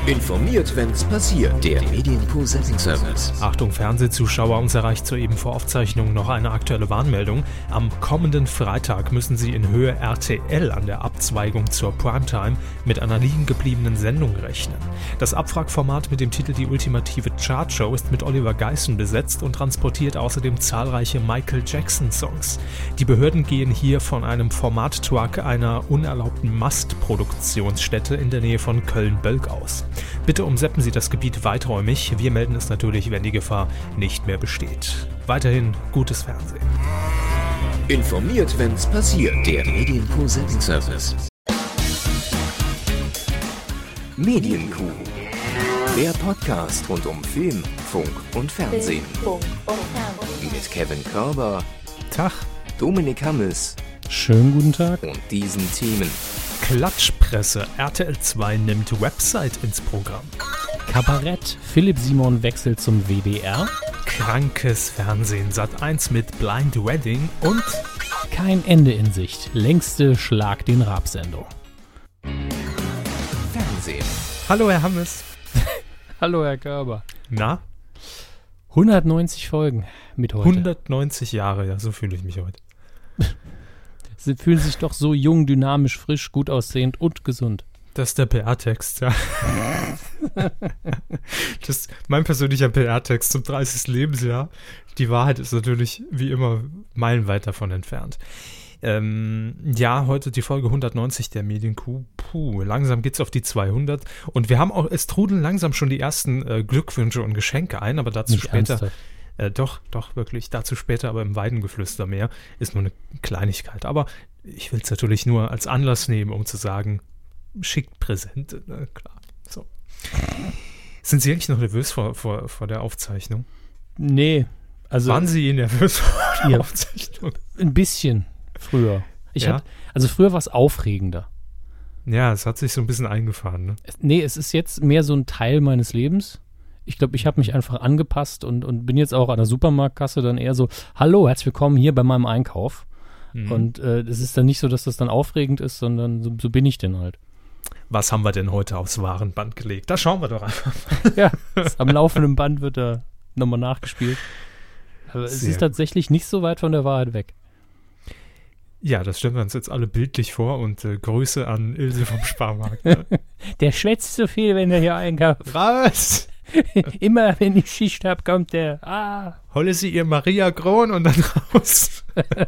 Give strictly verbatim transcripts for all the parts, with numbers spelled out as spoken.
Informiert, wenn's passiert. Der Medienkuh Setting Service. Achtung Fernsehzuschauer, uns erreicht soeben vor Aufzeichnung noch eine aktuelle Warnmeldung. Am kommenden Freitag müssen Sie in Höhe R T L an der Abzweigung zur Primetime mit einer liegen gebliebenen Sendung rechnen. Das Abwrackformat mit dem Titel Die ultimative Chartshow ist mit Oliver Geissen besetzt und transportiert außerdem zahlreiche Michael Jackson-Songs. Die Behörden gehen hier von einem Format-Truck einer unerlaubten Mastproduktionsstätte in der Nähe von Köln-Bölk aus. Bitte umseppen Sie das Gebiet weiträumig. Wir melden es natürlich, wenn die Gefahr nicht mehr besteht. Weiterhin gutes Fernsehen. Informiert, wenn's passiert. Der Medienkuh Setting Service. Medienkuh. Der Podcast rund um Film, Funk und Fernsehen. Mit Kevin Körber, Tag, Dominik Hammes. Schönen guten Tag. Und diesen Themen. Klatschpresse. R T L zwei nimmt Website ins Programm. Kabarett. Philipp Simon wechselt zum W D R. Krankes Fernsehen. Sat eins mit Blind Wedding und Kein Ende in Sicht. Längste Schlag den Rab-Sendung. Fernsehen. Hallo Herr Hammes. Hallo Herr Körber. Na? hundertneunzig Folgen mit heute. hundertneunzig Jahre, ja, so fühle ich mich heute. Sie fühlen sich doch so jung, dynamisch, frisch, gut aussehend und gesund. Das ist der P R-Text, ja. Das ist mein persönlicher P R-Text zum dreißigsten Lebensjahr. Die Wahrheit ist natürlich wie immer meilenweit davon entfernt. Ähm, ja, heute die Folge hundertneunzig der Medienkuh. Puh, langsam geht's auf die zweihundert. Und wir haben auch, es trudeln langsam schon die ersten äh, Glückwünsche und Geschenke ein, aber dazu Nicht später. ernsthaft? Äh, doch, doch, wirklich. Dazu später, aber im Weidengeflüster mehr. Ist nur eine Kleinigkeit. Aber ich will es natürlich nur als Anlass nehmen, um zu sagen, schickt Präsente, ne? Klar. So. Sind Sie eigentlich noch nervös vor, vor, vor der Aufzeichnung? Nee. Also Waren Sie nervös vor der ja, Aufzeichnung? ein bisschen früher. Ich Ja? hatte, also früher war es aufregender. Ja, es hat sich so ein bisschen eingefahren, ne? Es- Nee, es ist jetzt mehr so ein Teil meines Lebens. Ich glaube, ich habe mich einfach angepasst und, und bin jetzt auch an der Supermarktkasse dann eher so, hallo, herzlich willkommen hier bei meinem Einkauf. Mhm. Und äh, es ist dann nicht so, dass das dann aufregend ist, sondern so, so bin ich denn halt. Was haben wir denn heute aufs Warenband gelegt? Da schauen wir doch einfach. Ja, das am laufenden Band wird da nochmal nachgespielt. Aber es Sehr ist tatsächlich nicht so weit von der Wahrheit weg. Ja, das stellen wir uns jetzt alle bildlich vor und äh, Grüße an Ilse vom Sparmarkt. Ne? Der schwätzt so viel, wenn er hier einkauft. Was? Immer, wenn ich Schicht habe, kommt der. Ah. Holle sie ihr Maria Kron und dann raus.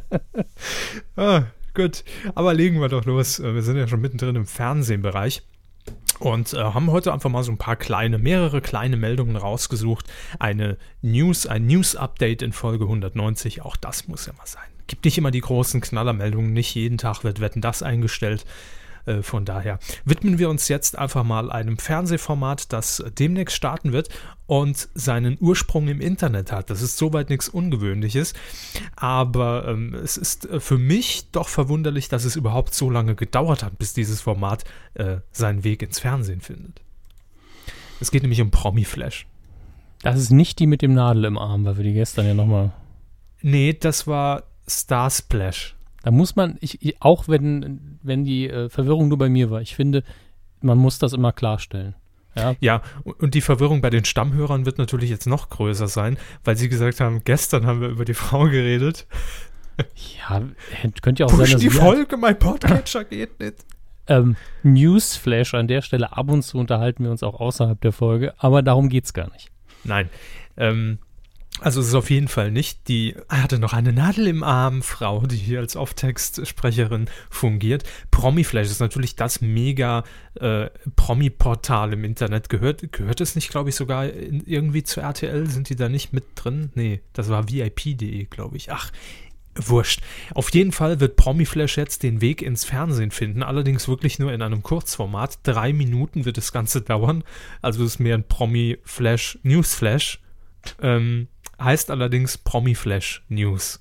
ah, gut, aber legen wir doch los. Wir sind ja schon mittendrin im Fernsehbereich und äh, haben heute einfach mal so ein paar kleine, mehrere kleine Meldungen rausgesucht. Eine News, ein News-Update in Folge hundertneunzig, auch das muss ja mal sein. Gibt nicht immer die großen Knallermeldungen, nicht jeden Tag wird Wetten, das eingestellt. Äh, von daher widmen wir uns jetzt einfach mal einem Fernsehformat, das demnächst starten wird und seinen Ursprung im Internet hat. Das ist soweit nichts Ungewöhnliches, aber ähm, es ist äh, für mich doch verwunderlich, dass es überhaupt so lange gedauert hat, bis dieses Format äh, seinen Weg ins Fernsehen findet. Es geht nämlich um Promi-Flash. Das ist nicht die mit dem Nadel im Arm, weil wir die gestern ja nochmal. Nee, das war Star Splash. Da muss man, ich, ich, auch wenn, wenn die äh, Verwirrung nur bei mir war, ich finde, man muss das immer klarstellen. Ja, Ja, und die Verwirrung bei den Stammhörern wird natürlich jetzt noch größer sein, weil sie gesagt haben, gestern haben wir über die Frau geredet. ja hätte- könnte ja auch sein, Push dass die wir, Folge, mein Podcatcher geht nicht. ähm, Newsflash an der Stelle, ab und zu unterhalten wir uns auch außerhalb der Folge, aber darum geht's gar nicht. Nein, ähm, also es ist auf jeden Fall nicht die, er hatte noch eine Nadel im Arm, Frau, die hier als Off-Text-Sprecherin fungiert. Promiflash ist natürlich das mega äh, Promi-Portal im Internet. Gehört, gehört es nicht, glaube ich, sogar in, irgendwie zu R T L? Sind die da nicht mit drin? Nee, das war V I P punkt de, glaube ich. Ach, wurscht. Auf jeden Fall wird Promiflash jetzt den Weg ins Fernsehen finden, allerdings wirklich nur in einem Kurzformat. Drei Minuten wird das Ganze dauern. Also es ist mehr ein Promiflash, Newsflash. Ähm, heißt allerdings Promiflash News.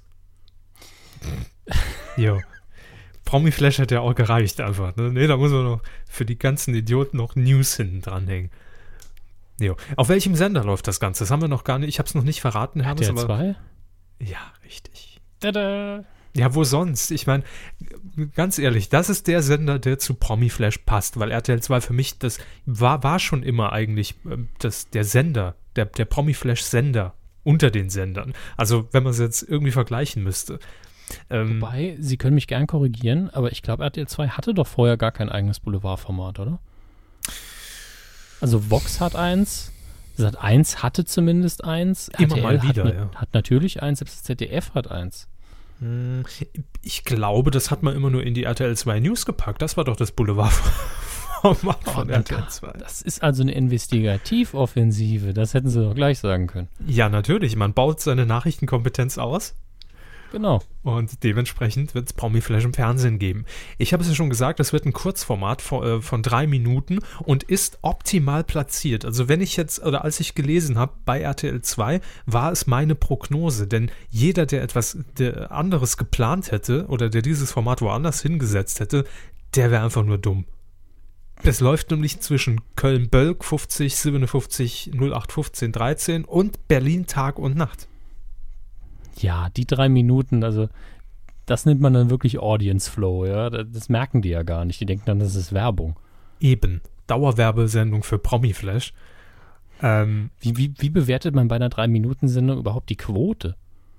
Jo. Promiflash hat ja auch gereicht einfach. Ne? Nee, da muss man noch für die ganzen Idioten noch News hinten dranhängen. Jo. Auf welchem Sender läuft das Ganze? Das haben wir noch gar nicht, ich habe es noch nicht verraten, Hermes, R T L aber zwei? ja, richtig. Tada! Ja, wo sonst? Ich meine, ganz ehrlich, das ist der Sender, der zu Promiflash passt, weil R T L zwei für mich, das war, war schon immer eigentlich das, der Sender, der, der Promiflash-Sender unter den Sendern. Also, wenn man es jetzt irgendwie vergleichen müsste. Ähm, Wobei, Sie können mich gern korrigieren, aber ich glaube, R T L zwei hatte doch vorher gar kein eigenes Boulevardformat, oder? Also, Vox hat eins, Sat eins hatte zumindest eins, Immer R T L mal wieder, hat, ja. hat natürlich eins, selbst das Z D F hat eins. Ich glaube, das hat man immer nur in die R T L zwei News gepackt. Das war doch das Boulevardformat von Oh, R T L zwei. Das ist also eine Investigativoffensive. Das hätten Sie doch gleich sagen können. Ja, natürlich. Man baut seine Nachrichtenkompetenz aus. Genau. Und dementsprechend wird es Promiflash im Fernsehen geben. Ich habe es ja schon gesagt, das wird ein Kurzformat von, äh, von drei Minuten und ist optimal platziert. Also wenn ich jetzt, oder als ich gelesen habe, bei R T L zwei, war es meine Prognose. Denn jeder, der etwas der anderes geplant hätte oder der dieses Format woanders hingesetzt hätte, der wäre einfach nur dumm. Es läuft nämlich zwischen Köln-Bölk fünfzig, siebenundfünfzig, null acht fünfzehn, dreizehn und Berlin Tag und Nacht. Ja, die drei Minuten, also das nennt man dann wirklich Audience Flow, ja. Das merken die ja gar nicht. Die denken dann, das ist Werbung. Eben. Dauerwerbesendung für Promiflash. Ähm, wie, wie, wie bewertet man bei einer drei Minuten Sendung überhaupt die Quote?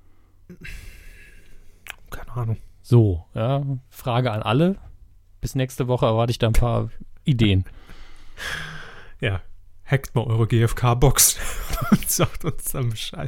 Keine Ahnung. So, ja, Frage an alle. Bis nächste Woche erwarte ich da ein paar Ideen. Ja, hackt mal eure G F K-Box und sagt uns dann Bescheid.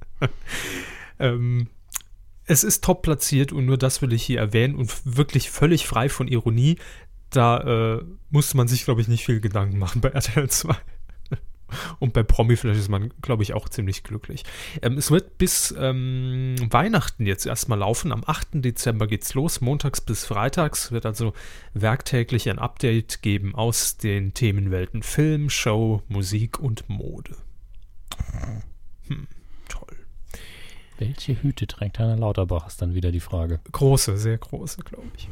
ähm, es ist top platziert und nur das will ich hier erwähnen und wirklich völlig frei von Ironie. Da äh, musste man sich, glaube ich, nicht viel Gedanken machen bei R T L zwei. Und bei Promiflash ist man, glaube ich, auch ziemlich glücklich. Ähm, es wird bis ähm, Weihnachten jetzt erstmal laufen. Am achten Dezember geht's los, montags bis freitags. Wird also werktäglich ein Update geben aus den Themenwelten Film, Show, Musik und Mode. Hm, toll. Welche Hüte trägt Heiner Lauterbach, ist dann wieder die Frage. Große, sehr große, glaube ich.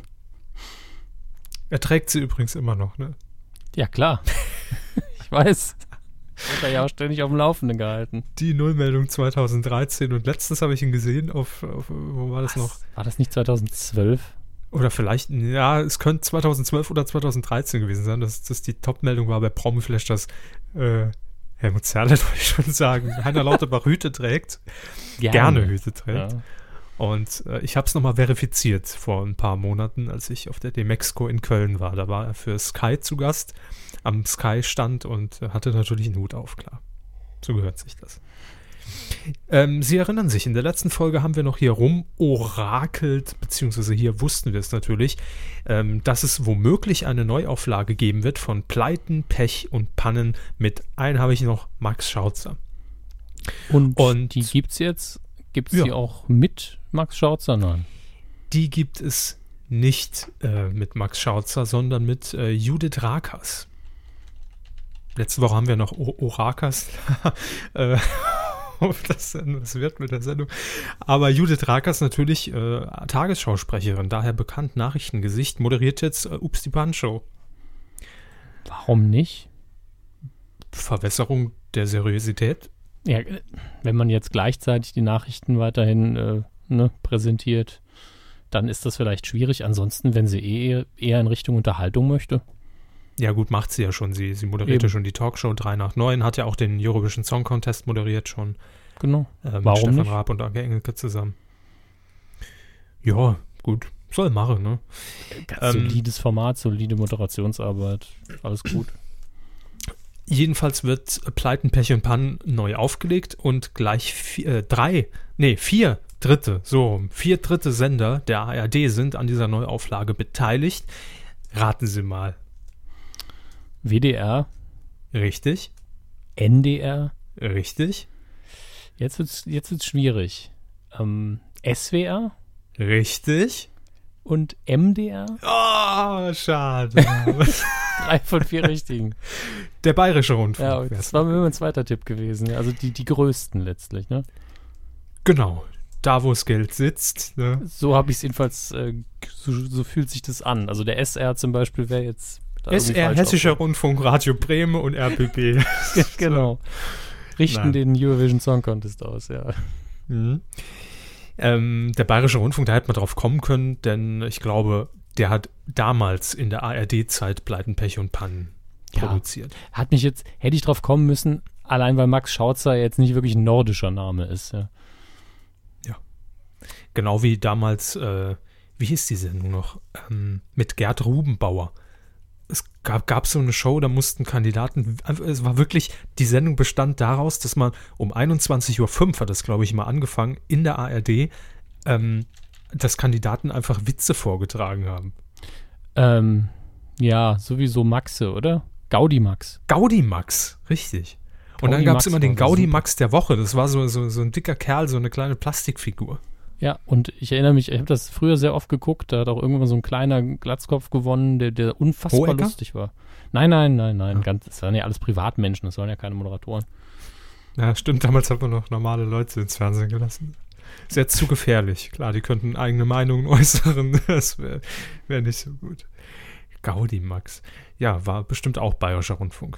Er trägt sie übrigens immer noch, ne? Ja, klar. Ich weiß. Wird er ja auch ständig auf dem Laufenden gehalten. Die Nullmeldung zweitausenddreizehn und letztens habe ich ihn gesehen auf, auf wo war das Was? noch? War das nicht zweitausendzwölf? Oder vielleicht, ja, es könnte zweitausendzwölf oder zweitausenddreizehn gewesen sein, dass das die Top-Meldung war bei Promiflash, dass äh, Helmut Zerlett, wollte ich schon sagen, Heiner Lauterbach Hüte trägt, gerne, gerne Hüte trägt. Ja. Und äh, ich habe es nochmal verifiziert vor ein paar Monaten, als ich auf der Demexco in Köln war. Da war er für Sky zu Gast am Sky-Stand und hatte natürlich einen Hut auf, klar. So gehört sich das. Ähm, Sie erinnern sich, in der letzten Folge haben wir noch hier rumorakelt, beziehungsweise hier wussten wir es natürlich, ähm, dass es womöglich eine Neuauflage geben wird von Pleiten, Pech und Pannen mit, einen habe ich noch, Max Schautzer. Und, und die gibt's jetzt, gibt's ja. die auch mit Max Schautzer? Nein. Die gibt es nicht äh, mit Max Schautzer, sondern mit äh, Judith Rakers. Letzte Woche haben wir noch o- Orakas. äh, das, das wird mit der Sendung. Aber Judith Rakers natürlich äh, Tagesschausprecherin, daher bekannt, Nachrichtengesicht, moderiert jetzt äh, Ups die Pan-Show. Warum nicht? Verwässerung der Seriosität. Ja, wenn man jetzt gleichzeitig die Nachrichten weiterhin äh, ne, präsentiert, dann ist das vielleicht schwierig. Ansonsten, wenn sie eh eher in Richtung Unterhaltung möchte. Ja gut, macht sie ja schon. Sie, sie moderierte Eben. schon die Talkshow drei nach neun, hat ja auch den Eurovision Song Contest moderiert schon. Genau. Äh, mit Warum Stefan nicht? Raab und Anke Engelke zusammen. Ja, gut. Soll machen, ne? Ganz Ähm, solides Format, solide Moderationsarbeit. Alles gut. Jedenfalls wird Pleiten, Pech und Pannen neu aufgelegt und gleich vier, äh, drei, nee, vier Dritte, so, vier Dritte Sender der A R D sind an dieser Neuauflage beteiligt. Raten Sie mal. W D R, Richtig? N D R, Richtig? jetzt wird's, jetzt wird's schwierig. Ähm, S W R Richtig? und M D R? Oh, schade. Drei von vier richtigen. Der Bayerische Rundfunk. Ja, das war mir mein zweiter Tipp gewesen. Also die, die größten letztlich, ne? Genau. Da, wo das Geld sitzt. Ne? So habe ich es jedenfalls, äh, so, so fühlt sich das an. Also der S R zum Beispiel wäre jetzt da S irgendwie R, falsch Hessischer aufgehoben. Rundfunk, Radio Bremen und R B B. Genau. Richten Nein. den Eurovision Song Contest aus, ja. Mhm. Ähm, der Bayerische Rundfunk, da hätte man drauf kommen können, denn ich glaube, der hat damals in der A R D-Zeit Pleiten, Pech und Pannen Ja. produziert. Hat mich jetzt, hätte ich drauf kommen müssen, allein weil Max Schautzer jetzt nicht wirklich ein nordischer Name ist. Ja. Genau wie damals, äh, wie hieß die Sendung noch? Ähm, mit Gerd Rubenbauer. Es gab, gab so eine Show, da mussten Kandidaten, es war wirklich, die Sendung bestand daraus, dass man um einundzwanzig Uhr fünf, hat das glaube ich mal angefangen, in der A R D, ähm, dass Kandidaten einfach Witze vorgetragen haben. Ähm, ja, sowieso Maxe, oder? Gaudi-Max. Gaudi-Max, richtig. Und dann gab es Gaudi-Max immer den war Gaudi-Max der Woche, das war so, so, so ein dicker Kerl, so eine kleine Plastikfigur. Ja, und ich erinnere mich, ich habe das früher sehr oft geguckt, da hat auch irgendwann so ein kleiner Glatzkopf gewonnen, der, der unfassbar Hohecker? lustig war. Nein, nein, nein, nein, Ja. ganz, das waren ja alles Privatmenschen, das waren ja keine Moderatoren. Ja, stimmt, damals hat man noch normale Leute ins Fernsehen gelassen. Ist jetzt zu gefährlich. Klar, die könnten eigene Meinungen äußern, das wäre wär nicht so gut. Gaudi-Max. Ja, war bestimmt auch Bayerischer Rundfunk.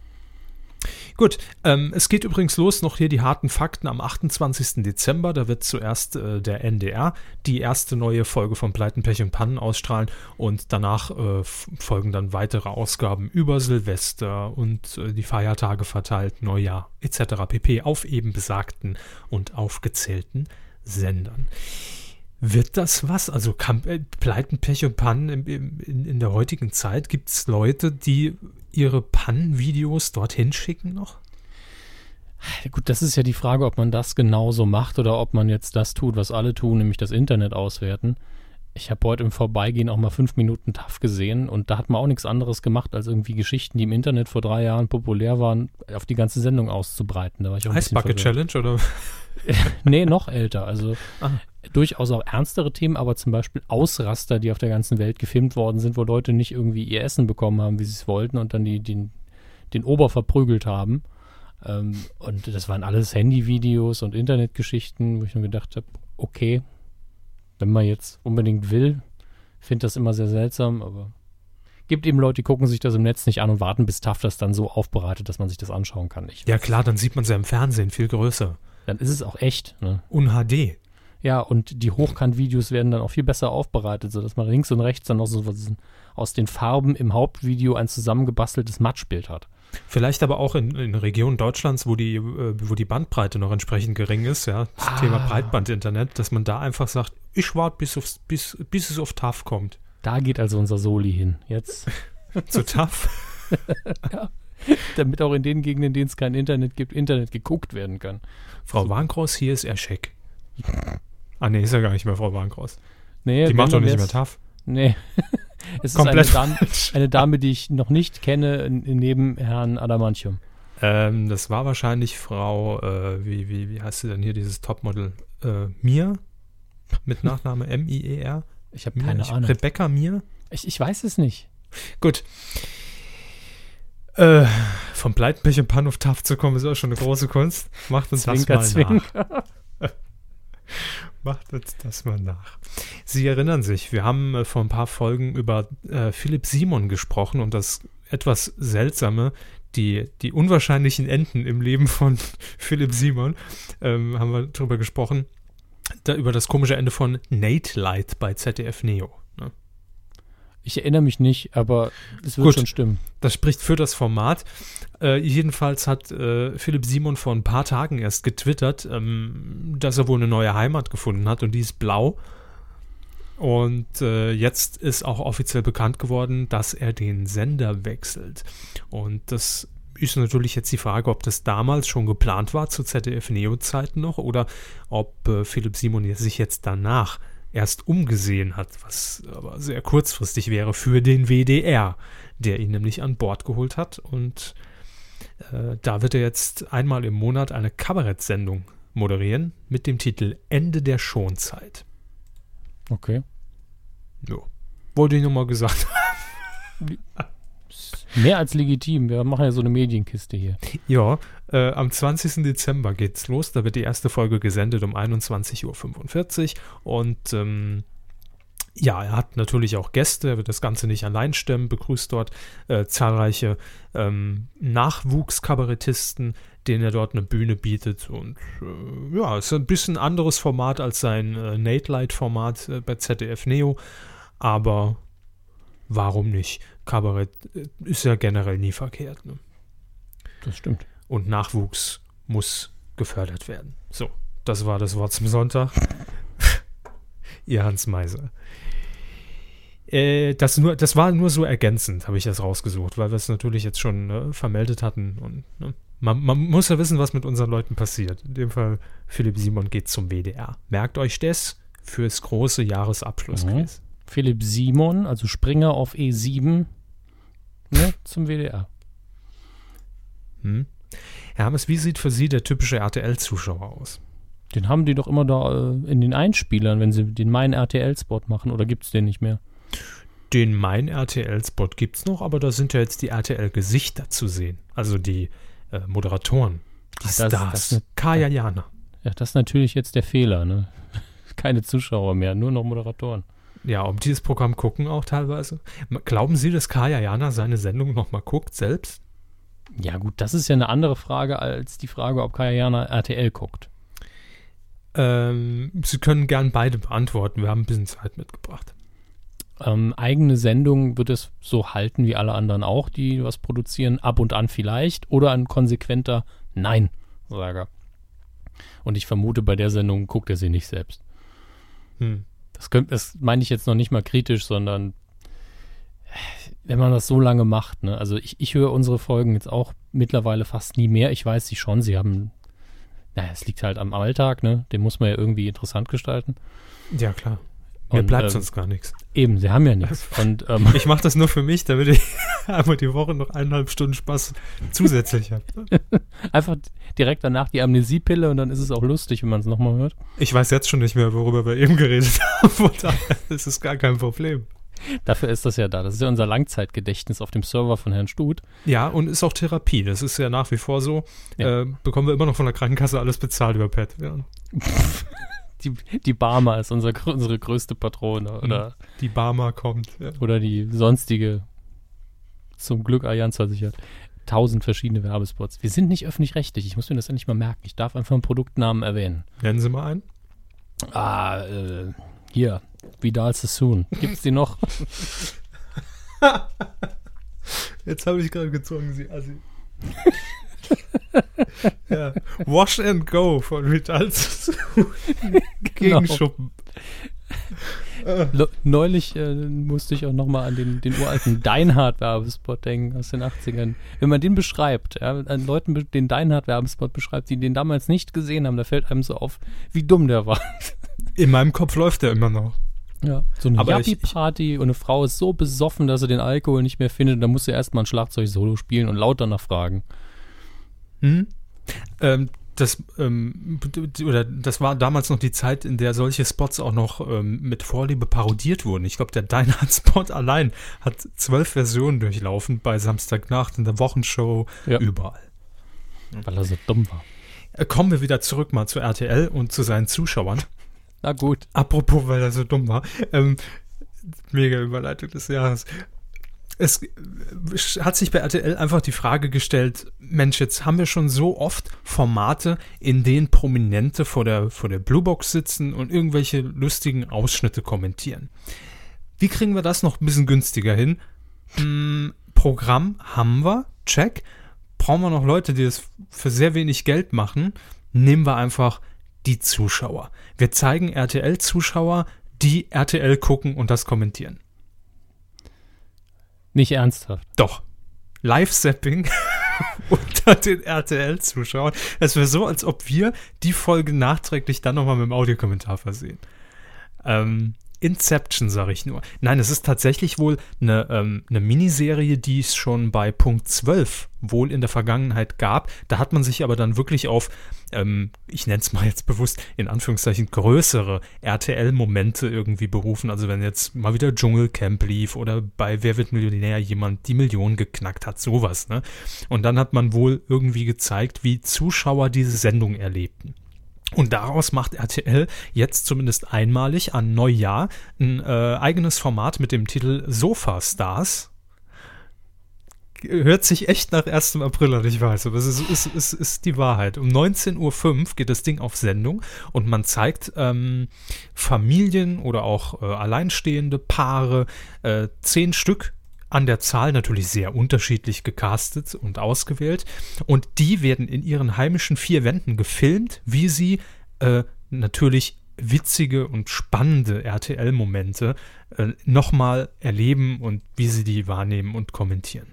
Gut, ähm, es geht übrigens los, noch hier die harten Fakten am achtundzwanzigsten Dezember, da wird zuerst äh, der N D R die erste neue Folge von Pleiten, Pech und Pannen ausstrahlen und danach äh, f- folgen dann weitere Ausgaben über Silvester und äh, die Feiertage verteilt, Neujahr et cetera pp. Auf eben besagten und aufgezählten Sendern. Wird das was? Also kann, äh, Pleiten, Pech und Pannen im, im, in, in der heutigen Zeit, gibt es Leute, die ihre Pannenvideos dorthin schicken noch? Gut, das ist ja die Frage, ob man das genauso macht oder ob man jetzt das tut, was alle tun, nämlich das Internet auswerten. Ich habe heute im Vorbeigehen auch mal fünf Minuten T A F gesehen und da hat man auch nichts anderes gemacht, als irgendwie Geschichten, die im Internet vor drei Jahren populär waren, auf die ganze Sendung auszubreiten. Da war ich auch ein bisschen Eisbucket verwirrt. Challenge oder? Nee, noch älter. Also Ah. durchaus auch ernstere Themen, aber zum Beispiel Ausraster, die auf der ganzen Welt gefilmt worden sind, wo Leute nicht irgendwie ihr Essen bekommen haben, wie sie es wollten und dann die, den, den Ober verprügelt haben. Ähm, und das waren alles Handyvideos und Internetgeschichten, wo ich mir gedacht habe, okay, wenn man jetzt unbedingt will, finde das immer sehr seltsam, aber gibt eben Leute, die gucken sich das im Netz nicht an und warten, bis T A F das dann so aufbereitet, dass man sich das anschauen kann. Ich, Ja klar, dann sieht man sie im Fernsehen viel größer. Dann ist es auch echt, ne? Und H D. Ja, und die Hochkant-Videos werden dann auch viel besser aufbereitet, sodass man links und rechts dann noch so was aus den Farben im Hauptvideo ein zusammengebasteltes Matschbild hat. Vielleicht aber auch in, in Regionen Deutschlands, wo die, äh, wo die Bandbreite noch entsprechend gering ist, ja, das Ah. Thema Breitbandinternet, dass man da einfach sagt, ich warte, bis, aufs- bis, bis es auf T A F kommt. Da geht also unser Soli hin. Jetzt, Zu T A F? damit auch in den Gegenden, in denen es kein Internet gibt, Internet geguckt werden kann. Frau Warnkross, hier ist Eschek. Ah nee, ist ja gar nicht mehr Frau Warnkross. Nee, Die wenn, macht doch dann nicht mehr wär's- T A F. Nee. Es Komplett ist eine Dame, falsch. eine Dame, die ich noch nicht kenne, n- neben Herrn Adamantium. Ähm, das war wahrscheinlich Frau, äh, wie, wie, wie heißt sie denn hier, dieses Topmodel? Äh, Mir? Mit Nachname M I E R? Ich habe Mir? keine Ich- Ahnung. Rebecca Mir? Ich, ich weiß es nicht. Gut. Äh, vom Pleiten, Pech und Pannen auf T A F zu kommen, ist auch schon eine große Kunst. Macht uns Zwinker, das mal nach. zwinker. Macht uns das mal nach. Sie erinnern sich, wir haben äh, vor ein paar Folgen über äh, Philipp Simon gesprochen und das etwas Seltsame, die, die unwahrscheinlichen Enden im Leben von Philipp Simon, ähm, haben wir drüber gesprochen, da, über das komische Ende von Nate Light bei Z D F Neo. Ne? Ich erinnere mich nicht, aber es wird Gut. schon stimmen. Das spricht für das Format. Äh, jedenfalls hat äh, Philipp Simon vor ein paar Tagen erst getwittert, ähm, dass er wohl eine neue Heimat gefunden hat und die ist blau. Und äh, jetzt ist auch offiziell bekannt geworden, dass er den Sender wechselt. Und das ist natürlich jetzt die Frage, ob das damals schon geplant war, zu Z D F-Neo-Zeiten noch, oder ob äh, Philipp Simon jetzt sich jetzt danach erst umgesehen hat, was aber sehr kurzfristig wäre für den W D R, der ihn nämlich an Bord geholt hat. Und äh, da wird er jetzt einmal im Monat eine Kabarettsendung moderieren mit dem Titel Ende der Schonzeit. Okay. Jo. Wollte ich nur mal gesagt Mehr als legitim. Wir machen ja so eine Medienkiste hier. Ja, äh, am zwanzigsten Dezember geht's los. Da wird die erste Folge gesendet um einundzwanzig Uhr fünfundvierzig und ähm, Ja, er hat natürlich auch Gäste, er wird das Ganze nicht allein stemmen, begrüßt dort äh, zahlreiche ähm, Nachwuchskabarettisten, denen er dort eine Bühne bietet und äh, ja, es ist ein bisschen anderes Format als sein äh, Nate-Light-Format äh, bei Z D F Neo, aber warum nicht? Kabarett äh, ist ja generell nie verkehrt. Ne? Das stimmt. Und Nachwuchs muss gefördert werden. So, das war das Wort zum Sonntag. Ihr Hans Meiser. Äh, das, nur, das war nur so ergänzend, habe ich das rausgesucht, weil wir es natürlich jetzt schon äh, vermeldet hatten. Und ne, man, man muss ja wissen, was mit unseren Leuten passiert. In dem Fall, Philipp Simon geht zum W D R. Merkt euch das fürs große Jahresabschlussquiz. Mhm. Philipp Simon, also Springer auf E sieben, ne, zum W D R. Hm. Herr Hammes, wie sieht für Sie der typische R T L-Zuschauer aus? Den haben die doch immer da äh, in den Einspielern, wenn sie den Mein R T L-Spot machen, oder gibt es den nicht mehr? Den Mein R T L-Spot gibt es noch, aber da sind ja jetzt die R T L-Gesichter zu sehen. Also die äh, Moderatoren, die das, Stars. Das ne, Kaya Jana. Ja, das ist natürlich jetzt der Fehler, ne? Keine Zuschauer mehr, nur noch Moderatoren. Ja, ob dieses Programm gucken auch teilweise. Glauben Sie, dass Kaya Jana seine Sendung nochmal guckt, selbst? Ja gut, das ist ja eine andere Frage als die Frage, ob Kaya Jana R T L guckt. Ähm, Sie können gern beide beantworten. Wir haben ein bisschen Zeit mitgebracht. Ähm, eigene Sendung wird es so halten wie alle anderen auch, die was produzieren, ab und an vielleicht, oder ein konsequenter Nein-Sager. Und ich vermute, bei der Sendung guckt er sie nicht selbst. Hm. Das, könnt, das meine ich jetzt noch nicht mal kritisch, sondern wenn man das so lange macht, ne? Also ich, ich höre unsere Folgen jetzt auch mittlerweile fast nie mehr. Ich weiß sie schon, sie haben, naja, es liegt halt am Alltag, ne? Den muss man ja irgendwie interessant gestalten. Ja, klar. Mir Und, bleibt ähm, sonst gar nichts. Eben, sie haben ja nichts. Und, ähm, ich mache das nur für mich, damit ich einmal die Woche noch eineinhalb Stunden Spaß zusätzlich habe. Einfach direkt danach die Amnesiepille und dann ist es auch lustig, wenn man es nochmal hört. Ich weiß jetzt schon nicht mehr, worüber wir eben geredet haben. Von daher ist es gar kein Problem. Dafür ist das ja da. Das ist ja unser Langzeitgedächtnis auf dem Server von Herrn Stut. Ja, und ist auch Therapie. Das ist ja nach wie vor so. Ja. Äh, bekommen wir immer noch von der Krankenkasse alles bezahlt über Pet. Ja. Die, die Barmer ist unser, unsere größte Patrone. Oder, die Barmer kommt. Ja. Oder die sonstige, zum Glück Allianz versichert. Tausend verschiedene Werbespots. Wir sind nicht öffentlich-rechtlich. Ich muss mir das endlich mal merken. Ich darf einfach einen Produktnamen erwähnen. Nennen Sie mal einen. Ah, äh, hier. Vidal Sassoon. Gibt's die noch? Jetzt habe ich gerade gezogen, Sie Assi. Ja. Wash and Go von Vidal Sassoon. Gegenschuppen. Genau. Neulich äh, musste ich auch nochmal an den, den uralten Deinhard-Werbespot denken aus den achtzigern. Wenn man den beschreibt, ja, an Leuten be- den Deinhard-Werbespot beschreibt, die den damals nicht gesehen haben, da fällt einem so auf, wie dumm der war. In meinem Kopf läuft der immer noch. Ja, so eine Aber Yuppie-Party und eine Frau ist so besoffen, dass sie den Alkohol nicht mehr findet, dann muss sie erstmal ein Schlagzeug-Solo spielen und laut danach fragen. Hm? Ähm, das, ähm, oder das war damals noch die Zeit, in der solche Spots auch noch ähm, mit Vorliebe parodiert wurden. Ich glaube, der Deinhard-Spot allein hat zwölf Versionen durchlaufen bei Samstagnacht, in der Wochenshow, Ja. überall. Weil er so dumm war. Äh, kommen wir wieder zurück mal zu R T L und zu seinen Zuschauern. Na gut. Apropos, weil er so dumm war. Ähm, mega Überleitung des Jahres. Es hat sich bei R T L einfach die Frage gestellt, Mensch, jetzt haben wir schon so oft Formate, in denen Prominente vor der, vor der Bluebox sitzen und irgendwelche lustigen Ausschnitte kommentieren. Wie kriegen wir das noch ein bisschen günstiger hin? Hm, Programm haben wir, check. Brauchen wir noch Leute, die das für sehr wenig Geld machen? Nehmen wir einfach die Zuschauer. Wir zeigen R T L-Zuschauer, die R T L gucken und das kommentieren. Nicht ernsthaft. Doch. Live-Zapping unter den R T L-Zuschauern. Es wäre so, als ob wir die Folge nachträglich dann nochmal mit dem Audiokommentar versehen. Ähm, Inception, sage ich nur. Nein, es ist tatsächlich wohl eine, ähm, eine Miniserie, die es schon bei Punkt zwölf wohl in der Vergangenheit gab. Da hat man sich aber dann wirklich auf, ähm, ich nenne es mal jetzt bewusst, in Anführungszeichen größere R T L-Momente irgendwie berufen. Also wenn jetzt mal wieder Dschungelcamp lief oder bei Wer wird Millionär jemand die Million geknackt hat, sowas, ne? Und dann hat man wohl irgendwie gezeigt, wie Zuschauer diese Sendung erlebten. Und daraus macht R T L jetzt zumindest einmalig an Neujahr ein äh, eigenes Format mit dem Titel Sofa Stars. Hört sich echt nach ersten April an, ich weiß, aber es ist, ist, ist, ist die Wahrheit. Um neunzehn Uhr fünf geht das Ding auf Sendung und man zeigt ähm, Familien oder auch äh, alleinstehende Paare, äh, zehn Stück an der Zahl, natürlich sehr unterschiedlich gecastet und ausgewählt. Und die werden in ihren heimischen vier Wänden gefilmt, wie sie äh, natürlich witzige und spannende R T L-Momente äh, nochmal erleben und wie sie die wahrnehmen und kommentieren.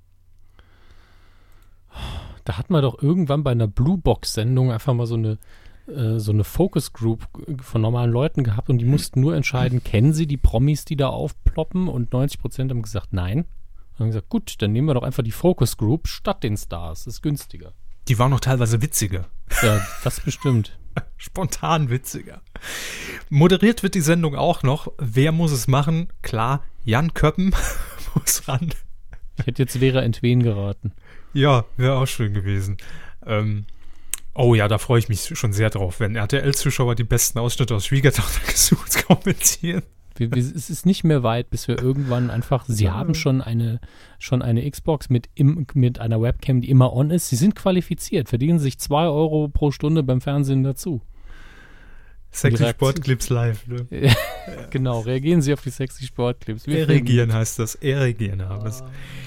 Da hat man doch irgendwann bei einer Bluebox-Sendung einfach mal so eine so eine Focus Group von normalen Leuten gehabt und die mussten nur entscheiden, kennen sie die Promis, die da aufploppen, und neunzig Prozent haben gesagt, nein. Und haben gesagt, gut, dann nehmen wir doch einfach die Focus Group statt den Stars, ist günstiger. Die waren noch teilweise witziger. Ja, das bestimmt. Spontan witziger. Moderiert wird die Sendung auch noch. Wer muss es machen? Klar, Jan Köppen muss ran. Ich hätte jetzt Vera Entwen geraten. Ja, wäre auch schön gewesen. Ähm, Oh ja, da freue ich mich schon sehr drauf, wenn R T L-Zuschauer die besten Ausschnitte aus Schwiegertochter gesucht kommentieren. Wir, wir, es ist nicht mehr weit, bis wir irgendwann einfach, sie ja. haben schon eine, schon eine Xbox mit, im, mit einer Webcam, die immer on ist. Sie sind qualifiziert, verdienen sich zwei Euro pro Stunde beim Fernsehen dazu. Sexy Sportclips live, ne? Ja, genau, reagieren Sie auf die Sexy Sportclips. Wir Erregieren heißt das, erregieren haben es.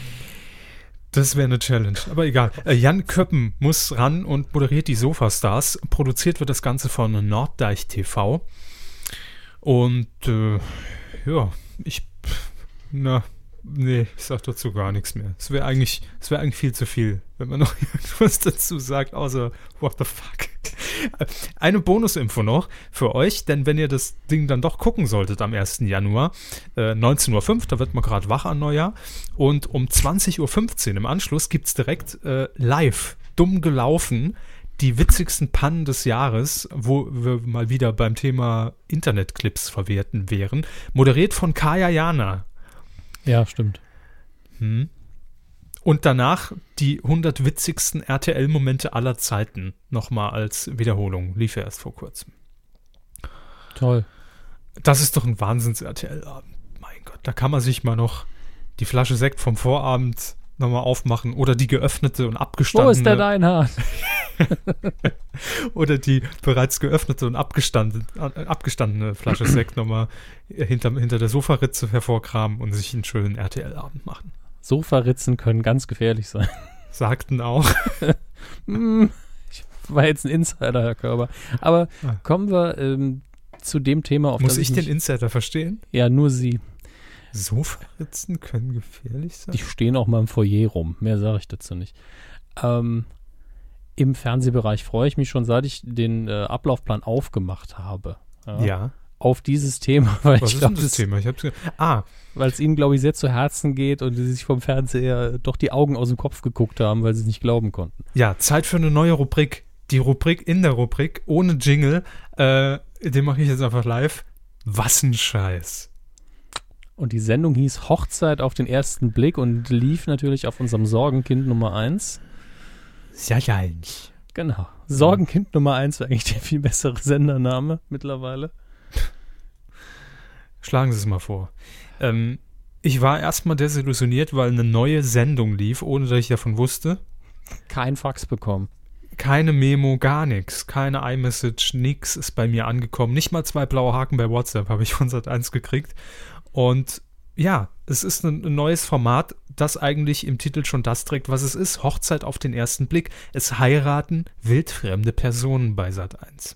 Das wäre eine Challenge, aber egal. Äh, Jan Köppen muss ran und moderiert die Sofa-Stars. Produziert wird das Ganze von Norddeich T V. Und äh, ja, ich, na, nee, ich sag dazu gar nichts mehr. Es wäre eigentlich, es wäre eigentlich viel zu viel, wenn man noch irgendwas dazu sagt, außer what the fuck. Eine Bonusinfo noch für euch, denn wenn ihr das Ding dann doch gucken solltet am ersten Januar, äh, neunzehn Uhr fünf, da wird man gerade wach an Neujahr, und um zwanzig Uhr fünfzehn im Anschluss gibt es direkt äh, live, dumm gelaufen, die witzigsten Pannen des Jahres, wo wir mal wieder beim Thema Internetclips verwerten wären, moderiert von Kaya Jana. Ja, stimmt. Hm. Und danach die hundert witzigsten R T L-Momente aller Zeiten nochmal als Wiederholung. Lief ja erst vor kurzem. Toll. Das ist doch ein Wahnsinns-R T L-Abend. Mein Gott, da kann man sich mal noch die Flasche Sekt vom Vorabend nochmal aufmachen oder die geöffnete und abgestandene. Wo ist der Deinhard? Oder die bereits geöffnete und abgestandene, abgestandene Flasche Sekt nochmal hinter, hinter der Sofaritze hervorkramen und sich einen schönen R T L-Abend machen. Sofaritzen können ganz gefährlich sein. Sagten auch. Ich war jetzt ein Insider, Herr Körber. Aber ah. kommen wir ähm, zu dem Thema, auf Muss das ich ich den Insider verstehen? Ja, nur Sie. Sofaritzen können gefährlich sein? Die stehen auch mal im Foyer rum. Mehr sage ich dazu nicht. Ähm, Im Fernsehbereich freue ich mich schon, seit ich den äh, Ablaufplan aufgemacht habe. Ja. ja. Auf dieses Thema, weil Was ich glaube, das, das Thema? Ich hab's ge- ah. weil es ihnen, glaube ich, sehr zu Herzen geht und sie sich vom Fernseher doch die Augen aus dem Kopf geguckt haben, weil sie es nicht glauben konnten. Ja, Zeit für eine neue Rubrik. Die Rubrik in der Rubrik, ohne Jingle, äh, den mache ich jetzt einfach live. Was ein Scheiß. Und die Sendung hieß Hochzeit auf den ersten Blick und lief natürlich auf unserem Sorgenkind Nummer eins. Ja, ja. Genau. Sorgenkind Nummer eins wäre eigentlich der viel bessere Sendername mittlerweile. Schlagen Sie es mal vor. Ähm, ich war erstmal desillusioniert, weil eine neue Sendung lief, ohne dass ich davon wusste. Kein Fax bekommen. Keine Memo, gar nichts. Keine iMessage, nix ist bei mir angekommen. Nicht mal zwei blaue Haken bei WhatsApp habe ich von Sat eins gekriegt. Und ja, es ist ein, ein neues Format, das eigentlich im Titel schon das trägt, was es ist. Hochzeit auf den ersten Blick. Es heiraten wildfremde Personen bei Sat eins.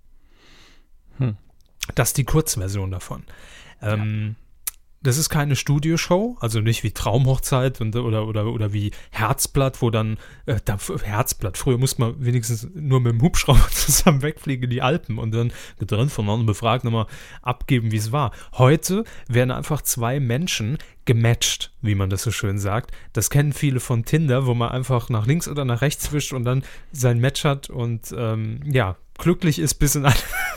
Hm. Das ist die Kurzversion davon. Ähm, ja. Das ist keine Studioshow, also nicht wie Traumhochzeit und, oder, oder, oder wie Herzblatt, wo dann, äh, da, Herzblatt, früher musste man wenigstens nur mit dem Hubschrauber zusammen wegfliegen in die Alpen und dann getrennt voneinander befragt nochmal abgeben, wie es war. Heute werden einfach zwei Menschen gematcht, wie man das so schön sagt. Das kennen viele von Tinder, wo man einfach nach links oder nach rechts wischt und dann sein Match hat und ähm, ja, glücklich ist bis in alle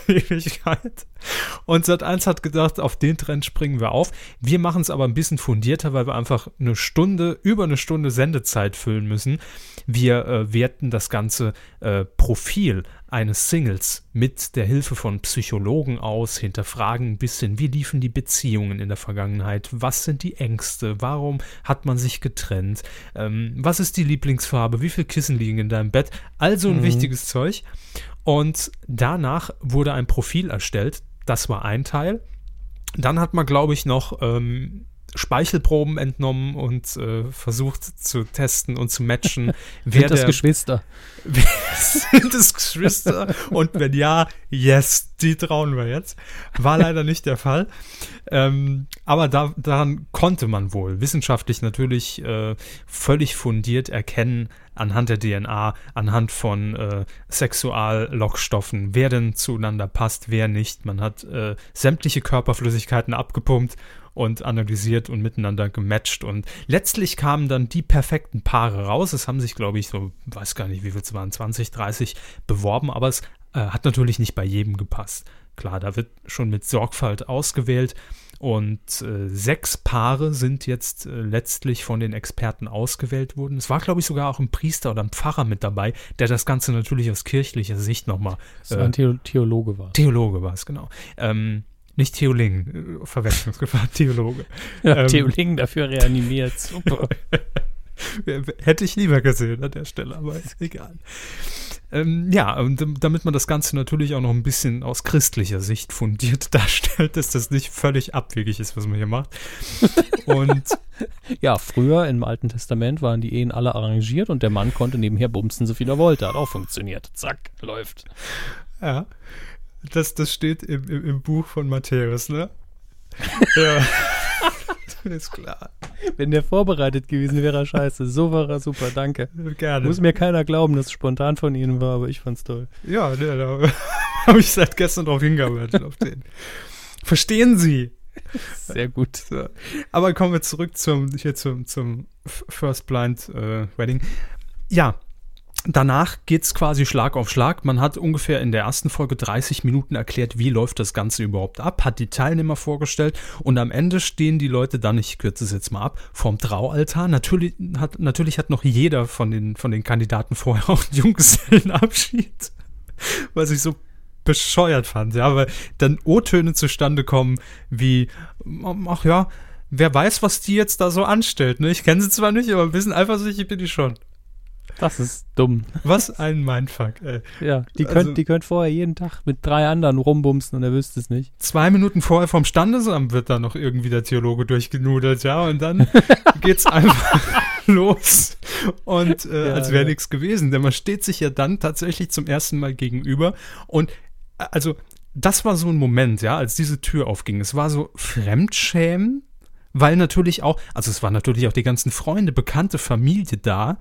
Ewigkeit. Und Sat eins hat gedacht, auf den Trend springen wir auf. Wir machen es aber ein bisschen fundierter, weil wir einfach eine Stunde, über eine Stunde Sendezeit füllen müssen. Wir äh, werten das ganze äh, Profil eines Singles mit der Hilfe von Psychologen aus, hinterfragen ein bisschen, wie liefen die Beziehungen in der Vergangenheit, was sind die Ängste, warum hat man sich getrennt, ähm, was ist die Lieblingsfarbe, wie viele Kissen liegen in deinem Bett, also ein mhm. wichtiges Zeug. Und danach wurde ein Profil erstellt, das war ein Teil. Dann hat man, glaube ich, noch ähm, Speichelproben entnommen und äh, versucht zu testen und zu matchen. Wer sind das der, Geschwister? Wer sind das Geschwister? Und wenn ja, yes, die trauen wir jetzt. War leider nicht der Fall. Ähm, aber da, daran konnte man wohl wissenschaftlich natürlich äh, völlig fundiert erkennen, anhand der D N A, anhand von äh, Sexuallockstoffen, wer denn zueinander passt, wer nicht. Man hat äh, sämtliche Körperflüssigkeiten abgepumpt und analysiert und miteinander gematcht. Und letztlich kamen dann die perfekten Paare raus. Es haben sich, glaube ich, so, weiß gar nicht, wie viel es waren, zwanzig, dreißig beworben, aber es äh, hat natürlich nicht bei jedem gepasst. Klar, da wird schon mit Sorgfalt ausgewählt. Und äh, sechs Paare sind jetzt äh, letztlich von den Experten ausgewählt worden. Es war, glaube ich, sogar auch ein Priester oder ein Pfarrer mit dabei, der das Ganze natürlich aus kirchlicher Sicht nochmal... Äh, ein The- Theologe war. Theologe war es, genau. Ähm, nicht Theoling, äh, Verwechslungsgefahr, Theologe. Ja, ähm, Theoling dafür reanimiert, super. Hätte ich lieber gesehen an der Stelle, aber ist egal. Ähm, ja, und damit man das Ganze natürlich auch noch ein bisschen aus christlicher Sicht fundiert darstellt, dass das nicht völlig abwegig ist, was man hier macht. Und ja, früher im Alten Testament waren die Ehen alle arrangiert und der Mann konnte nebenher bumsen, so viel er wollte. Hat auch funktioniert. Zack, läuft. Ja, das, das steht im, im, im Buch von Matthäus, ne? Ja. Ist klar. Wenn der vorbereitet gewesen wäre, scheiße. So war er super, danke. Gerne. Muss mir keiner glauben, dass es spontan von Ihnen war, aber ich fand's toll. Ja, ne, da habe ich seit gestern drauf hingearbeitet, auf den. Verstehen Sie? Sehr gut. So. Aber kommen wir zurück zum, hier zum, zum First Blind äh, Wedding. Ja, danach geht's quasi Schlag auf Schlag. Man hat ungefähr in der ersten Folge dreißig Minuten erklärt, wie läuft das Ganze überhaupt ab, hat die Teilnehmer vorgestellt und am Ende stehen die Leute dann, ich kürze es jetzt mal ab, vorm Traualtar. Natürlich hat, natürlich hat noch jeder von den, von den Kandidaten vorher auch einen Junggesellenabschied, was ich so bescheuert fand, ja, weil dann O-Töne zustande kommen wie, ach ja, wer weiß, was die jetzt da so anstellt, ne? Ich kenne sie zwar nicht, aber ein bisschen eifersüchtig bin ich schon. Das ist dumm. Was ein Mindfuck, ey. Ja, die Also, könnt, die könnt vorher jeden Tag mit drei anderen rumbumsen und er wüsste es nicht. Zwei Minuten vorher vom Standesamt wird dann noch irgendwie der Theologe durchgenudelt, ja, und dann geht's einfach los und äh, ja, als wäre ja. nichts gewesen, denn man steht sich ja dann tatsächlich zum ersten Mal gegenüber und äh, also das war so ein Moment, ja, als diese Tür aufging. Es war so Fremdschämen, weil natürlich auch, also es waren natürlich auch die ganzen Freunde, bekannte Familie da,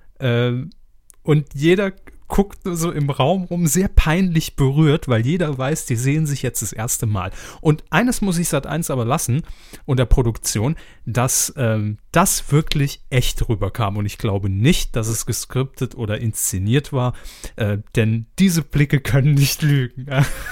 Ähm, und jeder guckt so im Raum rum, sehr peinlich berührt, weil jeder weiß, die sehen sich jetzt das erste Mal. Und eines muss ich Sat eins aber lassen und der Produktion, dass ähm, das wirklich echt rüberkam. Und ich glaube nicht, dass es geskriptet oder inszeniert war, äh, denn diese Blicke können nicht lügen.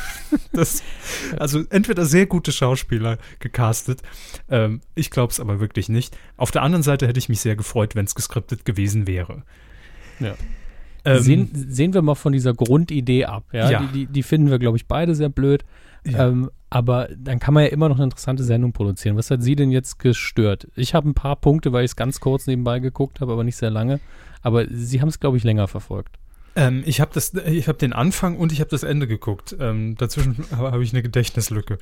Das, also entweder sehr gute Schauspieler gecastet, ähm, ich glaube es aber wirklich nicht. Auf der anderen Seite hätte ich mich sehr gefreut, wenn es geskriptet gewesen wäre. Ja. Ähm, sehen, sehen wir mal von dieser Grundidee ab. Ja? Ja. Die, die, die finden wir, glaube ich, beide sehr blöd. Ja. Ähm, aber dann kann man ja immer noch eine interessante Sendung produzieren. Was hat Sie denn jetzt gestört? Ich habe ein paar Punkte, weil ich es ganz kurz nebenbei geguckt habe, aber nicht sehr lange. Aber Sie haben es, glaube ich, länger verfolgt. Ähm, ich habe das, ich habe den Anfang und ich habe das Ende geguckt. Ähm, dazwischen habe hab ich eine Gedächtnislücke.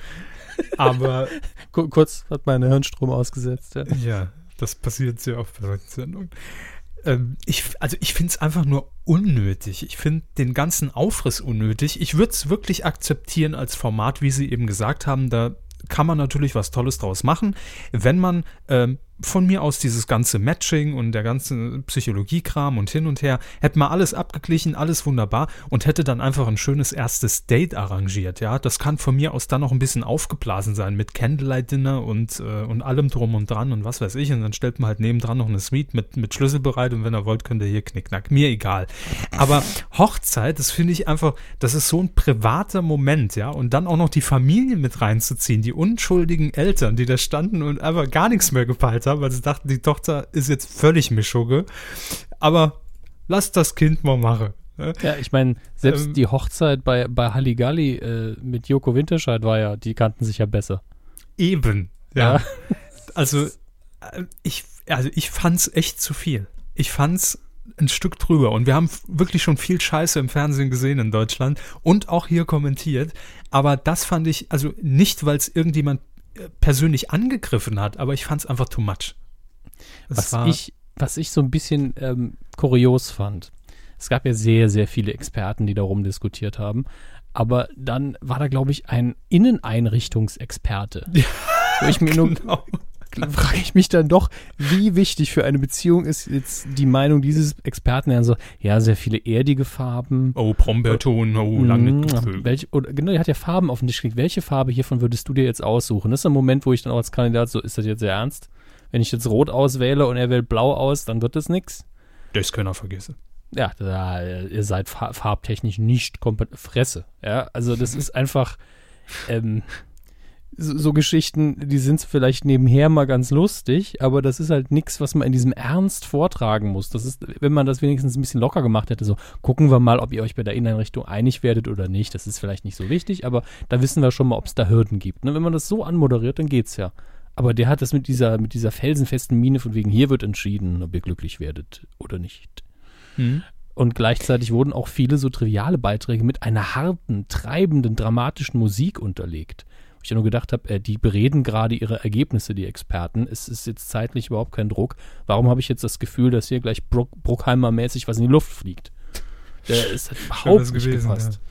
Aber Kur- kurz hat meine Hirnstrom ausgesetzt. Ja. ja, das passiert sehr oft bei solchen Sendungen. Ähm, ich, also ich finde es einfach nur unnötig. Ich finde den ganzen Aufriss unnötig. Ich würde es wirklich akzeptieren als Format, wie Sie eben gesagt haben. Da kann man natürlich was Tolles draus machen, wenn man ähm, von mir aus dieses ganze Matching und der ganze Psychologiekram und hin und her, hätte man alles abgeglichen, alles wunderbar und hätte dann einfach ein schönes erstes Date arrangiert, ja. Das kann von mir aus dann noch ein bisschen aufgeblasen sein mit Candlelight-Dinner und, äh, und allem drum und dran und was weiß ich und dann stellt man halt nebendran noch eine Suite mit, mit Schlüssel bereit und wenn ihr wollt, könnt ihr hier knickknack. Mir egal. Aber Hochzeit, das finde ich einfach, das ist so ein privater Moment, ja, und dann auch noch die Familie mit reinzuziehen, die unschuldigen Eltern, die da standen und einfach gar nichts mehr gepeilt haben, weil sie dachten, die Tochter ist jetzt völlig Mischugge. Aber lass das Kind mal machen. Ja, ich meine, selbst ähm, die Hochzeit bei, bei Halligalli äh, mit Joko Winterscheid war ja, die kannten sich ja besser. Eben, ja. Ja. Also, äh, ich, also ich fand's echt zu viel. Ich fand's ein Stück drüber. Und wir haben wirklich schon viel Scheiße im Fernsehen gesehen in Deutschland und auch hier kommentiert. Aber das fand ich, also nicht, weil es irgendjemand persönlich angegriffen hat, aber ich fand es einfach too much. Was ich, was ich so ein bisschen ähm, kurios fand, es gab ja sehr, sehr viele Experten, die darum diskutiert haben, aber dann war da, glaube ich, ein Inneneinrichtungsexperte. Ja, wo ich mir genau. nur frage ich mich dann doch, wie wichtig für eine Beziehung ist jetzt die Meinung dieses Experten, der so, ja, sehr viele erdige Farben. Oh, Brombeerton, oh, lange mm, welche, oder, genau, der hat ja Farben auf den Tisch gelegt. Welche Farbe hiervon würdest du dir jetzt aussuchen? Das ist ein Moment, wo ich dann auch als Kandidat so, ist das jetzt sehr ernst? Wenn ich jetzt rot auswähle und er wählt blau aus, dann wird das nix. Das können wir vergessen. Ja, da, ihr seid farbtechnisch nicht komplett Fresse. Ja, also das ist einfach, ähm, So, so Geschichten, die sind vielleicht nebenher mal ganz lustig, aber das ist halt nichts, was man in diesem Ernst vortragen muss. Das ist, wenn man das wenigstens ein bisschen locker gemacht hätte, so, gucken wir mal, ob ihr euch bei der Inneneinrichtung einig werdet oder nicht. Das ist vielleicht nicht so wichtig, aber da wissen wir schon mal, ob es da Hürden gibt. Ne? Wenn man das so anmoderiert, dann geht's ja. Aber der hat das mit dieser, mit dieser felsenfesten Miene von wegen, hier wird entschieden, ob ihr glücklich werdet oder nicht. Hm. Und gleichzeitig wurden auch viele so triviale Beiträge mit einer harten, treibenden, dramatischen Musik unterlegt. Ich nur gedacht habe, äh, die bereden gerade ihre Ergebnisse, die Experten. Es ist jetzt zeitlich überhaupt kein Druck. Warum habe ich jetzt das Gefühl, dass hier gleich Bruck, Bruckheimer-mäßig was in die Luft fliegt? Der ist halt überhaupt nicht gewesen, gepasst. Ja.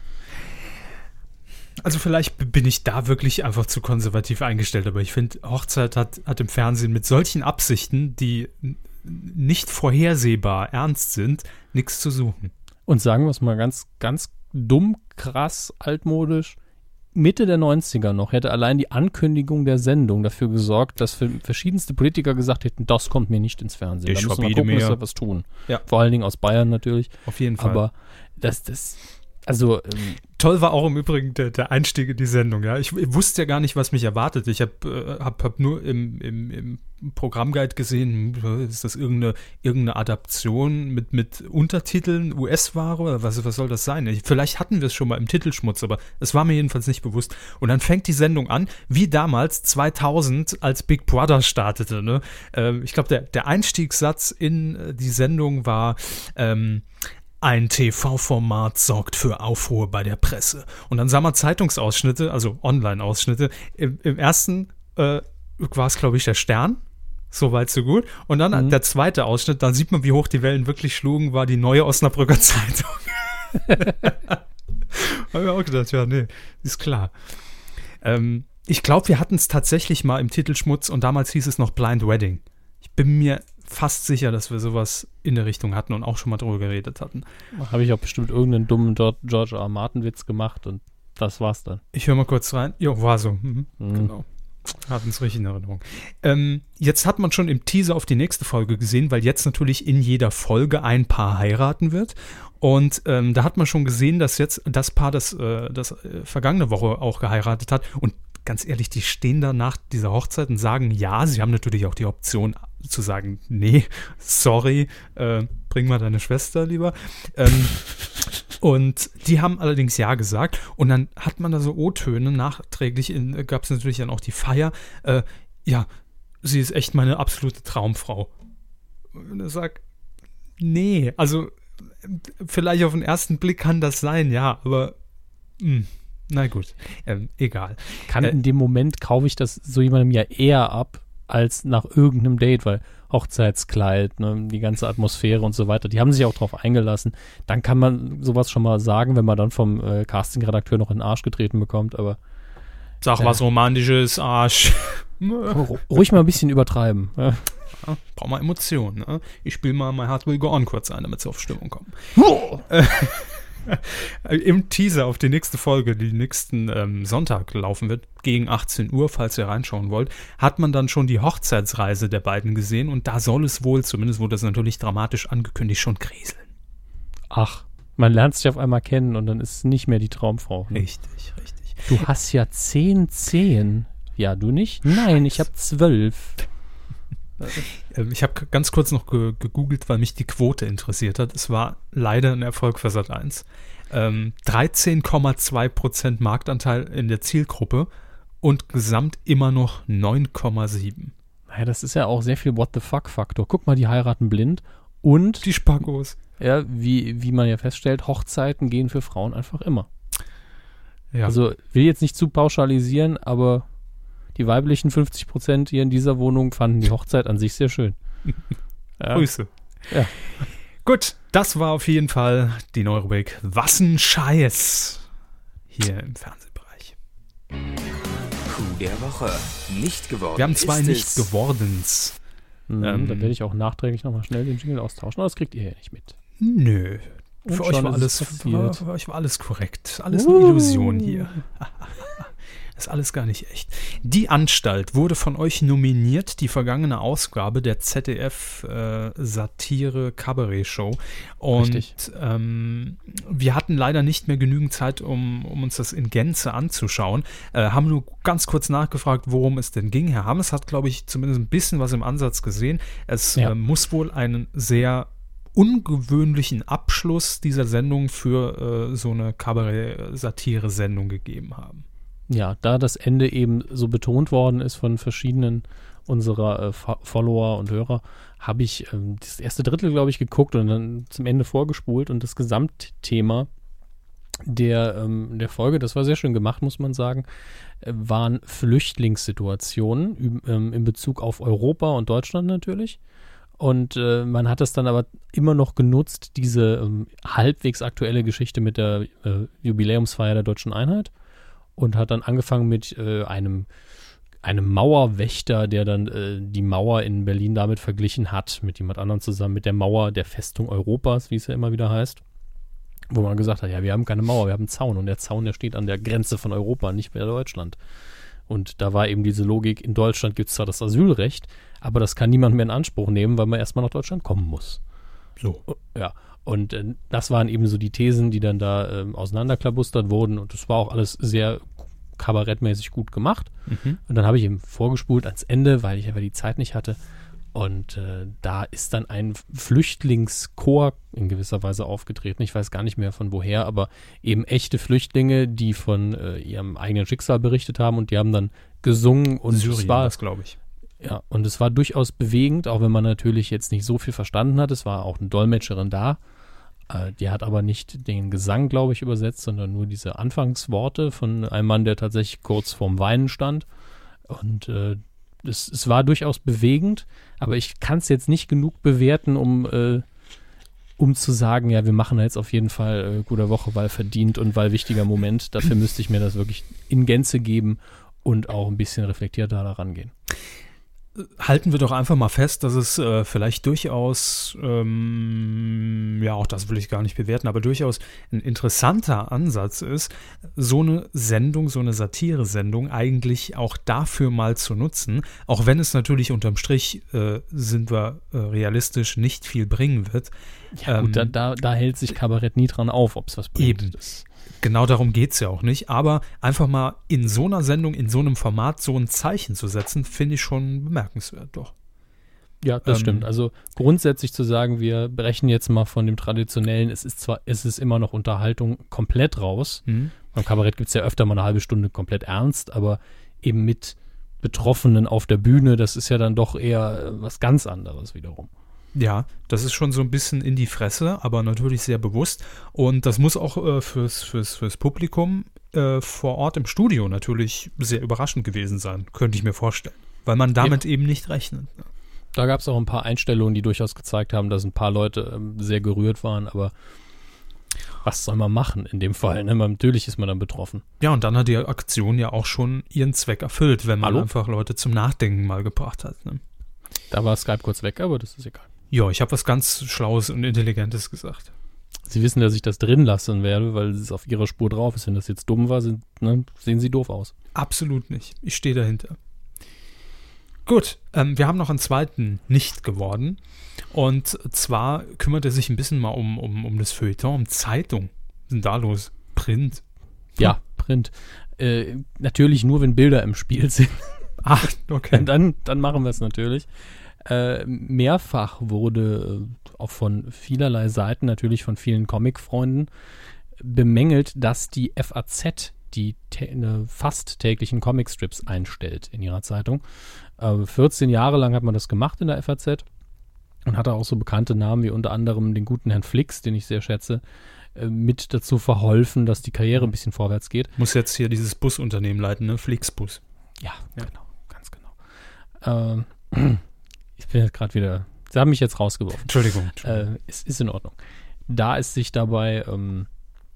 Also vielleicht bin ich da wirklich einfach zu konservativ eingestellt, aber ich finde, Hochzeit hat, hat im Fernsehen mit solchen Absichten, die nicht vorhersehbar ernst sind, nichts zu suchen. Und sagen wir es mal ganz, ganz dumm, krass, altmodisch, Mitte der neunziger noch hätte allein die Ankündigung der Sendung dafür gesorgt, dass verschiedenste Politiker gesagt hätten, das kommt mir nicht ins Fernsehen. Ich da müssen wir gucken, mir. dass wir was tun. Ja. Vor allen Dingen aus Bayern natürlich. Auf jeden Fall. Aber das, das, also ähm, toll war auch im Übrigen der, der Einstieg in die Sendung. Ja, ich, ich wusste ja gar nicht, was mich erwartet. Ich habe äh, hab, hab nur im, im, im Programmguide gesehen, ist das irgendeine, irgendeine Adaption mit, mit Untertiteln, U S-Ware oder was, was soll das sein? Ich, vielleicht hatten wir es schon mal im Titelschmutz, aber es war mir jedenfalls nicht bewusst. Und dann fängt die Sendung an, wie damals zweitausend, als Big Brother startete. Ne? Äh, ich glaube, der, der Einstiegssatz in äh, die Sendung war, ähm, ein T V-Format sorgt für Aufruhr bei der Presse. Und dann sah man Zeitungsausschnitte, also Online-Ausschnitte. Im, im ersten äh, war es, glaube ich, der Stern. So weit, so gut. Und dann mhm. der zweite Ausschnitt, dann sieht man, wie hoch die Wellen wirklich schlugen, war die Neue Osnabrücker Zeitung. Habe ich auch gedacht, ja, nee, ist klar. Ähm, ich glaube, wir hatten es tatsächlich mal im Titelschmutz und damals hieß es noch Blind Wedding. Ich bin mir fast sicher, dass wir sowas in der Richtung hatten und auch schon mal drüber geredet hatten. Habe ich auch bestimmt irgendeinen dummen George R. R. Martin-Witz gemacht und das war's dann. Ich höre mal kurz rein. Jo, war so. Mhm. Mhm. Genau. Hatten es richtig in Erinnerung. Ähm, jetzt hat man schon im Teaser auf die nächste Folge gesehen, weil jetzt natürlich in jeder Folge ein Paar heiraten wird. Und ähm, da hat man schon gesehen, dass jetzt das Paar, das, äh, das äh, vergangene Woche auch geheiratet hat. Und ganz ehrlich, die stehen da nach dieser Hochzeit und sagen ja. Sie haben natürlich auch die Option zu sagen, nee, sorry, äh, bring mal deine Schwester lieber. Ähm, und die haben allerdings ja gesagt. Und dann hat man da so O-Töne. Nachträglich gab es natürlich dann auch die Feier. Äh, ja, sie ist echt meine absolute Traumfrau. Und er sagt, nee, also vielleicht auf den ersten Blick kann das sein, ja, aber mh, na gut, ähm, egal. Kann äh, in dem Moment kaufe ich das so jemandem ja eher ab, als nach irgendeinem Date, weil Hochzeitskleid, ne, die ganze Atmosphäre und so weiter, die haben sich auch drauf eingelassen. Dann kann man sowas schon mal sagen, wenn man dann vom äh, Casting-Redakteur noch in den Arsch getreten bekommt, aber sag äh, was Romantisches, Arsch. ruhig mal ein bisschen übertreiben. Ja. Ja? Braucht mal Emotionen. Ne? Ich spiele mal My Heart Will Go On kurz ein, damit sie auf Stimmung kommen. Im Teaser auf die nächste Folge, die nächsten ähm, Sonntag laufen wird, gegen achtzehn Uhr, falls ihr reinschauen wollt, hat man dann schon die Hochzeitsreise der beiden gesehen und da soll es wohl, zumindest wurde das natürlich dramatisch angekündigt, schon kriseln. Ach, man lernt sich auf einmal kennen und dann ist es nicht mehr die Traumfrau. Ne? Richtig, richtig. Du hast ja zehn Zehen. Ja, du nicht? Nein, ich habe zwölf. Ich habe ganz kurz noch ge- gegoogelt, weil mich die Quote interessiert hat. Es war leider ein Erfolg für Sat eins. Ähm, dreizehn Komma zwei Prozent Marktanteil in der Zielgruppe und gesamt immer noch neun Komma sieben. Naja, das ist ja auch sehr viel What-the-fuck-Faktor. Guck mal, die heiraten blind und die Spackos. Ja, wie, wie man ja feststellt, Hochzeiten gehen für Frauen einfach immer. Ja. Also will jetzt nicht zu pauschalisieren, aber die weiblichen fünfzig Prozent hier in dieser Wohnung fanden die Hochzeit an sich sehr schön. Ja. Grüße. Ja. Gut, das war auf jeden Fall die neue Rubrik Was ein Scheiß hier im Fernsehbereich. Coup der Woche. Nicht geworden. Wir haben zwei ist nicht es. gewordens. Mhm, Ähm. dann werde ich auch nachträglich nochmal schnell den Jingle austauschen, aber das kriegt ihr ja nicht mit. Nö. Und Für euch, schon war ist alles, es für, passiert. für euch war alles korrekt. Alles eine Illusion hier. Ist alles gar nicht echt. Die Anstalt wurde von euch nominiert, die vergangene Ausgabe der Z D F-Satire-Kabarett-Show. Und Richtig. ähm, wir hatten leider nicht mehr genügend Zeit, um, um uns das in Gänze anzuschauen. Äh, haben nur ganz kurz nachgefragt, worum es denn ging. Herr Hammes hat, glaube ich, zumindest ein bisschen was im Ansatz gesehen. Es Ja. äh, muss wohl einen sehr ungewöhnlichen Abschluss dieser Sendung für äh, so eine Kabarett-Satire-Sendung gegeben haben. Ja, da das Ende eben so betont worden ist von verschiedenen unserer äh, Fo- Follower und Hörer, habe ich ähm, das erste Drittel, glaube ich, geguckt und dann zum Ende vorgespult und das Gesamtthema der, ähm, der Folge, das war sehr schön gemacht, muss man sagen, äh, waren Flüchtlingssituationen üb- ähm, in Bezug auf Europa und Deutschland natürlich. Und äh, man hat es dann aber immer noch genutzt, diese ähm, halbwegs aktuelle Geschichte mit der äh, Jubiläumsfeier der Deutschen Einheit. Und hat dann angefangen mit äh, einem, einem Mauerwächter, der dann äh, die Mauer in Berlin damit verglichen hat, mit jemand anderem zusammen, mit der Mauer der Festung Europas, wie es ja immer wieder heißt. Wo man gesagt hat, ja, wir haben keine Mauer, wir haben einen Zaun. Und der Zaun, der steht an der Grenze von Europa, nicht bei Deutschland. Und da war eben diese Logik, in Deutschland gibt es zwar das Asylrecht, aber das kann niemand mehr in Anspruch nehmen, weil man erstmal nach Deutschland kommen muss. So. Ja, und äh, das waren eben so die Thesen, die dann da ähm, auseinanderklabustert wurden und das war auch alles sehr kabarettmäßig gut gemacht. Mhm. Und dann habe ich eben vorgespult ans Ende, weil ich aber die Zeit nicht hatte. Und äh, da ist dann ein Flüchtlingschor in gewisser Weise aufgetreten. Ich weiß gar nicht mehr von woher, aber eben echte Flüchtlinge, die von äh, ihrem eigenen Schicksal berichtet haben und die haben dann gesungen und Syrien, es war das glaube ich. ja, und es war durchaus bewegend, auch wenn man natürlich jetzt nicht so viel verstanden hat. Es war auch eine Dolmetscherin da. Äh, die hat aber nicht den Gesang, glaube ich, übersetzt, sondern nur diese Anfangsworte von einem Mann, der tatsächlich kurz vorm Weinen stand. Und äh, es, es war durchaus bewegend, aber ich kann es jetzt nicht genug bewerten, um, äh, um zu sagen, ja, wir machen jetzt auf jeden Fall äh, Gute Woche, weil verdient und weil wichtiger Moment. Dafür müsste ich mir das wirklich in Gänze geben und auch ein bisschen reflektierter daran gehen. Halten wir doch einfach mal fest, dass es äh, vielleicht durchaus, ähm, ja, auch das will ich gar nicht bewerten, aber durchaus ein interessanter Ansatz ist, so eine Sendung, so eine Satire-Sendung eigentlich auch dafür mal zu nutzen, auch wenn es natürlich unterm Strich, äh, sind wir äh, realistisch, nicht viel bringen wird. Ja gut, Ähm, da, da, da hält sich Kabarett nie dran auf, ob es was bringt. Eben. Das, Genau darum geht es ja auch nicht, aber einfach mal in so einer Sendung, in so einem Format so ein Zeichen zu setzen, finde ich schon bemerkenswert, doch. ja, das Ähm, stimmt. Also grundsätzlich zu sagen, wir brechen jetzt mal von dem Traditionellen, es ist zwar, es ist immer noch Unterhaltung komplett raus. Hm? Beim Kabarett gibt es ja öfter mal eine halbe Stunde komplett ernst, aber eben mit Betroffenen auf der Bühne, das ist ja dann doch eher äh, was ganz anderes wiederum. Ja, das ist schon so ein bisschen in die Fresse, aber natürlich sehr bewusst. Und das muss auch äh, fürs, fürs, fürs Publikum äh, vor Ort im Studio natürlich sehr überraschend gewesen sein, könnte ich mir vorstellen. Weil man damit eben nicht rechnet. Da gab es auch ein paar Einstellungen, die durchaus gezeigt haben, dass ein paar Leute ähm, sehr gerührt waren, aber was soll man machen in dem Fall? Ne? Man, natürlich ist man dann betroffen. Ja, und dann hat die Aktion ja auch schon ihren Zweck erfüllt, wenn man Hallo? einfach Leute zum Nachdenken mal gebracht hat. Ne? Da war Skype kurz weg, aber das ist egal. Ja, ich habe was ganz Schlaues und Intelligentes gesagt. Sie wissen, dass ich das drin lassen werde, weil es auf Ihrer Spur drauf ist. Wenn das jetzt dumm war, sind, ne, sehen Sie doof aus. Absolut nicht. Ich stehe dahinter. Gut, ähm, wir haben noch einen zweiten nicht geworden. Und zwar kümmert er sich ein bisschen mal um, um, um das Feuilleton, um Zeitung. Was ist denn da los? Print. Ja, Print. Äh, natürlich nur, wenn Bilder im Spiel sind. Ach, okay. Dann, dann machen wir es natürlich. Äh, mehrfach wurde äh, auch von vielerlei Seiten, natürlich von vielen Comic-Freunden, bemängelt, dass die F A Z die tä- fast täglichen Comicstrips einstellt in ihrer Zeitung. Äh, vierzehn Jahre lang hat man das gemacht in der F A Z und hatte auch so bekannte Namen wie unter anderem den guten Herrn Flix, den ich sehr schätze, äh, mit dazu verholfen, dass die Karriere ein bisschen vorwärts geht. Muss jetzt hier dieses Busunternehmen leiten, ne? Flixbus. Ja, ja, genau, ganz genau. Ähm, ich bin jetzt gerade wieder, Sie haben mich jetzt rausgeworfen. Entschuldigung. Entschuldigung. Äh, es ist in Ordnung. Da es sich dabei ähm,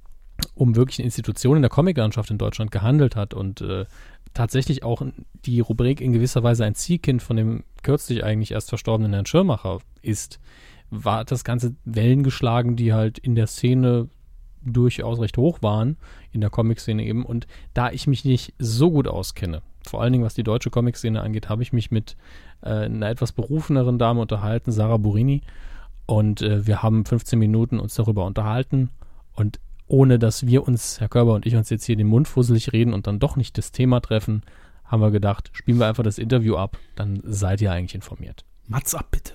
um wirklich eine Institution in der Comiclandschaft in Deutschland gehandelt hat und äh, tatsächlich auch die Rubrik in gewisser Weise ein Ziehkind von dem kürzlich eigentlich erst verstorbenen Herrn Schirmacher ist, war das Ganze Wellen geschlagen, die halt in der Szene durchaus recht hoch waren, in der Comic-Szene eben. Und da ich mich nicht so gut auskenne, vor allen Dingen was die deutsche Comic-Szene angeht, habe ich mich mit äh, einer etwas berufeneren Dame unterhalten, Sarah Burini. Und äh, wir haben fünfzehn Minuten uns darüber unterhalten. Und ohne dass wir uns, Herr Körber und ich, uns jetzt hier den Mund fusselig reden und dann doch nicht das Thema treffen, haben wir gedacht, spielen wir einfach das Interview ab, dann seid ihr eigentlich informiert. Mats ab, bitte.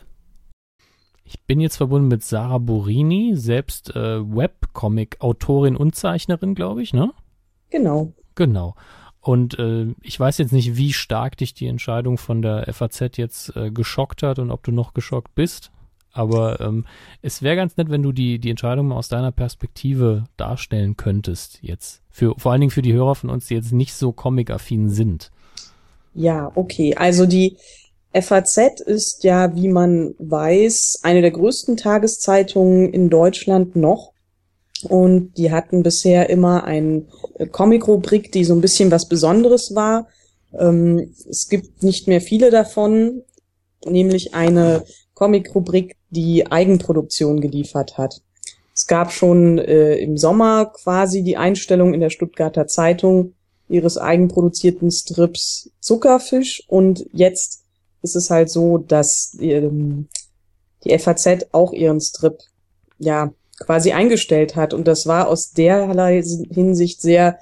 Ich bin jetzt verbunden mit Sarah Burini, selbst äh, Webcomic-Autorin und Zeichnerin, glaube ich, ne? Genau. Genau. Und äh, ich weiß jetzt nicht, wie stark dich die Entscheidung von der F A Z jetzt äh, geschockt hat und ob du noch geschockt bist. Aber ähm, es wäre ganz nett, wenn du die, die Entscheidung mal aus deiner Perspektive darstellen könntest jetzt. Für, vor allen Dingen für die Hörer von uns, die jetzt nicht so comic-affin sind. Ja, okay. Also die F A Z ist ja, wie man weiß, eine der größten Tageszeitungen in Deutschland noch. Und die hatten bisher immer eine Comic-Rubrik, die so ein bisschen was Besonderes war. Ähm, es gibt nicht mehr viele davon, nämlich eine Comic-Rubrik, die Eigenproduktion geliefert hat. Es gab schon äh, im Sommer quasi die Einstellung in der Stuttgarter Zeitung ihres eigenproduzierten Strips Zuckerfisch und jetzt ist es halt so, dass ähm, die F A Z auch ihren Strip ja quasi eingestellt hat und das war aus derlei Hinsicht sehr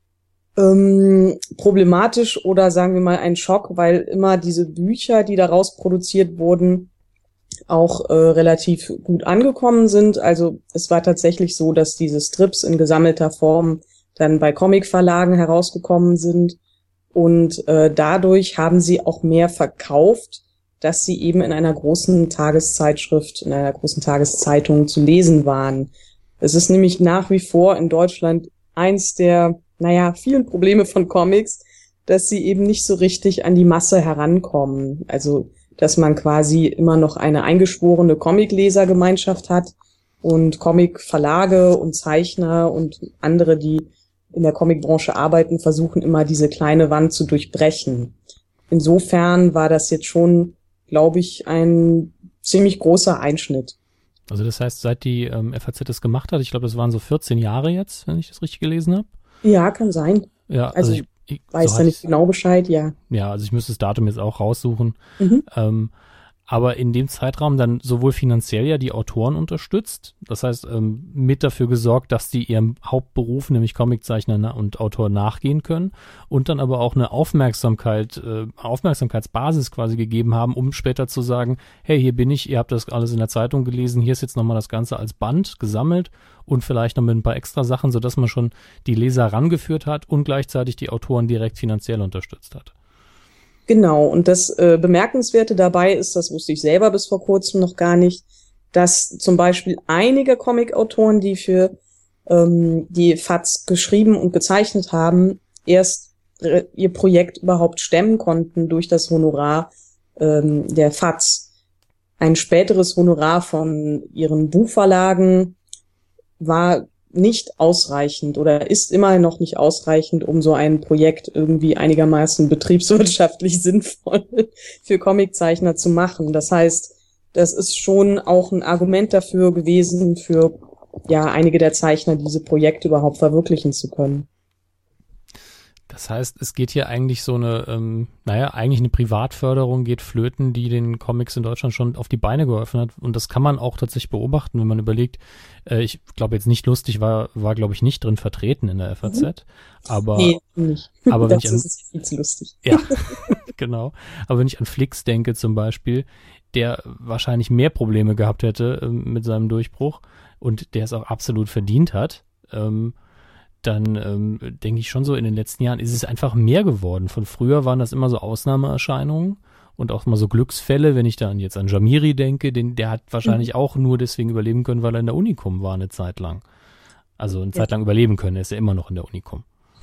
ähm, problematisch oder sagen wir mal ein Schock, weil immer diese Bücher, die daraus produziert wurden, auch äh, relativ gut angekommen sind. Also es war tatsächlich so, dass diese Strips in gesammelter Form dann bei Comicverlagen herausgekommen sind und äh, dadurch haben sie auch mehr verkauft, dass sie eben in einer großen Tageszeitschrift, in einer großen Tageszeitung zu lesen waren. Es ist nämlich nach wie vor in Deutschland eins der, naja, vielen Probleme von Comics, dass sie eben nicht so richtig an die Masse herankommen. Also dass man quasi immer noch eine eingeschworene Comiclesergemeinschaft hat und Comicverlage und Zeichner und andere, die in der Comicbranche arbeiten, versuchen immer diese kleine Wand zu durchbrechen. Insofern war das jetzt schon, glaube ich, ein ziemlich großer Einschnitt. Also das heißt, seit die ähm, F A Z das gemacht hat, ich glaube, das waren so vierzehn Jahre jetzt, wenn ich das richtig gelesen habe. Ja, kann sein. Ja, also, also ich Ich weiß so da nicht genau Bescheid, ja. Ja, also ich müsste das Datum jetzt auch raussuchen. Mhm. Ähm, aber in dem Zeitraum dann sowohl finanziell ja die Autoren unterstützt, das heißt ähm, mit dafür gesorgt, dass die ihrem Hauptberuf, nämlich Comiczeichner na- und Autor, nachgehen können und dann aber auch eine Aufmerksamkeit, äh, Aufmerksamkeitsbasis quasi gegeben haben, um später zu sagen, hey, hier bin ich, ihr habt das alles in der Zeitung gelesen, hier ist jetzt nochmal das Ganze als Band gesammelt und vielleicht noch mit ein paar extra Sachen, sodass man schon die Leser rangeführt hat und gleichzeitig die Autoren direkt finanziell unterstützt hat. Genau, und das äh, Bemerkenswerte dabei ist, das wusste ich selber bis vor kurzem noch gar nicht, dass zum Beispiel einige Comic-Autoren, die für ähm, die F A Z geschrieben und gezeichnet haben, erst äh, ihr Projekt überhaupt stemmen konnten durch das Honorar ähm, der F A Z. Ein späteres Honorar von ihren Buchverlagen war nicht ausreichend oder ist immer noch nicht ausreichend, um so ein Projekt irgendwie einigermaßen betriebswirtschaftlich sinnvoll für Comiczeichner zu machen. Das heißt, das ist schon auch ein Argument dafür gewesen, für ja einige der Zeichner diese Projekte überhaupt verwirklichen zu können. Das heißt, es geht hier eigentlich so eine, ähm, naja, eigentlich eine Privatförderung geht flöten, die den Comics in Deutschland schon auf die Beine geholfen hat. Und das kann man auch tatsächlich beobachten, wenn man überlegt, äh, ich glaube jetzt nicht lustig, war, war glaube ich nicht drin vertreten in der F A Z. Mhm. Aber, nee, nicht. aber wenn das ich an, ist viel zu lustig. Ja, genau. Aber wenn ich an Flix denke zum Beispiel, der wahrscheinlich mehr Probleme gehabt hätte äh, mit seinem Durchbruch und der es auch absolut verdient hat, ähm, dann ähm, denke ich schon so, in den letzten Jahren ist es einfach mehr geworden. Von früher waren das immer so Ausnahmeerscheinungen und auch mal so Glücksfälle, wenn ich dann jetzt an Jamiri denke, den, der hat wahrscheinlich mhm. auch nur deswegen überleben können, weil er in der Unicum war eine Zeit lang. Also eine ja. Zeit lang überleben können, er ist ja immer noch in der Unicum.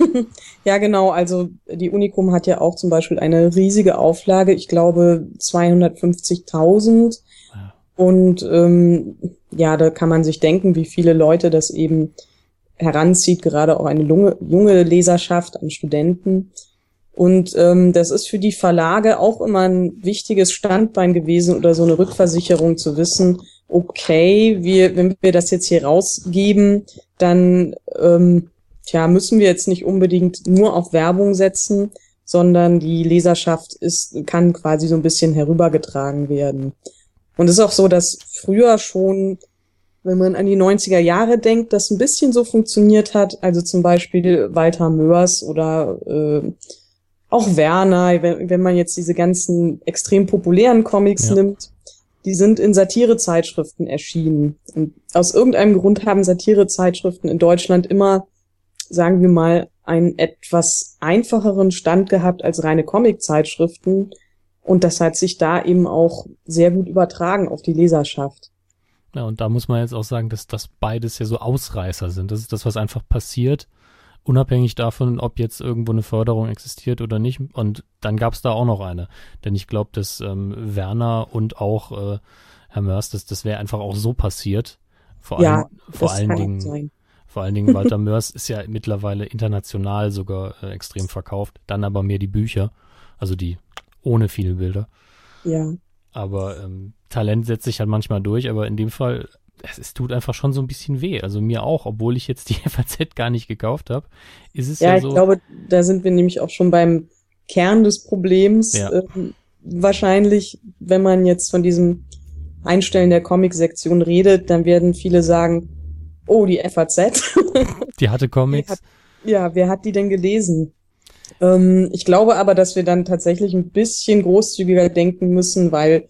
Ja, genau, also die Unicum hat ja auch zum Beispiel eine riesige Auflage, ich glaube zweihundertfünfzigtausend ja. und ähm, ja, da kann man sich denken, wie viele Leute das eben heranzieht, gerade auch eine junge, junge Leserschaft an Studenten. Und ähm, das ist für die Verlage auch immer ein wichtiges Standbein gewesen oder so eine Rückversicherung zu wissen, okay, wir, wenn wir das jetzt hier rausgeben, dann ähm, tja, müssen wir jetzt nicht unbedingt nur auf Werbung setzen, sondern die Leserschaft ist, kann quasi so ein bisschen herübergetragen werden. Und es ist auch so, dass früher schon, wenn man an die neunziger Jahre denkt, das ein bisschen so funktioniert hat. Also zum Beispiel Walter Mörs oder äh, auch Werner, wenn, wenn man jetzt diese ganzen extrem populären Comics ja. nimmt, die sind in Satirezeitschriften erschienen. Und aus irgendeinem Grund haben Satirezeitschriften in Deutschland immer, sagen wir mal, einen etwas einfacheren Stand gehabt als reine Comiczeitschriften. Und das hat sich da eben auch sehr gut übertragen auf die Leserschaft. Ja, und da muss man jetzt auch sagen, dass das beides ja so Ausreißer sind. Das ist das, was einfach passiert, unabhängig davon, ob jetzt irgendwo eine Förderung existiert oder nicht. Und dann gab es da auch noch eine. Denn ich glaube, dass ähm, Werner und auch äh, Herr Mörs, das, das wäre einfach auch so passiert. Vor ja, allem, vor allen Dingen, sein. vor allen Dingen Walter Mörs ist ja mittlerweile international sogar äh, extrem verkauft. Dann aber mehr die Bücher, also die ohne viele Bilder. Ja. Aber ähm, Talent setzt sich halt manchmal durch, aber in dem Fall, es, es tut einfach schon so ein bisschen weh. Also mir auch, obwohl ich jetzt die F A Z gar nicht gekauft habe, ist es ja, ja so. Ja, ich glaube, da sind wir nämlich auch schon beim Kern des Problems. Ja. Ähm, wahrscheinlich, wenn man jetzt von diesem Einstellen der Comic-Sektion redet, dann werden viele sagen, oh, die F A Z. Die hatte Comics. Hat, ja, wer hat die denn gelesen? Ähm, ich glaube aber, dass wir dann tatsächlich ein bisschen großzügiger denken müssen, weil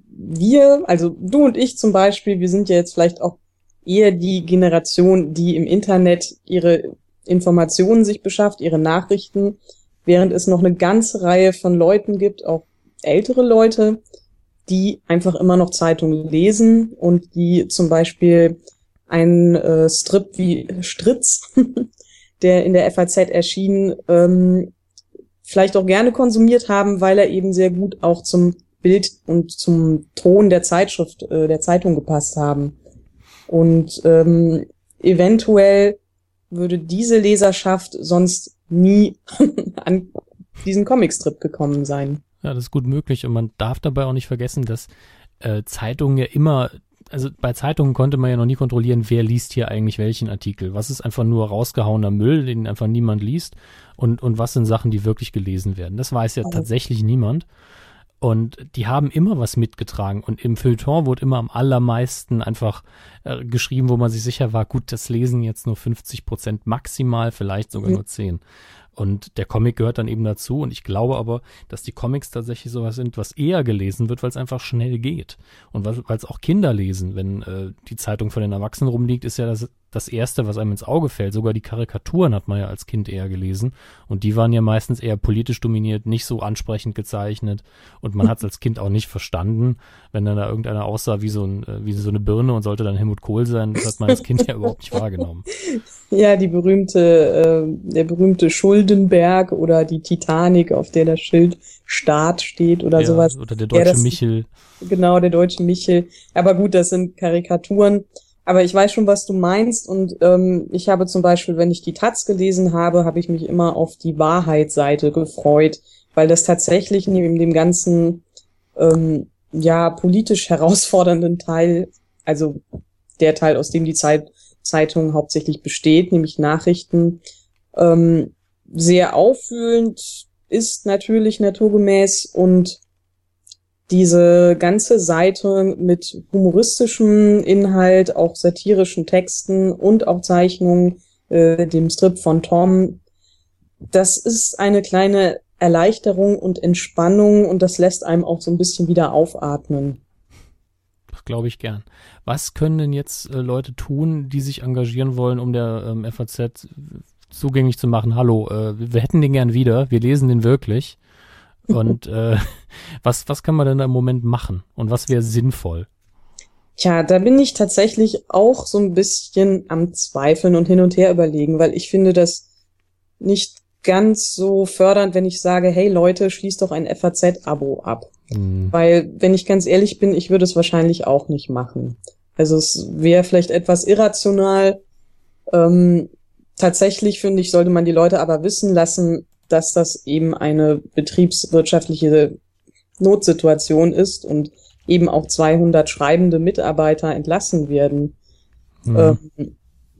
wir, also du und ich zum Beispiel, wir sind ja jetzt vielleicht auch eher die Generation, die im Internet ihre Informationen sich beschafft, ihre Nachrichten, während es noch eine ganze Reihe von Leuten gibt, auch ältere Leute, die einfach immer noch Zeitungen lesen und die zum Beispiel einen äh, Strip wie Stritz, der in der F A Z erschien, ähm, vielleicht auch gerne konsumiert haben, weil er eben sehr gut auch zum Bild und zum Ton der Zeitschrift, äh, der Zeitung gepasst haben. Und ähm, eventuell würde diese Leserschaft sonst nie an diesen Comicstrip gekommen sein. Ja, das ist gut möglich. Und man darf dabei auch nicht vergessen, dass äh, Zeitungen ja immer, also bei Zeitungen konnte man ja noch nie kontrollieren, wer liest hier eigentlich welchen Artikel. Was ist einfach nur rausgehauener Müll, den einfach niemand liest, und, und was sind Sachen, die wirklich gelesen werden. Das weiß ja Oh. tatsächlich niemand. Und die haben immer was mitgetragen. Und im Feuilleton wurde immer am allermeisten einfach äh, geschrieben, wo man sich sicher war, gut, das lesen jetzt nur fünfzig Prozent maximal, vielleicht sogar Mhm. nur zehn. Und der Comic gehört dann eben dazu. Und ich glaube aber, dass die Comics tatsächlich sowas sind, was eher gelesen wird, weil es einfach schnell geht. Und weil es auch Kinder lesen. Wenn äh, die Zeitung von den Erwachsenen rumliegt, ist ja das, das Erste, was einem ins Auge fällt. Sogar die Karikaturen hat man ja als Kind eher gelesen. Und die waren ja meistens eher politisch dominiert, nicht so ansprechend gezeichnet. Und man hat es als Kind auch nicht verstanden, wenn dann da irgendeiner aussah wie so, ein, äh, wie so eine Birne und sollte dann Helmut Kohl sein. Das hat man als Kind ja überhaupt nicht wahrgenommen. Ja, die berühmte, äh, der berühmte Schuldenberg oder die Titanic, auf der das Schild Staat steht oder Ja, sowas. oder der deutsche Ja, das- Michel. Genau, der deutsche Michel. Aber gut, das sind Karikaturen. Aber ich weiß schon, was du meinst und ähm, ich habe zum Beispiel, wenn ich die Taz gelesen habe, habe ich mich immer auf die Wahrheitsseite gefreut, weil das tatsächlich neben dem ganzen ähm, ja politisch herausfordernden Teil, also der Teil, aus dem die Zeit, Zeitung hauptsächlich besteht, nämlich Nachrichten, ähm, sehr aufwühlend ist natürlich naturgemäß und diese ganze Seite mit humoristischem Inhalt, auch satirischen Texten und auch Zeichnungen, äh, dem Strip von Tom, das ist eine kleine Erleichterung und Entspannung und das lässt einem auch so ein bisschen wieder aufatmen. Das glaube ich gern. Was können denn jetzt äh, Leute tun, die sich engagieren wollen, um der ähm, F A Z zugänglich zu machen? Hallo, äh, wir hätten den gern wieder, wir lesen den wirklich. Und äh, was, was kann man denn da im Moment machen? Und was wäre sinnvoll? Tja, da bin ich tatsächlich auch so ein bisschen am Zweifeln und hin und her überlegen, weil ich finde das nicht ganz so fördernd, wenn ich sage, hey Leute, schließt doch ein F A Z-Abo ab. Hm. Weil, wenn ich ganz ehrlich bin, ich würde es wahrscheinlich auch nicht machen. Also es wäre vielleicht etwas irrational. Ähm, tatsächlich, finde ich, sollte man die Leute aber wissen lassen, dass das eben eine betriebswirtschaftliche Notsituation ist und eben auch zweihundert schreibende Mitarbeiter entlassen werden. Mhm. Ähm,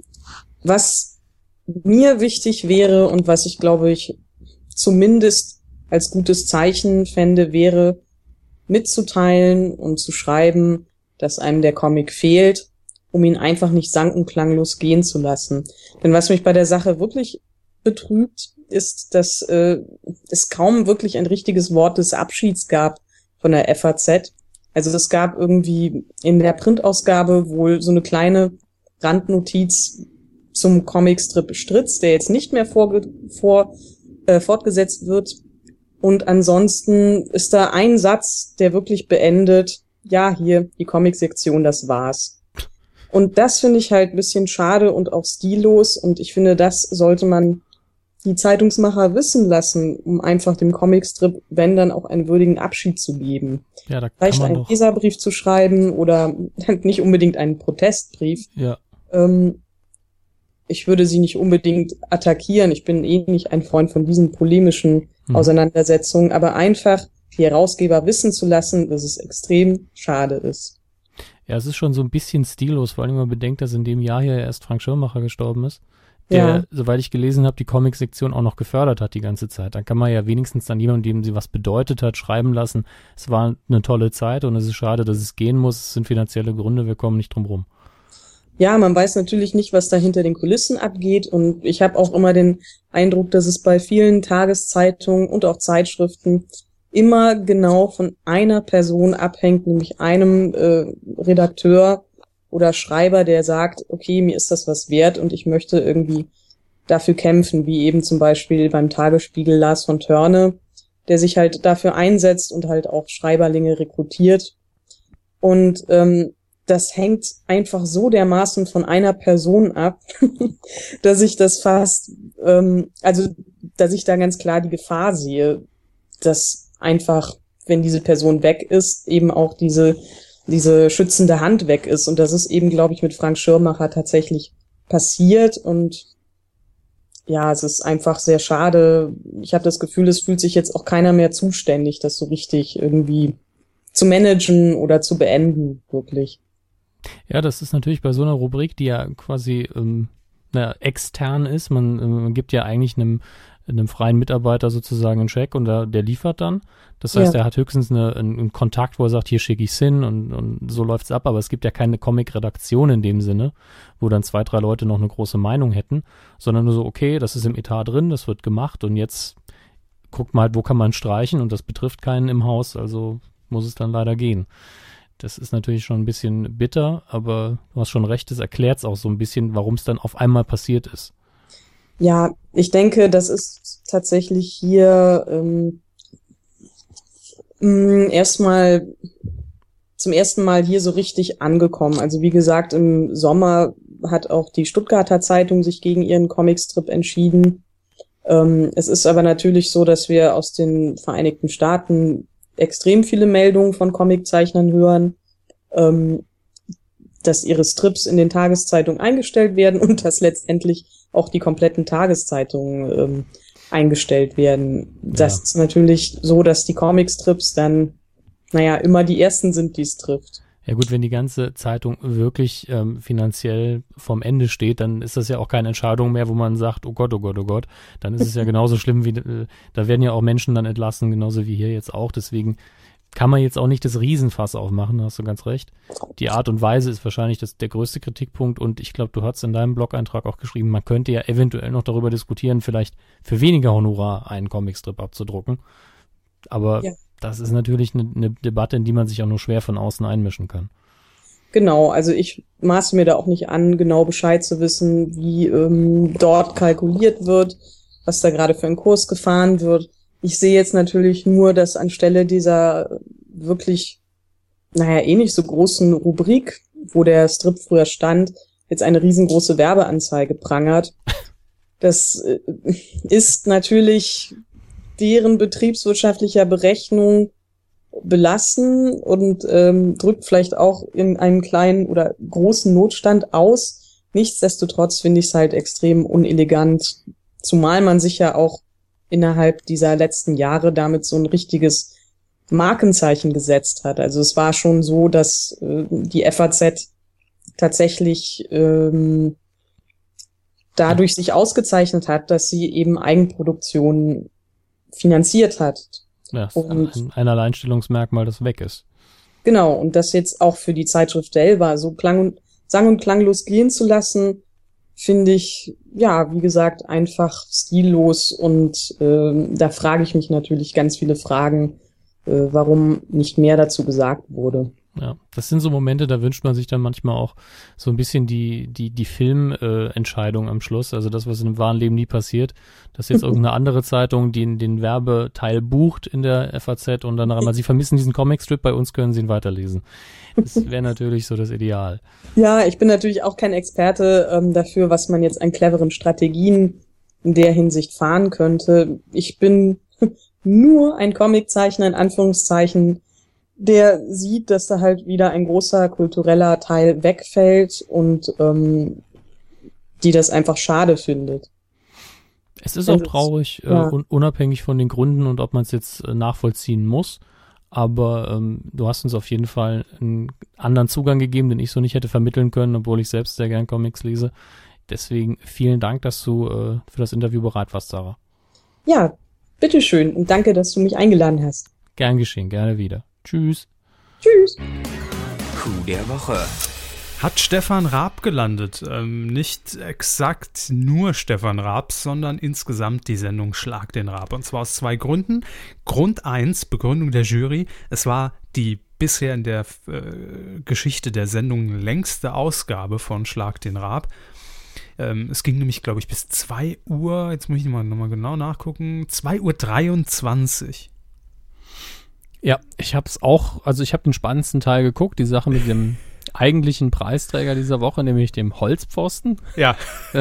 was mir wichtig wäre und was ich, glaube ich, zumindest als gutes Zeichen fände, wäre mitzuteilen und zu schreiben, dass einem der Comic fehlt, um ihn einfach nicht sang- und klanglos gehen zu lassen. Denn was mich bei der Sache wirklich betrübt, ist, dass äh, es kaum wirklich ein richtiges Wort des Abschieds gab von der F A Z. Also es gab irgendwie in der Printausgabe wohl so eine kleine Randnotiz zum Comicstrip Stritz, der jetzt nicht mehr vorge- vor, äh, fortgesetzt wird. Und ansonsten ist da ein Satz, der wirklich beendet, ja, hier, die Comicsektion, das war's. Und das finde ich halt ein bisschen schade und auch stillos. Und ich finde, das sollte man die Zeitungsmacher wissen lassen, um einfach dem Comicstrip, wenn dann auch einen würdigen Abschied zu geben. Ja, da kann Vielleicht man einen doch Leserbrief zu schreiben oder nicht unbedingt einen Protestbrief. Ja. Ähm, ich würde sie nicht unbedingt attackieren. Ich bin eh nicht ein Freund von diesen polemischen hm. Auseinandersetzungen, aber einfach die Herausgeber wissen zu lassen, dass es extrem schade ist. Ja, es ist schon so ein bisschen stillos, vor allem, wenn man bedenkt, dass in dem Jahr hier erst Frank Schirmacher gestorben ist, der, ja. soweit ich gelesen habe, die Comic-Sektion auch noch gefördert hat die ganze Zeit. Dann kann man ja wenigstens dann jemandem, dem sie was bedeutet hat, schreiben lassen, es war eine tolle Zeit und es ist schade, dass es gehen muss, es sind finanzielle Gründe, wir kommen nicht drum rum. Ja, man weiß natürlich nicht, was da hinter den Kulissen abgeht und ich habe auch immer den Eindruck, dass es bei vielen Tageszeitungen und auch Zeitschriften immer genau von einer Person abhängt, nämlich einem äh, Redakteur oder Schreiber, der sagt, okay, mir ist das was wert und ich möchte irgendwie dafür kämpfen, wie eben zum Beispiel beim Tagesspiegel Lars von Törne, der sich halt dafür einsetzt und halt auch Schreiberlinge rekrutiert. Und ähm, das hängt einfach so dermaßen von einer Person ab, dass ich das fast, ähm, also dass ich da ganz klar die Gefahr sehe, dass einfach, wenn diese Person weg ist, eben auch diese diese schützende Hand weg ist. Und das ist eben, glaube ich, mit Frank Schirmacher tatsächlich passiert. Und ja, es ist einfach sehr schade. Ich habe das Gefühl, es fühlt sich jetzt auch keiner mehr zuständig, das so richtig irgendwie zu managen oder zu beenden, wirklich. Ja, das ist natürlich bei so einer Rubrik, die ja quasi ähm, na, extern ist. Man, äh, man gibt ja eigentlich einem einem freien Mitarbeiter sozusagen einen Check und der, der liefert dann. Das heißt, ja. er hat höchstens eine, einen, einen Kontakt, wo er sagt, hier schicke ich's hin und, und so läuft's ab. Aber es gibt ja keine Comic-Redaktion in dem Sinne, wo dann zwei, drei Leute noch eine große Meinung hätten, sondern nur so, okay, das ist im Etat drin, das wird gemacht und jetzt guckt mal halt, wo kann man streichen und das betrifft keinen im Haus, also muss es dann leider gehen. Das ist natürlich schon ein bisschen bitter, aber du hast schon recht, das erklärt's auch so ein bisschen, warum es dann auf einmal passiert ist. Ja, ich denke, das ist tatsächlich hier ähm, erstmal zum ersten Mal hier so richtig angekommen. Also wie gesagt, im Sommer hat auch die Stuttgarter Zeitung sich gegen ihren Comicstrip entschieden. Ähm, es ist aber natürlich so, dass wir aus den Vereinigten Staaten extrem viele Meldungen von Comiczeichnern hören. Ähm, dass ihre Strips in den Tageszeitungen eingestellt werden und dass letztendlich auch die kompletten Tageszeitungen ähm, eingestellt werden. Das Ja. ist natürlich so, dass die Comicstrips dann, naja, immer die ersten sind, die es trifft. Ja gut, wenn die ganze Zeitung wirklich ähm, finanziell vom Ende steht, dann ist das ja auch keine Entscheidung mehr, wo man sagt, oh Gott, oh Gott, oh Gott. Dann ist es ja genauso schlimm, wie äh, da werden ja auch Menschen dann entlassen, genauso wie hier jetzt auch. Deswegen kann man jetzt auch nicht das Riesenfass aufmachen, da hast du ganz recht. Die Art und Weise ist wahrscheinlich das, der größte Kritikpunkt und ich glaube, du hast in deinem Blog-Eintrag auch geschrieben, man könnte ja eventuell noch darüber diskutieren, vielleicht für weniger Honorar einen Comicstrip abzudrucken. Aber Ja. das ist natürlich eine, eine Debatte, in die man sich auch nur schwer von außen einmischen kann. Genau, also ich maße mir da auch nicht an, genau Bescheid zu wissen, wie ähm, dort kalkuliert wird, was da gerade für ein Kurs gefahren wird. Ich sehe jetzt natürlich nur, dass anstelle dieser wirklich, naja, eh nicht so großen Rubrik, wo der Strip früher stand, jetzt eine riesengroße Werbeanzeige prangert. Das äh, ist natürlich deren betriebswirtschaftlicher Berechnung belassen und ähm, drückt vielleicht auch in einen kleinen oder großen Notstand aus. Nichtsdestotrotz finde ich es halt extrem unelegant, zumal man sich ja auch innerhalb dieser letzten Jahre damit so ein richtiges Markenzeichen gesetzt hat. Also es war schon so, dass äh, die F A Z tatsächlich ähm, dadurch sich ausgezeichnet hat, dass sie eben Eigenproduktionen finanziert hat. Ja, das ist Und- ein, ein Alleinstellungsmerkmal, das weg ist. Genau, und das jetzt auch für die Zeitschrift selber so klang und, sang- und klanglos gehen zu lassen, finde ich, ja, wie gesagt, einfach stillos und ähm, da frage ich mich natürlich ganz viele Fragen, äh, warum nicht mehr dazu gesagt wurde. Ja, das sind so Momente, da wünscht man sich dann manchmal auch so ein bisschen die, die, die Filmentscheidung äh, Entscheidung am Schluss, also das, was in dem wahren Leben nie passiert, dass jetzt irgendeine andere Zeitung den, den Werbeteil bucht in der F A Z und dann einmal, sie vermissen diesen Comicstrip, bei uns können sie ihn weiterlesen. Das wäre natürlich so das Ideal. Ja, ich bin natürlich auch kein Experte ähm, dafür, was man jetzt an cleveren Strategien in der Hinsicht fahren könnte. Ich bin nur ein Comiczeichner, in Anführungszeichen, der sieht, dass da halt wieder ein großer kultureller Teil wegfällt und ähm, die das einfach schade findet. Es ist Das auch ist- traurig, ja. äh, un unabhängig von den Gründen und ob man es jetzt äh, nachvollziehen muss. Aber ähm, du hast uns auf jeden Fall einen anderen Zugang gegeben, den ich so nicht hätte vermitteln können, obwohl ich selbst sehr gern Comics lese. Deswegen vielen Dank, dass du äh, für das Interview bereit warst, Sarah. Ja, bitteschön und danke, dass du mich eingeladen hast. Gern geschehen, gerne wieder. Tschüss. Tschüss. Coup der Woche. Hat Stefan Raab gelandet. Ähm, nicht exakt nur Stefan Raab, sondern insgesamt die Sendung Schlag den Raab. Und zwar aus zwei Gründen. Grund eins, Begründung der Jury. Es war die bisher in der äh, Geschichte der Sendung längste Ausgabe von Schlag den Raab. Ähm, es ging nämlich, glaube ich, bis zwei Uhr, jetzt muss ich nochmal noch mal genau nachgucken, zwei Uhr dreiundzwanzig. Ja, ich habe es auch, also ich habe den spannendsten Teil geguckt, die Sache mit dem eigentlichen Preisträger dieser Woche, nämlich dem Holzpfosten. Ja.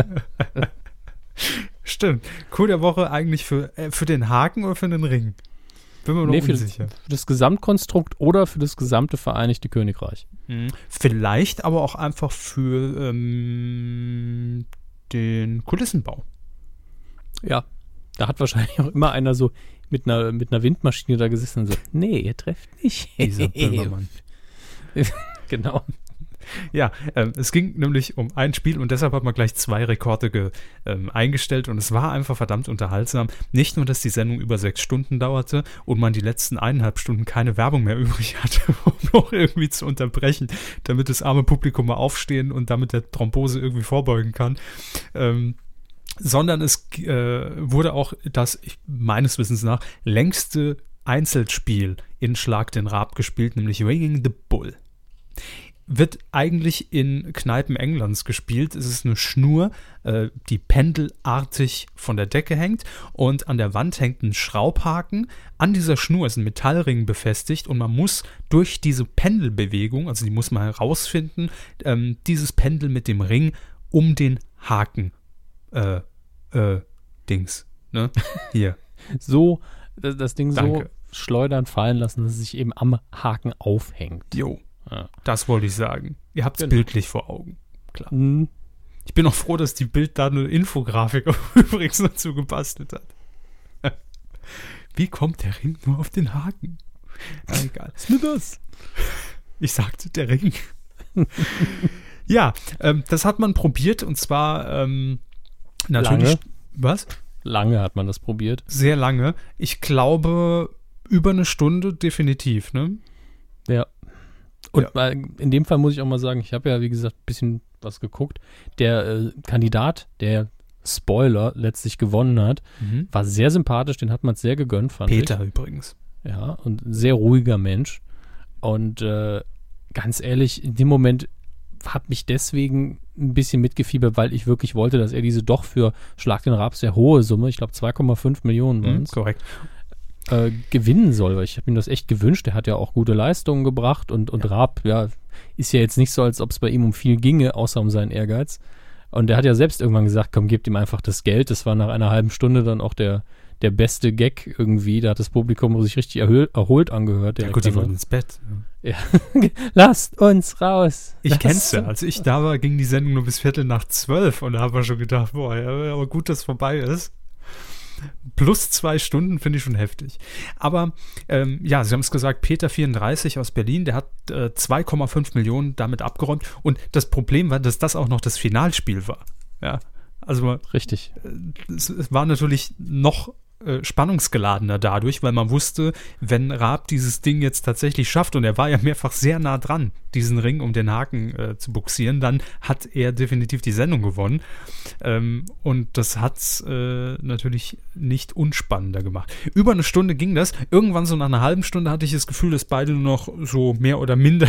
Stimmt. Coup der Woche eigentlich für, äh, für den Haken oder für den Ring? Bin mir noch Nee, für, unsicher. für das Gesamtkonstrukt oder für das gesamte Vereinigte Königreich. Mhm. Vielleicht aber auch einfach für ähm, den Kulissenbau. Ja, da hat wahrscheinlich auch immer einer so mit einer, mit einer Windmaschine da gesessen und so, nee, ihr trefft nicht. Dieser Böhmermann. Genau. Ja, ähm, es ging nämlich um ein Spiel und deshalb hat man gleich zwei Rekorde ge, ähm, eingestellt und es war einfach verdammt unterhaltsam. Nicht nur, dass die Sendung über sechs Stunden dauerte und man die letzten eineinhalb Stunden keine Werbung mehr übrig hatte, um noch irgendwie zu unterbrechen, damit das arme Publikum mal aufstehen und damit der Thrombose irgendwie vorbeugen kann. Ähm, sondern es äh, wurde auch das, ich, meines Wissens nach, längste Einzelspiel in Schlag den Raab gespielt, nämlich Ringing the Bull. Wird eigentlich in Kneipen Englands gespielt. Es ist eine Schnur, äh, die pendelartig von der Decke hängt und an der Wand hängt ein Schraubhaken. An dieser Schnur ist ein Metallring befestigt und man muss durch diese Pendelbewegung, also die muss man herausfinden, ähm, dieses Pendel mit dem Ring um den Haken äh, äh, Dings, ne? Hier. So, das, das Ding Danke. so schleudern fallen lassen, dass es sich eben am Haken aufhängt. Jo. Ja. Das wollte ich sagen. Ihr habt es Genau. bildlich vor Augen. Klar. Mhm. Ich bin auch froh, dass die Bild da eine Infografik übrigens dazu gebastelt hat. Wie kommt der Ring nur auf den Haken? Na, egal. Was ist mir das? Ich sagte, der Ring. Ja, ähm, das hat man probiert und zwar ähm, natürlich. Lange. Was? Lange hat man das probiert. Sehr lange. Ich glaube, über eine Stunde definitiv, ne? Ja. Und Ja. mal, in dem Fall muss ich auch mal sagen, ich habe ja, wie gesagt, ein bisschen was geguckt. Der äh, Kandidat, der Spoiler letztlich gewonnen hat, Mhm. war sehr sympathisch, den hat man sehr gegönnt, fand Peter übrigens. ich. Ja, und ein sehr ruhiger Mensch. Und äh, ganz ehrlich, in dem Moment hat mich deswegen ein bisschen mitgefiebert, weil ich wirklich wollte, dass er diese doch für Schlag den Raab sehr hohe Summe, ich glaube zwei Komma fünf Millionen waren Mhm, es, korrekt. äh, gewinnen soll, weil ich habe ihm das echt gewünscht. Er hat ja auch gute Leistungen gebracht und, und Raab, ja, ist ja jetzt nicht so, als ob es bei ihm um viel ginge, außer um seinen Ehrgeiz. Und er hat ja selbst irgendwann gesagt, komm, gebt ihm einfach das Geld. Das war nach einer halben Stunde dann auch der, der beste Gag irgendwie. Da hat das Publikum sich richtig erhöh, erholt angehört. Ja direkt gut, die danach. wollten ins Bett. Ja. Lasst uns raus. Ich Lasst kenn's ja. uns- Als ich da war, ging die Sendung nur bis Viertel nach zwölf und da haben wir schon gedacht, boah, ja, aber gut, dass es vorbei ist. Plus zwei Stunden finde ich schon heftig. Aber ähm, ja, Sie haben es gesagt, Peter vierunddreißig aus Berlin, der hat äh, zwei Komma fünf Millionen damit abgeräumt. Und das Problem war, dass das auch noch das Finalspiel war. Ja, also Richtig. es, es war natürlich noch äh, spannungsgeladener dadurch, weil man wusste, wenn Raab dieses Ding jetzt tatsächlich schafft, und er war ja mehrfach sehr nah dran, diesen Ring um den Haken äh, zu buxieren, dann hat er definitiv die Sendung gewonnen. Ähm, und das hat es äh, natürlich nicht unspannender gemacht. Über eine Stunde ging das. Irgendwann so nach einer halben Stunde hatte ich das Gefühl, dass beide nur noch so mehr oder minder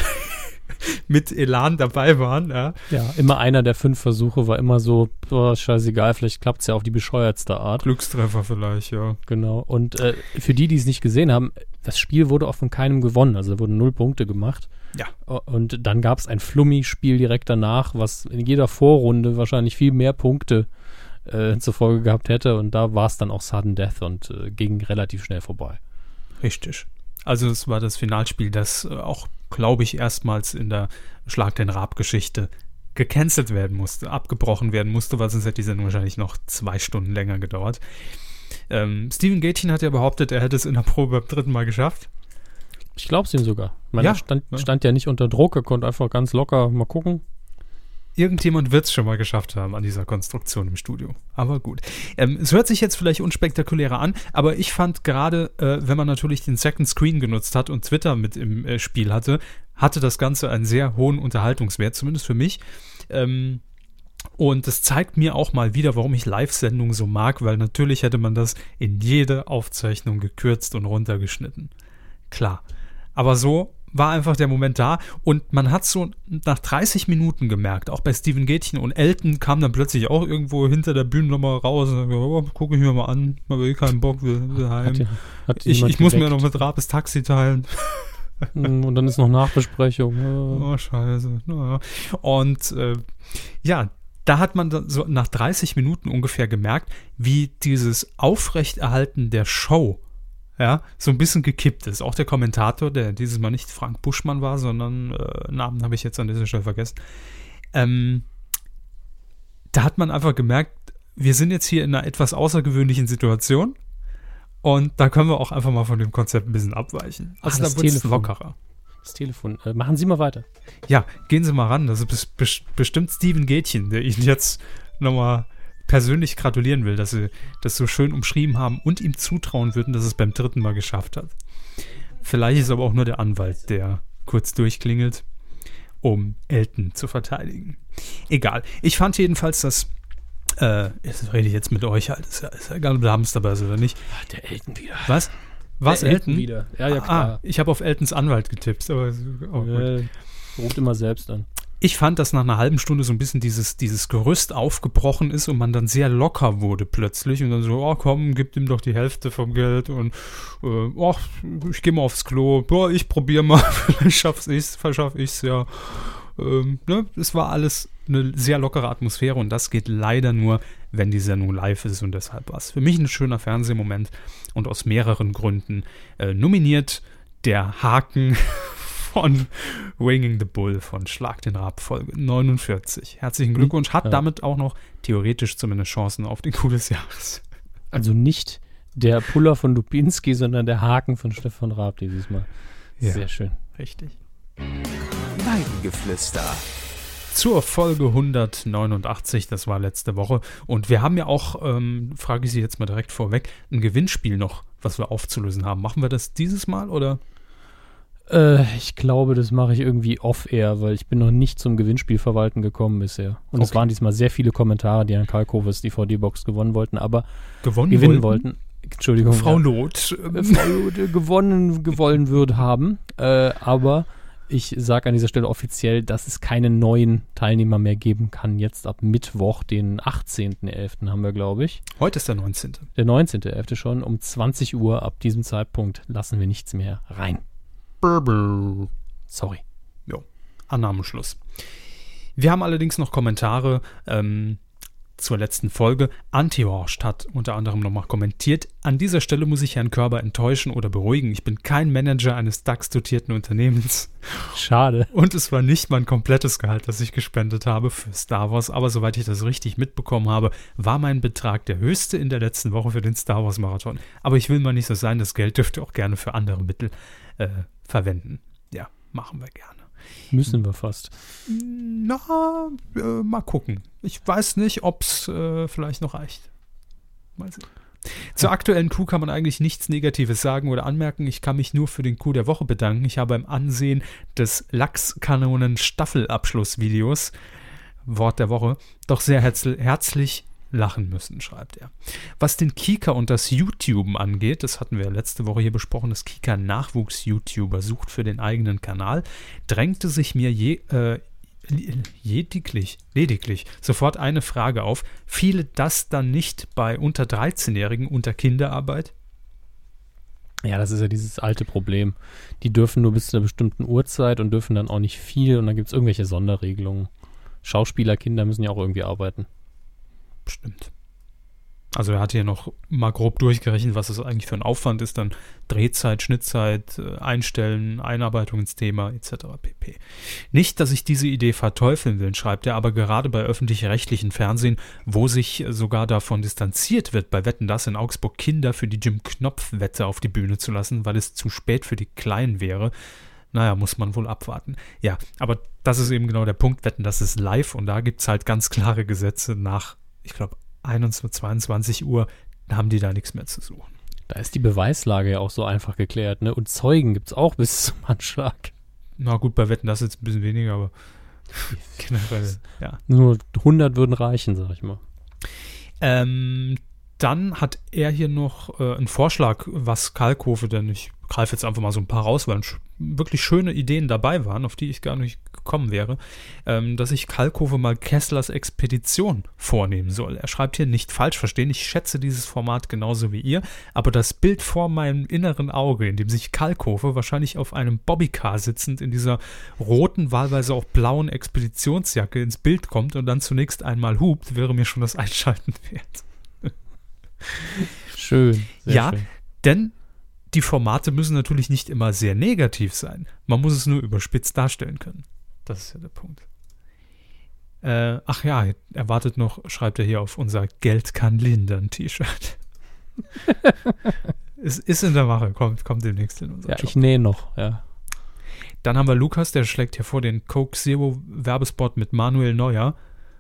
mit Elan dabei waren. Ja. Ja, immer einer der fünf Versuche war immer so, boah, scheißegal, vielleicht klappt es ja auf die bescheuertste Art. Glückstreffer vielleicht, ja. Genau. Und äh, für die, die es nicht gesehen haben, das Spiel wurde auch von keinem gewonnen. Also da wurden null Punkte gemacht. Ja. Und dann gab es ein Flummi-Spiel direkt danach, was in jeder Vorrunde wahrscheinlich viel mehr Punkte äh, zur Folge gehabt hätte. Und da war es dann auch Sudden Death und äh, ging relativ schnell vorbei. Richtig. Also es war das Finalspiel, das äh, auch, glaube ich, erstmals in der Schlag den Raab-Geschichte gecancelt werden musste, abgebrochen werden musste, weil sonst hätte die Sendung wahrscheinlich noch zwei Stunden länger gedauert. Ähm, Steven Gätchen hat ja behauptet, er hätte es in der Probe beim dritten Mal geschafft. Ich glaube es ihm sogar. Ich meine, Ja, er stand, ja. stand ja nicht unter Druck, er konnte einfach ganz locker mal gucken. Irgendjemand wird es schon mal geschafft haben an dieser Konstruktion im Studio. Aber gut. Ähm, es hört sich jetzt vielleicht unspektakulärer an, aber ich fand gerade, äh, wenn man natürlich den Second Screen genutzt hat und Twitter mit im äh, Spiel hatte, hatte das Ganze einen sehr hohen Unterhaltungswert, zumindest für mich. Ähm, und das zeigt mir auch mal wieder, warum ich Live-Sendungen so mag, weil natürlich hätte man das in jede Aufzeichnung gekürzt und runtergeschnitten. Klar. Aber so war einfach der Moment da und man hat so nach dreißig Minuten gemerkt, auch bei Steven Gätchen und Elton kam dann plötzlich auch irgendwo hinter der Bühne nochmal raus und sagte, oh, gucke ich mir mal an, habe eh keinen Bock, will, will heim. Hat, die- hat Ich, jemand ich muss mir geweckt. noch mit Raab das Taxi teilen. Mm, Und dann ist noch Nachbesprechung. Äh, Oh, scheiße. Naja. Und äh, ja, da hat man dann so nach dreißig Minuten ungefähr gemerkt, wie dieses Aufrechterhalten der Show ja, so ein bisschen gekippt ist. Auch der Kommentator, der dieses Mal nicht Frank Buschmann war, sondern äh, Namen habe ich jetzt an dieser Stelle vergessen. Ähm, da hat man einfach gemerkt, wir sind jetzt hier in einer etwas außergewöhnlichen Situation und da können wir auch einfach mal von dem Konzept ein bisschen abweichen. Ah, Also das da wird es Telefon. lockerer. Das Telefon. Äh, machen Sie mal weiter. Ja, gehen Sie mal ran. Das ist bes- bes- bestimmt Steven Gätchen, der Ihnen jetzt nochmal persönlich gratulieren will, dass Sie das so schön umschrieben haben und ihm zutrauen würden, dass es beim dritten Mal geschafft hat. Vielleicht ist aber auch nur der Anwalt, der kurz durchklingelt, um Elton zu verteidigen. Egal. Ich fand jedenfalls, dass äh, das rede ich jetzt mit euch halt. Ist ja, ist ja egal, ob der Abends dabei ist oder nicht. Ah, der Elton wieder. Was? Was, Der Elton? wieder. Ja, ja, Ah, klar. ich habe auf Eltons Anwalt getippt. Aber, oh, gut. äh, ruft immer selbst an. Ich fand, dass nach einer halben Stunde so ein bisschen dieses, dieses Gerüst aufgebrochen ist und man dann sehr locker wurde plötzlich und dann so, oh komm, gib ihm doch die Hälfte vom Geld und äh, oh, ich gehe mal aufs Klo, boah, ich probiere mal, vielleicht schaff's ich's, verschaff ich's ja. Ähm, ne? Es war alles eine sehr lockere Atmosphäre und das geht leider nur, wenn die Sendung live ist und deshalb war es für mich ein schöner Fernsehmoment und aus mehreren Gründen äh, nominiert der Haken von Winging the Bull von Schlag den Rab, Folge neunundvierzig. Herzlichen Glückwunsch. Hat ja. damit auch noch theoretisch zumindest Chancen auf den Coup des Jahres. Also nicht der Puller von Lupinski, sondern der Haken von Stefan Raab dieses Mal. Ja. Sehr schön. Richtig. Weidengeflüster. Zur Folge hundertneunundachtzig, das war letzte Woche. Und wir haben ja auch, ähm, frage ich Sie jetzt mal direkt vorweg, ein Gewinnspiel noch, was wir aufzulösen haben. Machen wir das dieses Mal oder? Äh, ich glaube, das mache ich irgendwie off-air, weil ich bin noch nicht zum Gewinnspiel verwalten gekommen bisher. Und es Okay. waren diesmal sehr viele Kommentare, die an Kalkofes D V D-Box gewonnen wollten, aber Gewonnen gewinnen wollten? wollten. Entschuldigung. Frau ja. Loth. Äh, Frau Loth äh, gewonnen, gewollen würde haben. Äh, aber ich sage an dieser Stelle offiziell, dass es keine neuen Teilnehmer mehr geben kann. Jetzt ab Mittwoch, den achtzehnten elften haben wir, glaube ich. Heute ist der neunzehnte Der neunzehnten elften schon, um zwanzig Uhr. Ab diesem Zeitpunkt lassen wir nichts mehr rein. Burble. Sorry. Jo, Annahmeschluss. Wir haben allerdings noch Kommentare ähm, zur letzten Folge. Antihorst hat unter anderem nochmal kommentiert: An dieser Stelle muss ich Herrn Körber enttäuschen oder beruhigen. Ich bin kein Manager eines DAX-dotierten Unternehmens. Schade. Und es war nicht mein komplettes Gehalt, das ich gespendet habe für Star Wars. Aber soweit ich das richtig mitbekommen habe, war mein Betrag der höchste in der letzten Woche für den Star Wars Marathon. Aber ich will mal nicht so sein, das Geld dürft ihr auch gerne für andere Mittel äh, verwenden. Ja, machen wir gerne. Müssen wir fast. Na, äh, mal gucken. Ich weiß nicht, ob es äh, vielleicht noch reicht. Mal sehen. Zur aktuellen Coup kann man eigentlich nichts Negatives sagen oder anmerken. Ich kann mich nur für den Coup der Woche bedanken. Ich habe beim Ansehen des Lachskanonen-Staffelabschlussvideos, Wort der Woche, doch sehr herzl- herzlich lachen müssen, schreibt er. Was den Kika und das YouTuben angeht, das hatten wir letzte Woche hier besprochen, das Kika Nachwuchs-YouTuber sucht für den eigenen Kanal, drängte sich mir je, äh, lediglich, lediglich sofort eine Frage auf: Fiele das dann nicht bei unter dreizehnjährigen unter Kinderarbeit? Ja, das ist ja dieses alte Problem. Die dürfen nur bis zu einer bestimmten Uhrzeit und dürfen dann auch nicht viel und dann gibt es irgendwelche Sonderregelungen. Schauspielerkinder müssen ja auch irgendwie arbeiten. Stimmt. Also er hat hier noch mal grob durchgerechnet, was das eigentlich für ein Aufwand ist, dann Drehzeit, Schnittzeit, Einstellen, Einarbeitung ins Thema et cetera pp. Nicht, dass ich diese Idee verteufeln will, schreibt er, aber gerade bei öffentlich-rechtlichen Fernsehen, wo sich sogar davon distanziert wird, bei Wetten, dass in Augsburg Kinder für die Jim-Knopf-Wette auf die Bühne zu lassen, weil es zu spät für die Kleinen wäre, naja, muss man wohl abwarten. Ja, aber das ist eben genau der Punkt, Wetten, das ist live und da gibt es halt ganz klare Gesetze nach, ich glaube, einundzwanzig, zweiundzwanzig Uhr haben die da nichts mehr zu suchen. Da ist die Beweislage ja auch so einfach geklärt, ne? Und Zeugen gibt es auch bis zum Anschlag. Na gut, bei Wetten, das ist jetzt ein bisschen weniger, aber generell, ja. Nur hundert würden reichen, sag ich mal. Ähm, dann hat er hier noch äh, einen Vorschlag, was Kalkofe, denn ich greife jetzt einfach mal so ein paar raus, weil sch- wirklich schöne Ideen dabei waren, auf die ich gar nicht gekommen wäre, ähm, dass ich Kalkofe mal Kesslers Expedition vornehmen soll. Er schreibt hier: Nicht falsch verstehen, ich schätze dieses Format genauso wie ihr, aber das Bild vor meinem inneren Auge, in dem sich Kalkofe wahrscheinlich auf einem Bobbycar sitzend in dieser roten, wahlweise auch blauen Expeditionsjacke ins Bild kommt und dann zunächst einmal hupt, wäre mir schon das Einschalten wert. Schön. Sehr Ja, schön. denn die Formate müssen natürlich nicht immer sehr negativ sein. Man muss es nur überspitzt darstellen können. Das ist ja der Punkt. Äh, ach ja, er wartet noch, schreibt er hier auf unser Geld kann lindern T-Shirt. Es ist in der Mache, kommt, kommt demnächst in unseren Ja, Shop. ich nähe noch, ja. Dann haben wir Lukas, der schlägt hier vor den Coke Zero Werbespot mit Manuel Neuer.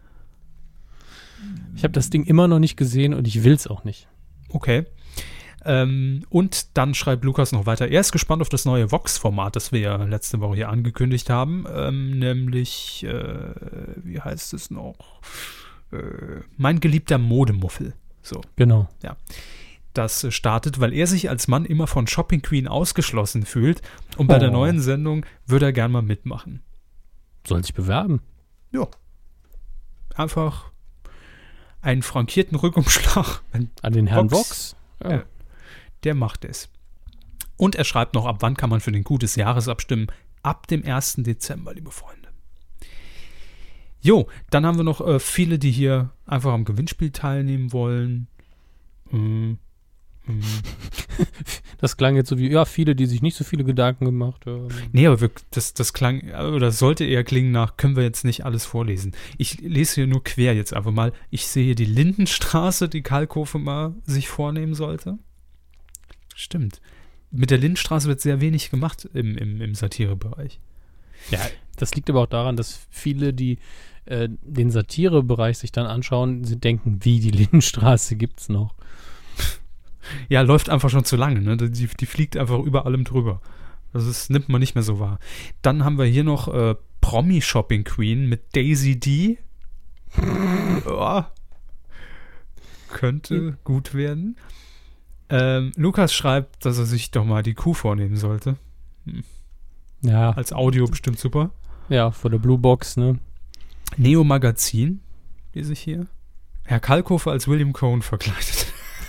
Ich habe das Ding immer noch nicht gesehen und ich will es auch nicht. Okay. Ähm, und dann schreibt Lukas noch weiter: Er ist gespannt auf das neue Vox-Format, das wir ja letzte Woche hier angekündigt haben. Ähm, nämlich, äh, wie heißt es noch? Äh, mein geliebter Modemuffel. So. Genau. Das äh, startet, weil er sich als Mann immer von Shopping Queen ausgeschlossen fühlt. Und bei Oh. der neuen Sendung würde er gern mal mitmachen. Soll sich bewerben. Ja. Einfach einen frankierten Rückumschlag. An den Herrn Vox. Vox. Ja. Der macht es. Und er schreibt noch: Ab wann kann man für den Coup des Jahres abstimmen? Ab dem ersten Dezember, liebe Freunde. Jo, dann haben wir noch äh, viele, die hier einfach am Gewinnspiel teilnehmen wollen. Mhm. Mhm. Das klang jetzt so wie, ja, viele, die sich nicht so viele Gedanken gemacht haben. Nee, aber wir, das, das klang, oder das sollte eher klingen nach, können wir jetzt nicht alles vorlesen. Ich lese hier nur quer jetzt einfach mal. Ich sehe hier die Lindenstraße, die Kalkofe mal sich vornehmen sollte. Stimmt. Mit der Lindenstraße wird sehr wenig gemacht im, im, im Satirebereich. Ja, das liegt aber auch daran, dass viele, die äh, den Satirebereich sich dann anschauen, sie denken, wie, die Lindenstraße gibt's noch. Ja, läuft einfach schon zu lange, ne? Die, die fliegt einfach über allem drüber. Das ist, nimmt man nicht mehr so wahr. Dann haben wir hier noch äh, Promi Shopping Queen mit Daisy D. Ja. Könnte hm. gut werden. Ähm, Lukas schreibt, dass er sich doch mal die Kuh vornehmen sollte. Hm. Ja. Als Audio bestimmt super. Ja, vor der Blue Box, ne? Neo Magazin, lese ich hier. Herr Kalkofe als William Cohn verkleidet.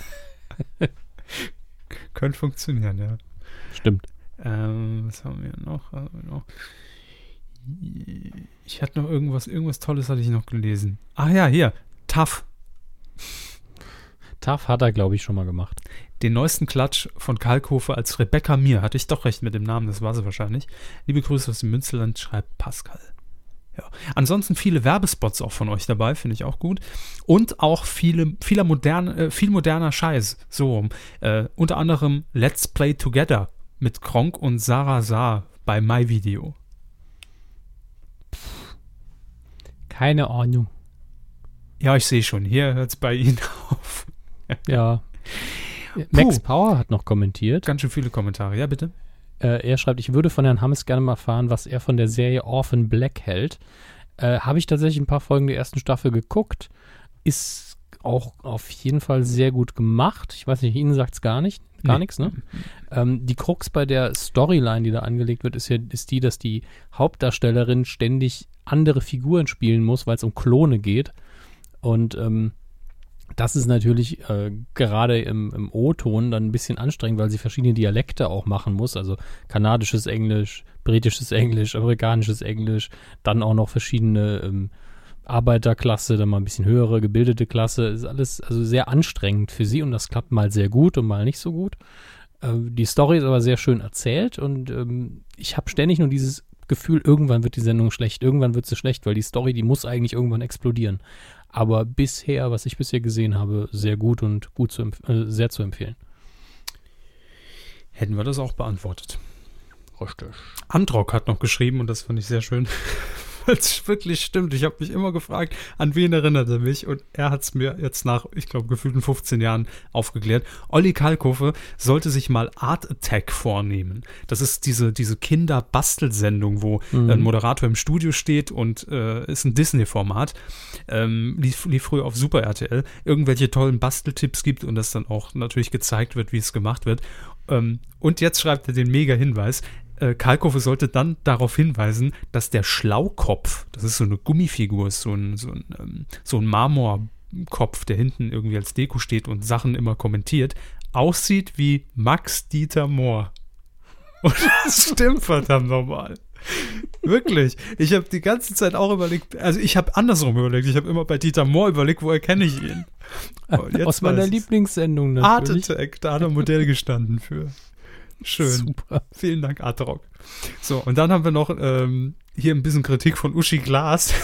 Könnte funktionieren, ja. Stimmt. Ähm, was haben wir noch? Was haben wir noch? Ich hatte noch irgendwas, irgendwas Tolles hatte ich noch gelesen. Ach ja, hier, Tough. Tough hat er, glaube ich, schon mal gemacht. Den neuesten Klatsch von Kalkofe als Rebecca Mir. Hatte ich doch recht mit dem Namen, das war sie wahrscheinlich. Liebe Grüße aus dem Münsterland, schreibt Pascal. Ja. Ansonsten viele Werbespots auch von euch dabei, finde ich auch gut. Und auch viele, vieler moderne, äh, viel moderner Scheiß. So, äh, unter anderem Let's Play Together mit Kronk und Sarah Saar bei MyVideo. Keine Ahnung. Ja, ich sehe schon. Hier hört es bei Ihnen auf. Ja. Max Power hat noch kommentiert. Ganz schön viele Kommentare. Ja, bitte. Äh, er schreibt, ich würde von Herrn Hammes gerne mal erfahren, was er von der Serie Orphan Black hält. Äh, Habe ich tatsächlich ein paar Folgen der ersten Staffel geguckt. Ist auch auf jeden Fall sehr gut gemacht. Ich weiß nicht, Ihnen sagt es gar nicht. Gar nee. nichts, ne? Ähm, die Krux bei der Storyline, die da angelegt wird, ist ja ist die, dass die Hauptdarstellerin ständig andere Figuren spielen muss, weil es um Klone geht. Und ähm, das ist natürlich äh, gerade im, im O-Ton dann ein bisschen anstrengend, weil sie verschiedene Dialekte auch machen muss. Also kanadisches Englisch, britisches Englisch, amerikanisches Englisch, dann auch noch verschiedene ähm, Arbeiterklasse, dann mal ein bisschen höhere, gebildete Klasse. Ist alles also sehr anstrengend für sie und das klappt mal sehr gut und mal nicht so gut. Äh, die Story ist aber sehr schön erzählt und ähm, ich habe ständig nur dieses Gefühl, irgendwann wird die Sendung schlecht, irgendwann wird sie schlecht, weil die Story, die muss eigentlich irgendwann explodieren. Aber bisher, was ich bisher gesehen habe, sehr gut und gut zu empf- äh, sehr zu empfehlen. Hätten wir das auch beantwortet. Richtig. Androck hat noch geschrieben und das fand ich sehr schön, weil es wirklich stimmt. Ich habe mich immer gefragt, an wen erinnert er mich? Und er hat es mir jetzt nach, ich glaube, gefühlten fünfzehn Jahren aufgeklärt. Olli Kalkofe sollte sich mal Art Attack vornehmen. Das ist diese, diese Kinder-Bastelsendung, wo mhm. ein Moderator im Studio steht und äh, ist ein Disney-Format. Ähm, lief, lief früher auf Super R T L. Irgendwelche tollen Basteltipps gibt und das dann auch natürlich gezeigt wird, wie es gemacht wird. Ähm, und jetzt schreibt er den Mega-Hinweis. Kalkofe sollte dann darauf hinweisen, dass der Schlaukopf, das ist so eine Gummifigur, ist so ein, so ein, ähm, so ein Marmorkopf, der hinten irgendwie als Deko steht und Sachen immer kommentiert, aussieht wie Max Dieter Mohr. Und das stimmt verdammt nochmal. Wirklich. Ich habe die ganze Zeit auch überlegt, also ich habe andersrum überlegt, ich habe immer bei Dieter Mohr überlegt, woher kenne ich ihn? Aus meiner Lieblingssendung natürlich. Art Attack, da hat er Modell gestanden für. Schön. Super. Vielen Dank, Artrock. So, und dann haben wir noch ähm, hier ein bisschen Kritik von Uschi Glas.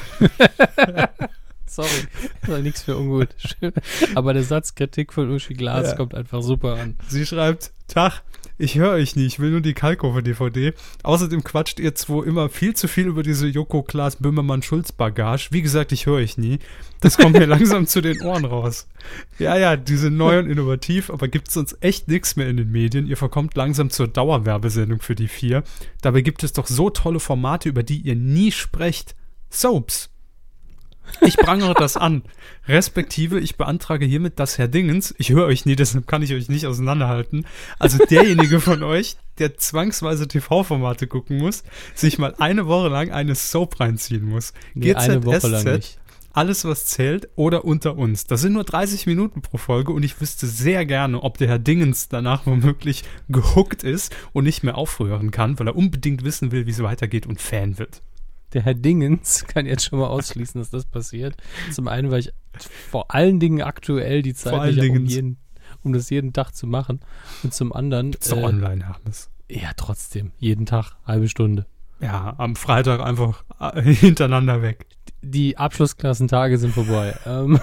Sorry, das war nichts für ungut. Aber der Satz Kritik von Uschi Glas ja. kommt einfach super an. Sie schreibt, Tag, ich höre euch nie, ich will nur die Kalkofe-D V D. Außerdem quatscht ihr zwei immer viel zu viel über diese Joko Klaas Böhmermann Schulz Bagage. Wie gesagt, ich höre euch nie. Das kommt mir langsam zu den Ohren raus. Ja, ja, die sind neu und innovativ, aber gibt es sonst echt nichts mehr in den Medien. Ihr verkommt langsam zur Dauerwerbesendung für die vier. Dabei gibt es doch so tolle Formate, über die ihr nie sprecht. Soaps. Ich prangere das an. Respektive, ich beantrage hiermit, dass Herr Dingens, ich höre euch nie, deshalb kann ich euch nicht auseinanderhalten, also derjenige von euch, der zwangsweise T V-Formate gucken muss, sich mal eine Woche lang eine Soap reinziehen muss. Nee, eine Woche lang nicht. Alles, was zählt oder unter uns. Das sind nur dreißig Minuten pro Folge und ich wüsste sehr gerne, ob der Herr Dingens danach womöglich gehuckt ist und nicht mehr aufrühren kann, weil er unbedingt wissen will, wie es weitergeht und Fan wird. Der Herr Dingens kann jetzt schon mal ausschließen, dass das passiert. Zum einen, weil ich vor allen Dingen aktuell die Zeit nicht habe, um jeden, um das jeden Tag zu machen. Und zum anderen. Gibt's doch äh, online, Hannes. Ja, trotzdem. Jeden Tag, halbe Stunde. Ja, am Freitag einfach äh, hintereinander weg. Die Abschlussklassentage sind vorbei. ähm,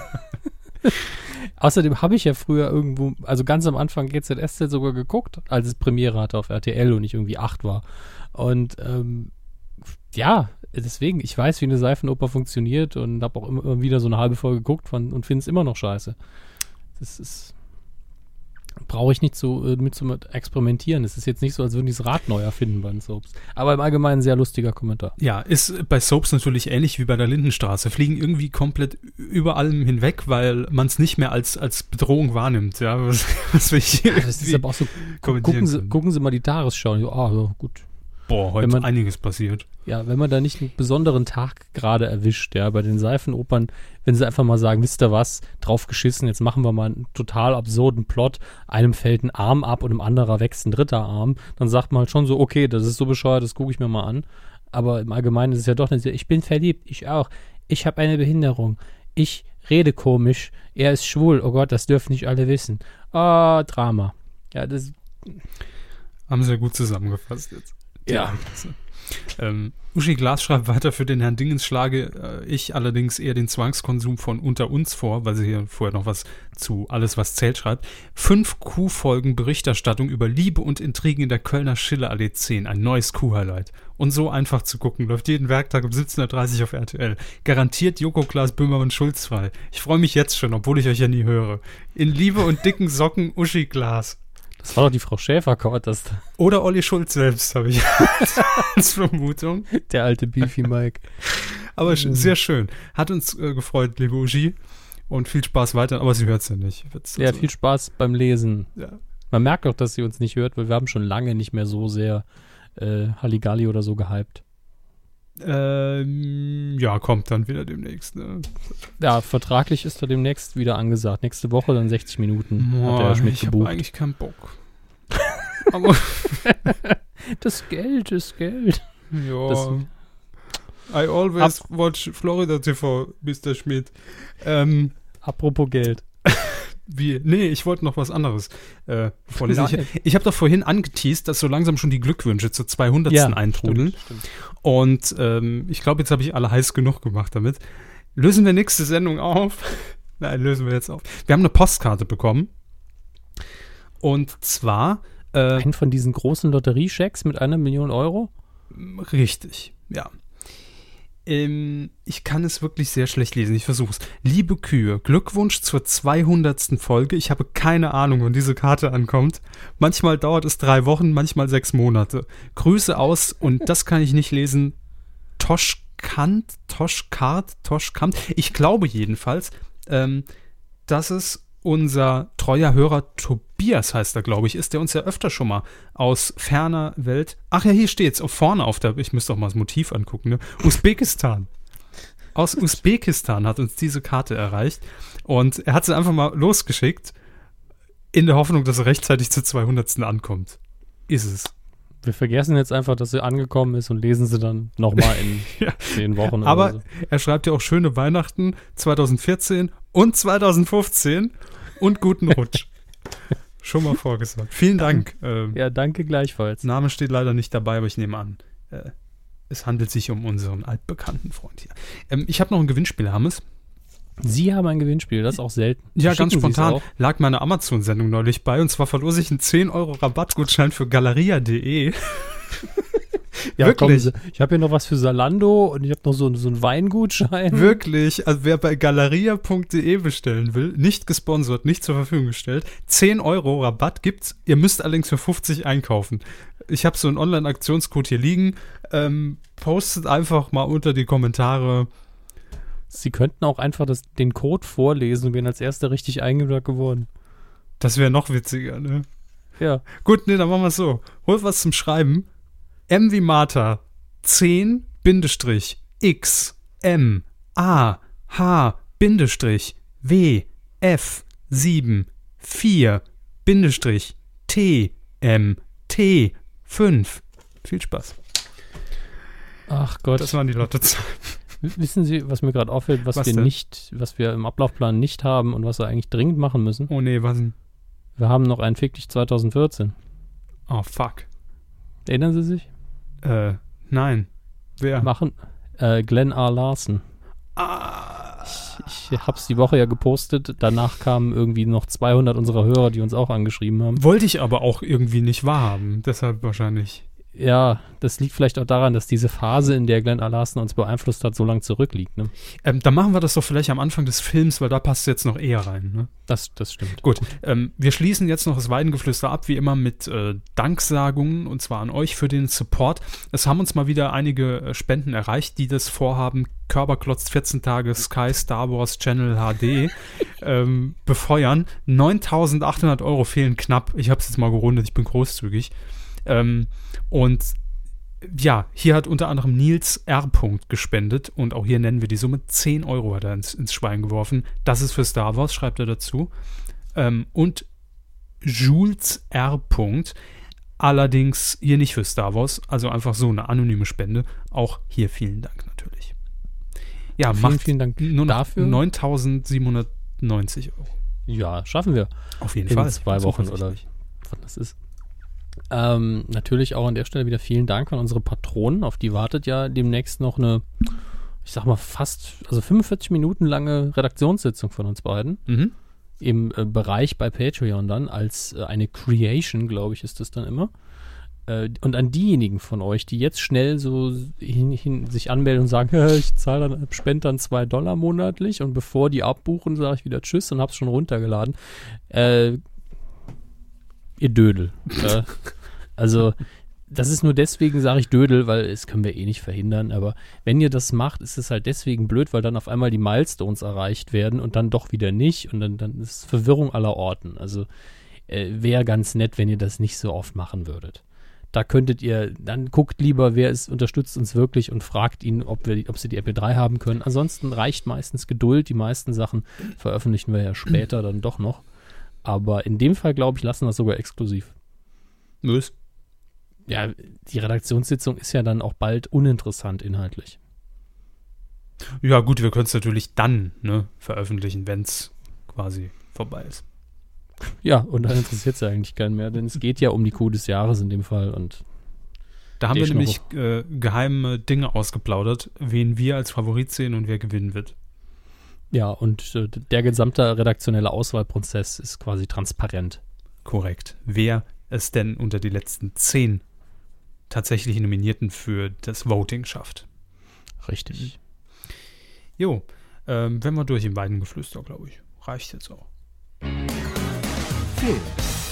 außerdem habe ich ja früher irgendwo, also ganz am Anfang G Z S Z sogar geguckt, als es Premiere hatte auf R T L und ich irgendwie acht war. Und ähm, ja, deswegen, ich weiß, wie eine Seifenoper funktioniert und habe auch immer, immer wieder so eine halbe Folge geguckt von, und finde es immer noch scheiße. Das ist, brauche ich nicht so äh, mit zu experimentieren. Es ist jetzt nicht so, als würden die das Rad neu erfinden bei den Soaps. Aber im Allgemeinen ein sehr lustiger Kommentar. Ja, ist bei Soaps natürlich ähnlich wie bei der Lindenstraße. Fliegen irgendwie komplett über allem hinweg, weil man es nicht mehr als, als Bedrohung wahrnimmt. Ja, was, was will ich Ja, das ist aber auch so, gucken Sie, gucken Sie mal die Tagesschau. Und so, ah, ja, gut. Boah, heute man, einiges passiert. Ja, wenn man da nicht einen besonderen Tag gerade erwischt, ja, bei den Seifenopern, wenn sie einfach mal sagen, wisst ihr was, drauf geschissen, jetzt machen wir mal einen total absurden Plot, einem fällt ein Arm ab und im anderer wächst ein dritter Arm, dann sagt man halt schon so, okay, das ist so bescheuert, das gucke ich mir mal an. Aber im Allgemeinen ist es ja doch nicht so, ich bin verliebt, ich auch, ich habe eine Behinderung, ich rede komisch, er ist schwul, oh Gott, das dürfen nicht alle wissen. Ah, Drama. Ja, das... Haben sie ja gut zusammengefasst jetzt. Ja. Ähm, Uschi Glas schreibt weiter, für den Herrn Dingens schlage äh, ich allerdings eher den Zwangskonsum von Unter uns vor, weil sie hier vorher noch was zu Alles, was zählt schreibt. Fünf Q-Folgen Berichterstattung über Liebe und Intrigen in der Kölner Schillerallee zehn. Ein neues Q-Highlight. Und so einfach zu gucken. Läuft jeden Werktag um siebzehn Uhr dreißig auf R T L. Garantiert Joko, Klaas, Böhmermann, Schulz frei. Ich freue mich jetzt schon, obwohl ich euch ja nie höre. In Liebe und dicken Socken Uschi Glas. Das war doch die Frau Schäfer-Kort, das Oder Olli Schulz selbst, habe ich als Vermutung. Der alte Beefy Mike. Aber sch- sehr schön. Hat uns äh, gefreut, liebe Uschi. Und viel Spaß weiter. Aber sie hört es ja nicht. Wird's Ja, also- viel Spaß beim Lesen. Ja. Man merkt auch, dass sie uns nicht hört, weil wir haben schon lange nicht mehr so sehr äh, Halligalli oder so gehypt. Ähm, ja, kommt dann wieder demnächst. Ne? Ja, vertraglich ist er demnächst wieder angesagt. Nächste Woche dann sechzig Minuten hat Boah, der Schmidt ich habe gebucht. eigentlich keinen Bock. Aber Das Geld, das Geld. ja. Das- I always watch Florida T V, Mister Schmidt. Ähm, Apropos Geld. Wie? Nee, ich wollte noch was anderes äh, vorlesen. Nein. Ich, ich habe doch vorhin angeteased, dass so langsam schon die Glückwünsche zur zweihundertsten eintrudeln. Stimmt, stimmt. Und ähm, ich glaube, jetzt habe ich alle heiß genug gemacht damit. Lösen wir nächste Sendung auf? Nein, lösen wir jetzt auf. Wir haben eine Postkarte bekommen. Und zwar äh, Ein von diesen großen Lotterieschecks mit einer Million Euro? richtig, ja. Ähm, ich kann es wirklich sehr schlecht lesen. Ich versuch's. Liebe Kühe, Glückwunsch zur zweihundertsten Folge. Ich habe keine Ahnung, wann diese Karte ankommt. Manchmal dauert es drei Wochen, manchmal sechs Monate. Grüße aus, und das kann ich nicht lesen, Toschkant, Toschkart, Toschkant. Ich glaube jedenfalls, ähm, dass es unser treuer Hörer Tobias, heißt er, glaube ich, ist, der uns ja öfter schon mal aus ferner Welt, ach ja, hier steht's, auf vorne auf der, ich müsste auch mal das Motiv angucken, ne? Usbekistan. Aus Usbekistan hat uns diese Karte erreicht und er hat sie einfach mal losgeschickt, in der Hoffnung, dass er rechtzeitig zur zweihundertsten ankommt. Ist es. Wir vergessen jetzt einfach, dass sie angekommen ist und lesen sie dann nochmal in Ja. zehn Wochen Aber oder so. er schreibt ja auch schöne Weihnachten zweitausendvierzehn und zweitausendfünfzehn und guten Rutsch. Schon mal vorgesagt. Vielen Dank. Ähm, Ja, danke gleichfalls. Name steht leider nicht dabei, aber ich nehme an, äh, es handelt sich um unseren altbekannten Freund hier. Ähm, ich habe noch ein Gewinnspiel, Hammes. Sie haben ein Gewinnspiel, das ist auch selten. Ja, Schicken ganz Sie es spontan auch. lag meine Amazon-Sendung neulich bei, und zwar verlose ich einen zehn Euro Rabattgutschein für galeria punkt de. Ja, Wirklich. kommen Sie. Ich habe hier noch was für Salando und ich habe noch so, so einen Weingutschein. Wirklich, also wer bei galeria punkt de bestellen will, nicht gesponsert, nicht zur Verfügung gestellt, zehn Euro Rabatt gibt's, ihr müsst allerdings für fünfzig einkaufen. Ich habe so einen Online-Aktionscode hier liegen, ähm, postet einfach mal unter die Kommentare. Sie könnten auch einfach das, den Code vorlesen und wären als erster richtig eingeloggt geworden. Das wäre noch witziger, ne? Ja. Gut, ne, dann machen wir es so. Holt was zum Schreiben. M wie Martha zehn Bindestrich X M A H Bindestrich W F sieben vier Bindestrich T M T fünf. Viel Spaß. Ach Gott. Das waren die Lottozahlen. W- Wissen Sie, was mir gerade auffällt, was, Was wir denn? nicht, was wir im Ablaufplan nicht haben und was wir eigentlich dringend machen müssen? Oh nee, was denn? Wir haben noch einen Fick dich zwanzig vierzehn. Oh, fuck. Erinnern Sie sich? Äh, nein. Wer? Machen äh, Glenn R. Larson. Ah. Ich, ich hab's die Woche ja gepostet. Danach kamen irgendwie noch zweihundert unserer Hörer, die uns auch angeschrieben haben. Wollte ich aber auch irgendwie nicht wahrhaben. Deshalb wahrscheinlich. Ja, das liegt vielleicht auch daran, dass diese Phase, in der Glenn R. Larson uns beeinflusst hat, so lang zurückliegt. Ne? Ähm, dann machen wir das doch vielleicht am Anfang des Films, weil da passt es jetzt noch eher rein. Ne? Das, das stimmt. Gut, ähm, wir schließen jetzt noch das Weidengeflüster ab, wie immer mit äh, Danksagungen, und zwar an euch für den Support. Es haben uns mal wieder einige äh, Spenden erreicht, die das Vorhaben Körperklotz vierzehn Tage Sky Star Wars Channel H D ähm, befeuern. neuntausendachthundert Euro fehlen knapp. Ich habe es jetzt mal gerundet, ich bin großzügig. Ähm, und ja, hier hat unter anderem Nils R. gespendet, und auch hier nennen wir die Summe. zehn Euro hat er ins, ins Schwein geworfen. Das ist für Star Wars, schreibt er dazu. Ähm, und Jules R. Allerdings hier nicht für Star Wars, also einfach so eine anonyme Spende. Auch hier vielen Dank natürlich. Ja, vielen, macht vielen Dank nur noch dafür. neuntausendsiebenhundertneunzig Euro. Ja, schaffen wir. Auf jeden In Fall. zwei Wochen oder was das ist. Ähm, natürlich auch an der Stelle wieder vielen Dank an unsere Patronen. Auf die wartet ja demnächst noch eine, ich sag mal fast, also fünfundvierzig Minuten lange Redaktionssitzung von uns beiden. Mhm. Im äh, Bereich bei Patreon dann, als äh, eine Creation, glaube ich, ist das dann immer. Äh, und an diejenigen von euch, die jetzt schnell so hin, hin, sich anmelden und sagen, ich zahle dann, spende dann zwei Dollar monatlich, und bevor die abbuchen, sage ich wieder Tschüss und hab's schon runtergeladen. Äh, ihr Dödel. äh, also, das ist nur deswegen, sage ich Dödel, weil es können wir eh nicht verhindern, aber wenn ihr das macht, ist es halt deswegen blöd, weil dann auf einmal die Milestones erreicht werden und dann doch wieder nicht, und dann, dann ist Verwirrung aller Orten. Also, äh, wäre ganz nett, wenn ihr das nicht so oft machen würdet. Da könntet ihr, dann guckt lieber, wer ist, unterstützt uns wirklich, und fragt ihn, ob, wir, ob sie die M P drei haben können. Ansonsten reicht meistens Geduld. Die meisten Sachen veröffentlichen wir ja später dann doch noch. Aber in dem Fall, glaube ich, lassen wir es sogar exklusiv. Nös. Ja, die Redaktionssitzung ist ja dann auch bald uninteressant inhaltlich. Ja gut, wir können es natürlich dann ne, veröffentlichen, wenn es quasi vorbei ist. Ja, und dann interessiert es ja eigentlich keinen mehr, denn es geht ja um die Kuh des Jahres in dem Fall. Und da haben wir nämlich äh, geheime Dinge ausgeplaudert, wen wir als Favorit sehen und wer gewinnen wird. Ja, und äh, der gesamte redaktionelle Auswahlprozess ist quasi transparent. Korrekt. Wer es denn unter die letzten zehn tatsächlich Nominierten für das Voting schafft. Richtig. Jo, ähm, wenn wir durch im Weidengeflüster, glaube ich. Reicht jetzt auch. Film.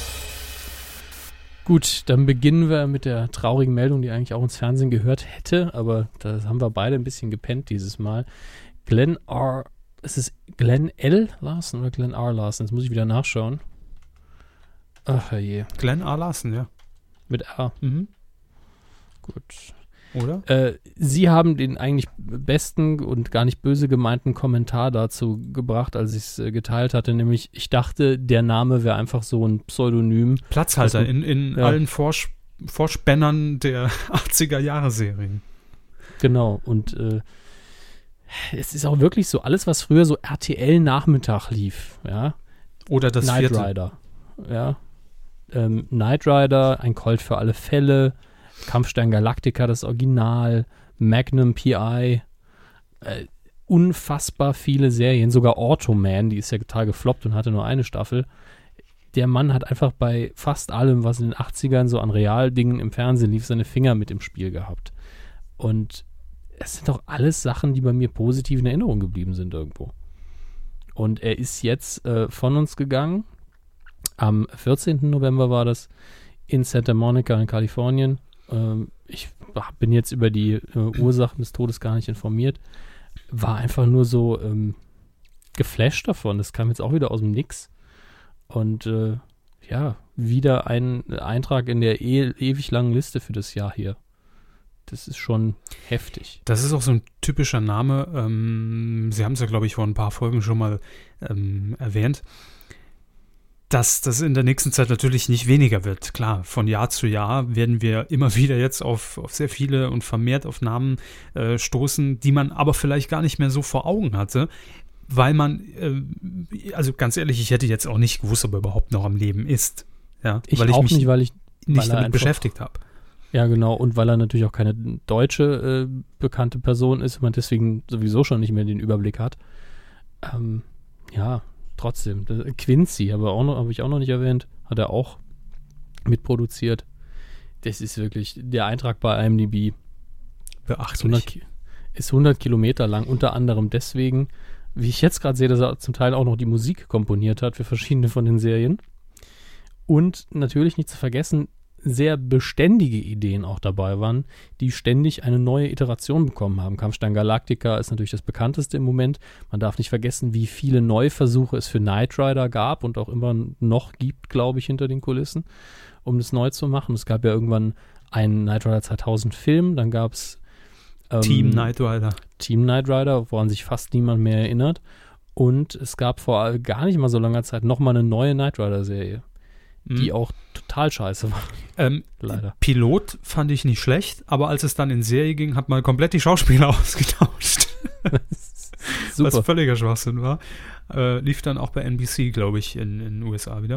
Gut, dann beginnen wir mit der traurigen Meldung, die eigentlich auch ins Fernsehen gehört hätte, aber da haben wir beide ein bisschen gepennt dieses Mal. Glenn R. Ist es Glenn L. Larson oder Glenn R. Larson? Jetzt muss ich wieder nachschauen. Ach je. Glenn R. Larson, ja. Mit R. Mhm. Gut. Oder? Äh, Sie haben den eigentlich besten und gar nicht böse gemeinten Kommentar dazu gebracht, als ich es äh, geteilt hatte, nämlich ich dachte, der Name wäre einfach so ein Pseudonym. Platzhalter man, in, in ja. allen Vors- Vorspännern der achtziger-Jahre-Serien. Genau, und äh, es ist auch wirklich so, alles, was früher so R T L-Nachmittag lief, ja. Oder das Knight vierte. Rider, ja. Ähm, Knight Rider, ein Colt für alle Fälle, Kampfstern Galactica, das Original, Magnum P I, äh, unfassbar viele Serien, sogar Automan, die ist ja total gefloppt und hatte nur eine Staffel. Der Mann hat einfach bei fast allem, was in den achtzigern so an Realdingen im Fernsehen lief, seine Finger mit im Spiel gehabt. Und es sind doch alles Sachen, die bei mir positiv in Erinnerung geblieben sind irgendwo. Und er ist jetzt äh, von uns gegangen. Am vierzehnten November war das in Santa Monica in Kalifornien. Ähm, ich bin jetzt über die äh, Ursachen des Todes gar nicht informiert. War einfach nur so ähm, geflasht davon. Das kam jetzt auch wieder aus dem Nix. Und äh, ja, wieder ein Eintrag in der e- ewig langen Liste für das Jahr hier. Das ist schon heftig. Das ist auch so ein typischer Name. Ähm, Sie haben es ja, glaube ich, vor ein paar Folgen schon mal ähm, erwähnt, dass das in der nächsten Zeit natürlich nicht weniger wird. Klar, von Jahr zu Jahr werden wir immer wieder jetzt auf, auf sehr viele und vermehrt auf Namen äh, stoßen, die man aber vielleicht gar nicht mehr so vor Augen hatte. weil man, äh, also ganz ehrlich, ich hätte jetzt auch nicht gewusst, ob er überhaupt noch am Leben ist. Ja, Ich weil auch ich mich nicht, weil ich nicht weil er damit einfach- beschäftigt habe. Ja, genau. Und weil er natürlich auch keine deutsche äh, bekannte Person ist und man deswegen sowieso schon nicht mehr den Überblick hat. Ähm, ja, trotzdem. Das, Quincy habe auch noch, habe ich auch noch nicht erwähnt, hat er auch mitproduziert. Das ist wirklich der Eintrag bei I M D B. Ist hundert, Beachtlich. Ki- ist hundert Kilometer lang, unter anderem deswegen, wie ich jetzt gerade sehe, dass er zum Teil auch noch die Musik komponiert hat für verschiedene von den Serien. Und natürlich nicht zu vergessen, sehr beständige Ideen auch dabei waren, die ständig eine neue Iteration bekommen haben. Kampfstein Galactica ist natürlich das bekannteste im Moment. Man darf nicht vergessen, wie viele Neuversuche es für Knight Rider gab und auch immer noch gibt, glaube ich, hinter den Kulissen, um das neu zu machen. Es gab ja irgendwann einen Knight Rider zweitausend Film, dann gab es ähm, Team Knight Rider. Team Knight Rider, woran sich fast niemand mehr erinnert. Und es gab vor gar nicht mal so langer Zeit nochmal eine neue Knight Rider-Serie, die auch total scheiße war, Ähm, leider. Pilot fand ich nicht schlecht, aber als es dann in Serie ging, hat man komplett die Schauspieler ausgetauscht. Super. Was völliger Schwachsinn war. Äh, lief dann auch bei N B C, glaube ich, in in den U S A wieder.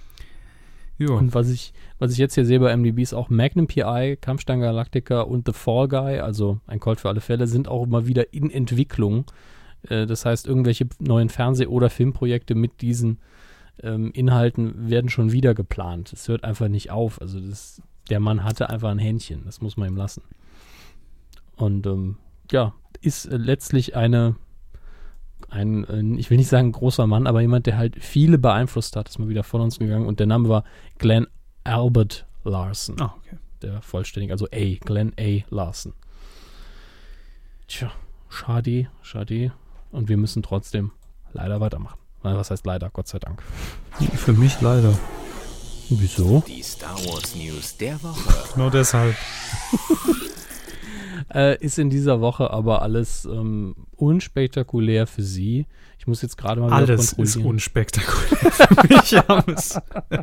Jo. Und was ich, was ich jetzt hier sehe bei M D B ist auch Magnum P I, Kampfstein Galactica und The Fall Guy, also ein Colt für alle Fälle, sind auch immer wieder in Entwicklung. Äh, das heißt, irgendwelche neuen Fernseh- oder Filmprojekte mit diesen ähm, Inhalten werden schon wieder geplant. Es hört einfach nicht auf. Also das, der Mann hatte einfach ein Händchen, das muss man ihm lassen. Und ähm, ja, ist äh, letztlich eine ein, äh, ich will nicht sagen großer Mann, aber jemand, der halt viele beeinflusst hat, ist mal wieder von uns gegangen und der Name war Glenn Albert Larson, Ah, okay. der vollständig, also A, Glenn A. Larson. Tja, schade, schade. Und wir müssen trotzdem leider weitermachen. Na, was heißt leider? Gott sei Dank. Für mich leider. Wieso? Die Star Wars News der Woche. Nur deshalb. Äh, ist in dieser Woche aber alles ähm, unspektakulär für Sie. Ich muss jetzt gerade mal wieder Alles ist kontrollieren. unspektakulär für mich, James.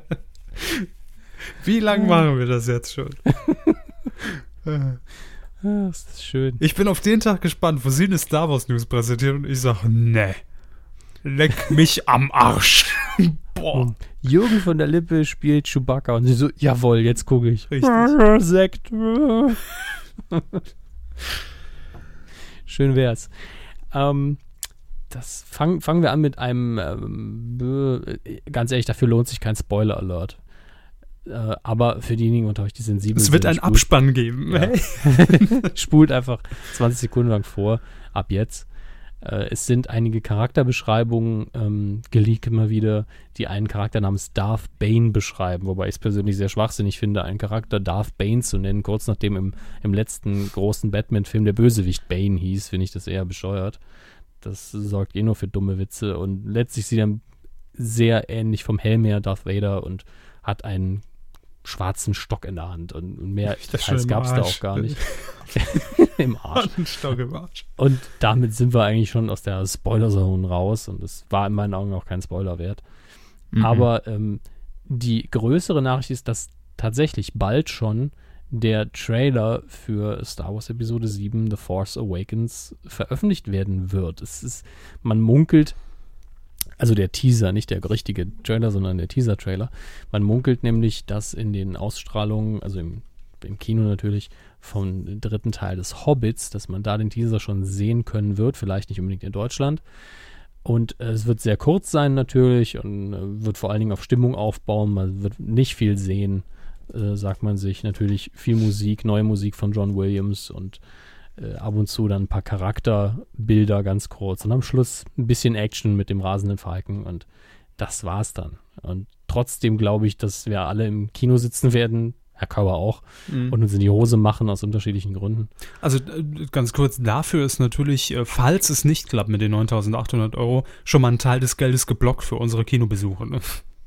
Wie lange machen wir das jetzt schon? Ah, das ist schön. Ich bin auf den Tag gespannt, wo sie eine Star Wars News präsentieren und ich sage, ne, leck mich am Arsch. Boah. Jürgen von der Lippe spielt Chewbacca und sie so, jawohl, jetzt gucke ich. Richtig. Sekt. Schön wär's. Ähm, das fang, fangen wir an mit einem, ähm, bö- ganz ehrlich, dafür lohnt sich kein Spoiler-Alert. Äh, aber für diejenigen unter euch, die sensibel Es sind, wird einen spult- Abspann geben. Ja. Hey. spult einfach zwanzig Sekunden lang vor, ab jetzt. Äh, es sind einige Charakterbeschreibungen ähm, geleakt immer wieder, die einen Charakter namens Darth Bane beschreiben, wobei ich es persönlich sehr schwachsinnig finde, einen Charakter Darth Bane zu nennen, kurz nachdem im, im letzten großen Batman-Film der Bösewicht Bane hieß, finde ich das eher bescheuert. Das sorgt eh nur für dumme Witze und letztlich sieht er sehr ähnlich vom Helm her Darth Vader und hat einen schwarzen Stock in der Hand und, und mehr Das schon Details im gab es da Arsch. auch gar nicht. Im Arsch. Ein Stock im Arsch. Und damit sind wir eigentlich schon aus der Spoiler-Zone raus und es war in meinen Augen auch kein Spoiler wert. Mhm. Aber ähm, die größere Nachricht ist, dass tatsächlich bald schon der Trailer für Star Wars Episode sieben The Force Awakens veröffentlicht werden wird. Es ist, man munkelt, also der Teaser, nicht der richtige Trailer, sondern der Teaser-Trailer. Man munkelt nämlich, dass in den Ausstrahlungen, also im, im Kino natürlich, vom dritten Teil des Hobbits, dass man da den Teaser schon sehen können wird, vielleicht nicht unbedingt in Deutschland. Und äh, es wird sehr kurz sein natürlich und äh, wird vor allen Dingen auf Stimmung aufbauen. Man wird nicht viel sehen, äh, sagt man sich. Natürlich viel Musik, neue Musik von John Williams und äh, ab und zu dann ein paar Charakterbilder ganz kurz. Und am Schluss ein bisschen Action mit dem rasenden Falken und das war's dann. Und trotzdem glaube ich, dass wir alle im Kino sitzen werden, Herr Kauer auch, Mhm. und uns in die Hose machen aus unterschiedlichen Gründen. Also äh, ganz kurz, dafür ist natürlich, äh, falls es nicht klappt mit den neuntausendachthundert Euro, schon mal ein Teil des Geldes geblockt für unsere Kinobesuche. Ne?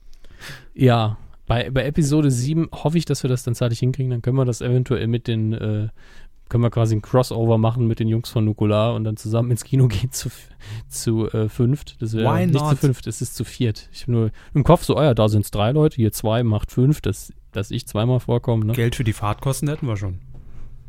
Ja, bei, bei Episode sieben hoffe ich, dass wir das dann zeitlich hinkriegen. Dann können wir das eventuell mit den, äh, können wir quasi ein Crossover machen mit den Jungs von Nukular und dann zusammen ins Kino gehen zu, zu äh, fünft. Das wäre Why nicht not? zu fünft, es ist zu viert. Ich habe nur im Kopf so, oh ja, da sind es drei Leute, hier zwei macht fünf, dass, dass ich zweimal vorkomme. Ne? Geld für die Fahrtkosten hätten wir schon.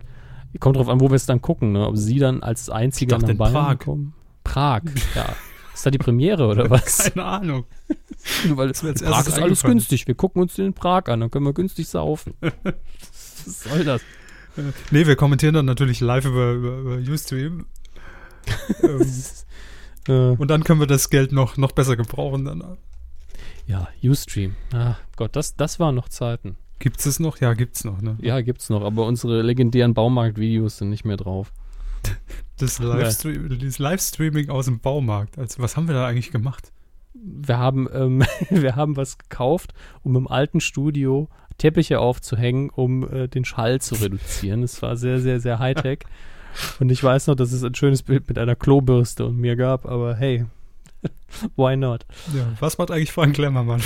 Kommt drauf an, wo wir es dann gucken, ne? Ob sie dann als einziger Ich dachte nach in Bayern Prag. kommen. Prag, ja. Ist da die Premiere oder was? Keine Ahnung. Weil Das ist mir als in Prag erstes ist alles eingefallen. günstig. Wir gucken uns den in Prag an, dann können wir günstig saufen. Was soll das? Nee, wir kommentieren dann natürlich live über, über, über Ustream. ähm, Äh, und dann können wir das Geld noch, noch besser gebrauchen. Dann. ja, Ustream. Ah, Gott, das, das waren noch Zeiten. Gibt's es noch? Ja, gibt's noch. Ne? Ja, gibt's noch, aber unsere legendären Baumarkt-Videos sind nicht mehr drauf. Das, Livestream, das Livestreaming aus dem Baumarkt. Also, was haben wir da eigentlich gemacht? Wir haben, ähm, wir haben was gekauft, um im alten Studio Teppiche aufzuhängen, um äh, den Schall zu reduzieren. Es war sehr, sehr, sehr Hightech. Und ich weiß noch, dass es ein schönes Bild mit einer Klobürste und mir gab, aber hey, why not? Ja, was macht eigentlich Frank Lemmermann?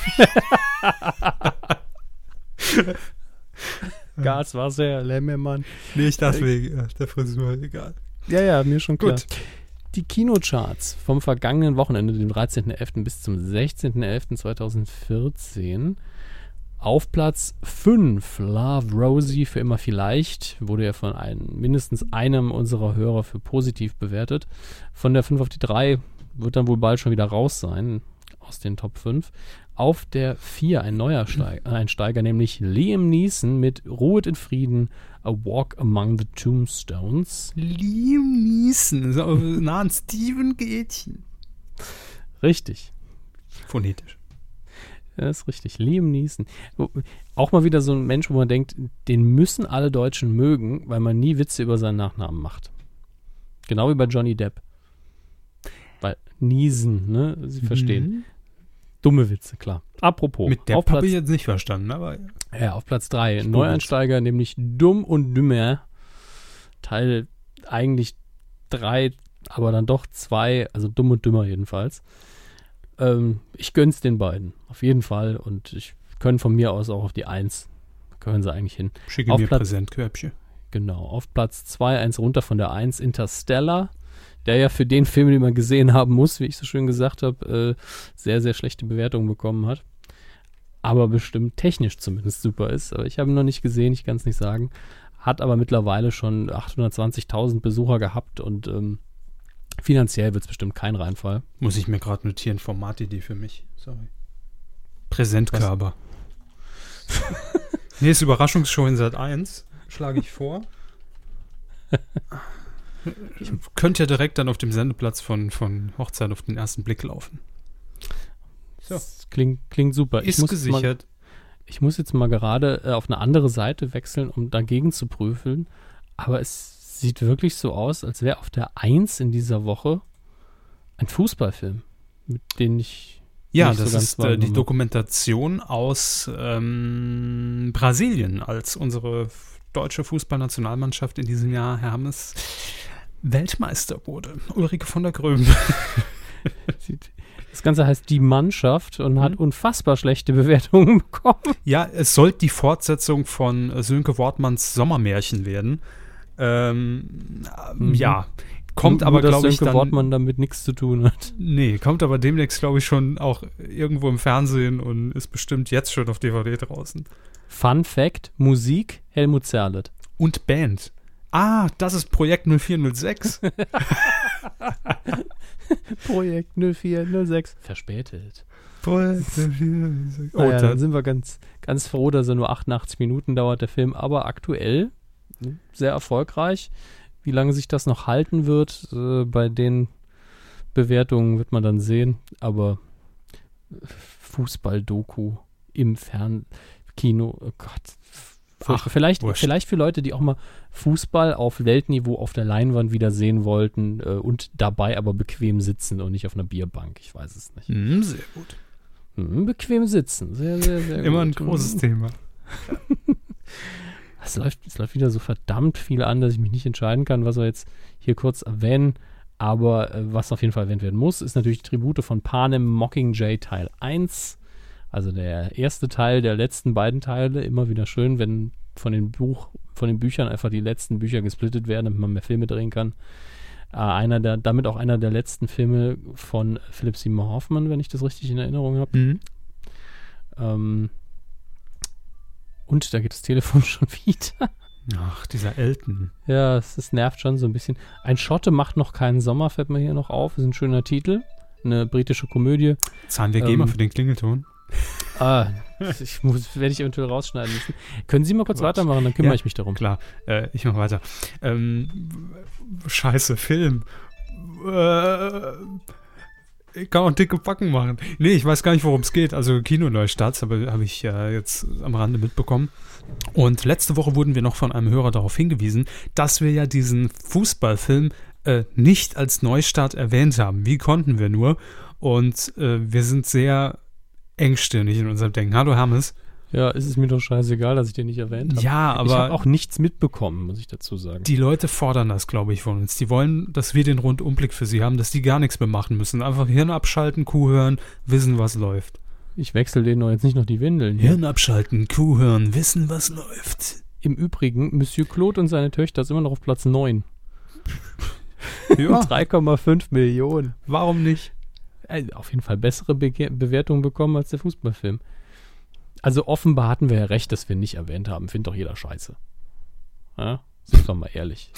Gas, Wasser, Lemmermann. Nee, ich dachte wegen äh, der Frisur, egal. Ja, ja, mir schon klar. Gut. Die Kinocharts vom vergangenen Wochenende, dem dreizehnten elften bis zum sechzehnten elften zweitausendvierzehn. Auf Platz fünf, Love Rosie für immer vielleicht, wurde ja von einem, mindestens einem unserer Hörer für positiv bewertet. Von der fünf auf die drei wird dann wohl bald schon wieder raus sein, aus den Top fünf. Auf der vier ein neuer Steig- Einsteiger, nämlich Liam Neeson mit Ruhet in Frieden, A Walk Among the Tombstones. Liam Neeson, so nah an Steven Gätchen. Richtig. Phonetisch. Ja, ist richtig. Liam Neeson. Wo- Auch mal wieder so ein Mensch, wo man denkt, den müssen alle Deutschen mögen, weil man nie Witze über seinen Nachnamen macht. Genau wie bei Johnny Depp. Weil Niesen, ne? Sie verstehen. Mhm. Dumme Witze, klar. Apropos. Mit der auf habe Platz, ich jetzt nicht verstanden, aber ja, auf Platz drei. Stimmt. Neueinsteiger, nämlich Dumm und Dümmer. Teil eigentlich drei, aber dann doch zwei, also Dumm und Dümmer jedenfalls. Ähm, ich gönn's den beiden, auf jeden Fall. Und ich können von mir aus auch auf die Eins. Können sie eigentlich hin. schicke Auf mir Platz- Präsentkörbchen. Genau. Auf Platz zwei, eins runter von der Eins, Interstellar. Der ja für den Film, den man gesehen haben muss, wie ich so schön gesagt habe, äh, sehr, sehr schlechte Bewertungen bekommen hat. Aber bestimmt technisch zumindest super ist. Aber ich habe ihn noch nicht gesehen, ich kann es nicht sagen. Hat aber mittlerweile schon achthundertzwanzigtausend Besucher gehabt und ähm, finanziell wird es bestimmt kein Reinfall. Muss ich mir gerade notieren, Formatidee für mich. Sorry. Präsentkörper. Nee, ist Überraschungsshow in Sat eins. Schlage ich vor. Ich könnte ja direkt dann auf dem Sendeplatz von, von Hochzeit auf den ersten Blick laufen. So. Das klingt, klingt super. Ist ich muss jetzt mal, gesichert. ich muss jetzt mal gerade äh, auf eine andere Seite wechseln, um dagegen zu prüfen. Aber es sieht wirklich so aus, als wäre auf der Eins in dieser Woche ein Fußballfilm, mit dem ich Ja, nicht so das ganz ist äh, die wahrgenommen habe. Dokumentation aus ähm, Brasilien, als unsere f- deutsche Fußballnationalmannschaft in diesem Jahr, Hermes, Weltmeister wurde. Ulrike von der Gröben. Sieht- Das Ganze heißt Die Mannschaft und hat Mhm. unfassbar schlechte Bewertungen bekommen. Ja, es sollte die Fortsetzung von äh, Sönke Wortmanns Sommermärchen werden. Ähm, ähm, Mhm. Ja, kommt Nur, aber, dass glaube ich, Sönke dann... Wortmann damit nichts zu tun hat. Nee, kommt aber demnächst, glaube ich, schon auch irgendwo im Fernsehen und ist bestimmt jetzt schon auf D V D draußen. Fun Fact: Musik Helmut Zerlett. Und Band. Ah, das ist Projekt null vier null sechs. Projekt null vier null sechs. Verspätet. Projekt null vier null sechs. Oh, Naja, da, dann sind wir ganz, ganz froh, dass er nur achtundachtzig Minuten dauert, der Film, aber aktuell sehr erfolgreich. Wie lange sich das noch halten wird, äh, bei den Bewertungen wird man dann sehen, aber Fußball-Doku im Fernkino, oh Gott. Ach, vielleicht, wurscht. vielleicht für Leute, die auch mal Fußball auf Weltniveau auf der Leinwand wieder sehen wollten äh, und dabei aber bequem sitzen und nicht auf einer Bierbank. Ich weiß es nicht. Hm, sehr gut. Hm, bequem sitzen. Sehr, sehr, sehr Immer ein gut. großes Hm. Thema. Es läuft, es läuft wieder so verdammt viel an, dass ich mich nicht entscheiden kann, was wir jetzt hier kurz erwähnen. Aber äh, was auf jeden Fall erwähnt werden muss, ist natürlich die Tribute von Panem Mockingjay Teil eins. Also der erste Teil der letzten beiden Teile. Immer wieder schön, wenn von den, Buch, von den Büchern einfach die letzten Bücher gesplittet werden, damit man mehr Filme drehen kann. Äh, einer der, damit auch einer der letzten Filme von Philip Seymour Hoffman, wenn ich das richtig in Erinnerung habe. Mhm. Ähm, und da geht das Telefon schon wieder. Ach, dieser Elton. Ja, es, es nervt schon so ein bisschen. Ein Schotte macht noch keinen Sommer, fällt mir hier noch auf. Ist ein schöner Titel. eine britische Komödie. Zahlen wir Ähm, GEMA für den Klingelton? Ah, ich muss, werde ich eventuell rausschneiden müssen. Können Sie mal kurz Warte. weitermachen, dann kümmere Ja, ich mich darum. Klar, äh, ich mach weiter. Ähm, scheiße, Film. Äh, ich kann auch dicke Backen machen. Nee, ich weiß gar nicht, worum es geht. Also Kinoneustarts habe hab ich äh, jetzt am Rande mitbekommen. Und letzte Woche wurden wir noch von einem Hörer darauf hingewiesen, dass wir ja diesen Fußballfilm äh, nicht als Neustart erwähnt haben. Wie konnten wir nur? Und äh, wir sind sehr engstirnig in unserem Denken. Hallo Hermes. Ja, ist es mir doch scheißegal, dass ich den nicht erwähnt habe. Ja, aber ich habe auch nichts mitbekommen, muss ich dazu sagen. die Leute fordern das, glaube ich, von uns. Die wollen, dass wir den Rundumblick für sie haben, dass die gar nichts mehr machen müssen. Einfach Hirn abschalten, Kuh hören, wissen, was läuft. Ich wechsle denen doch jetzt nicht noch die Windeln hier. Hirn abschalten, Kuh hören, wissen, was läuft. Im Übrigen, Monsieur Claude und seine Töchter ist immer noch auf Platz neun. Ja, drei Komma fünf Millionen. warum nicht? Also auf jeden Fall bessere Be- Bewertungen bekommen als der Fußballfilm. Also offenbar hatten wir ja recht, dass wir nicht erwähnt haben. Findet doch jeder scheiße. Ja? Sind wir mal ehrlich.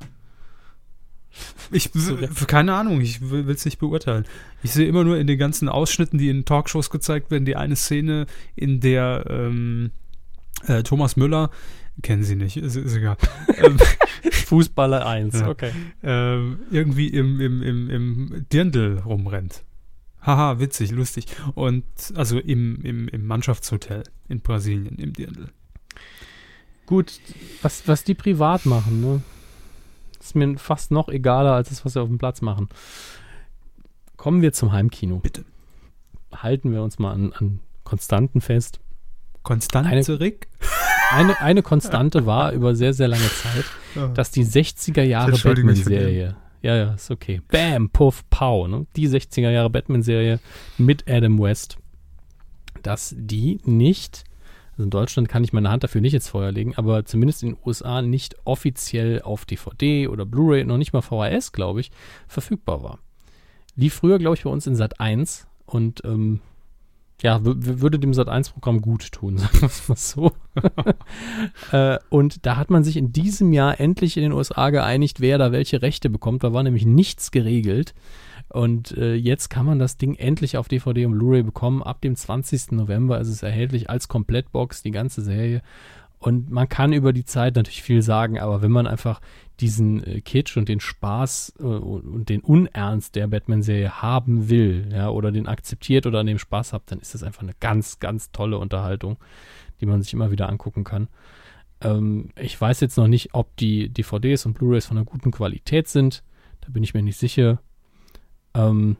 Ich, keine Ahnung, ich will es nicht beurteilen. Ich sehe immer nur in den ganzen Ausschnitten, die in Talkshows gezeigt werden, die eine Szene, in der ähm, äh, Thomas Müller, kennen Sie nicht, ist, ist egal, ähm, Fußballer eins, Ja. okay. ähm, irgendwie im, im, im, im Dirndl rumrennt. Haha, witzig, lustig. Und also im, im, im Mannschaftshotel in Brasilien, im Dirndl. Gut, was, was die privat machen, ne? Ist mir fast noch egaler, als das, was sie auf dem Platz machen. Kommen wir zum Heimkino. Bitte. Halten wir uns mal an, an Konstanten fest. Konstanze Rick? Eine, eine Konstante war über sehr, sehr lange Zeit, Ja. dass die sechziger Jahre Entschuldige mich für Batman-Serie, ja, ja, ist okay. Bam, puff, pow, ne? Die sechziger Jahre Batman-Serie mit Adam West, dass die nicht, also in Deutschland kann ich meine Hand dafür nicht ins Feuer legen, aber zumindest in den U S A nicht offiziell auf D V D oder Blu-ray, noch nicht mal V H S, glaube ich, verfügbar war. Lief früher, glaube ich, bei uns in Sat eins und ähm, ja, w- w- würde dem Sat eins Programm gut tun, sagen wir es mal so. äh, und da hat man sich in diesem Jahr endlich in den U S A geeinigt, wer da welche Rechte bekommt. Da war nämlich nichts geregelt. Und äh, jetzt kann man das Ding endlich auf D V D und Blu-ray bekommen. Ab dem zwanzigsten November ist es erhältlich als Komplettbox, die ganze Serie. Und man kann über die Zeit natürlich viel sagen, aber wenn man einfach diesen äh, Kitsch und den Spaß äh, und, und den Unernst der Batman-Serie haben will, ja, oder den akzeptiert oder an dem Spaß hat, dann ist das einfach eine ganz, ganz tolle Unterhaltung, die man sich immer wieder angucken kann. Ähm, ich weiß jetzt noch nicht, ob die D V Ds und Blu-rays von einer guten Qualität sind. Da bin ich mir nicht sicher. Ähm,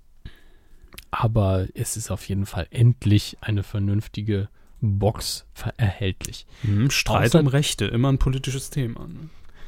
aber es ist auf jeden Fall endlich eine vernünftige Box ver- erhältlich. Hm, Streit Außer- um Rechte, immer ein politisches Thema. Ne?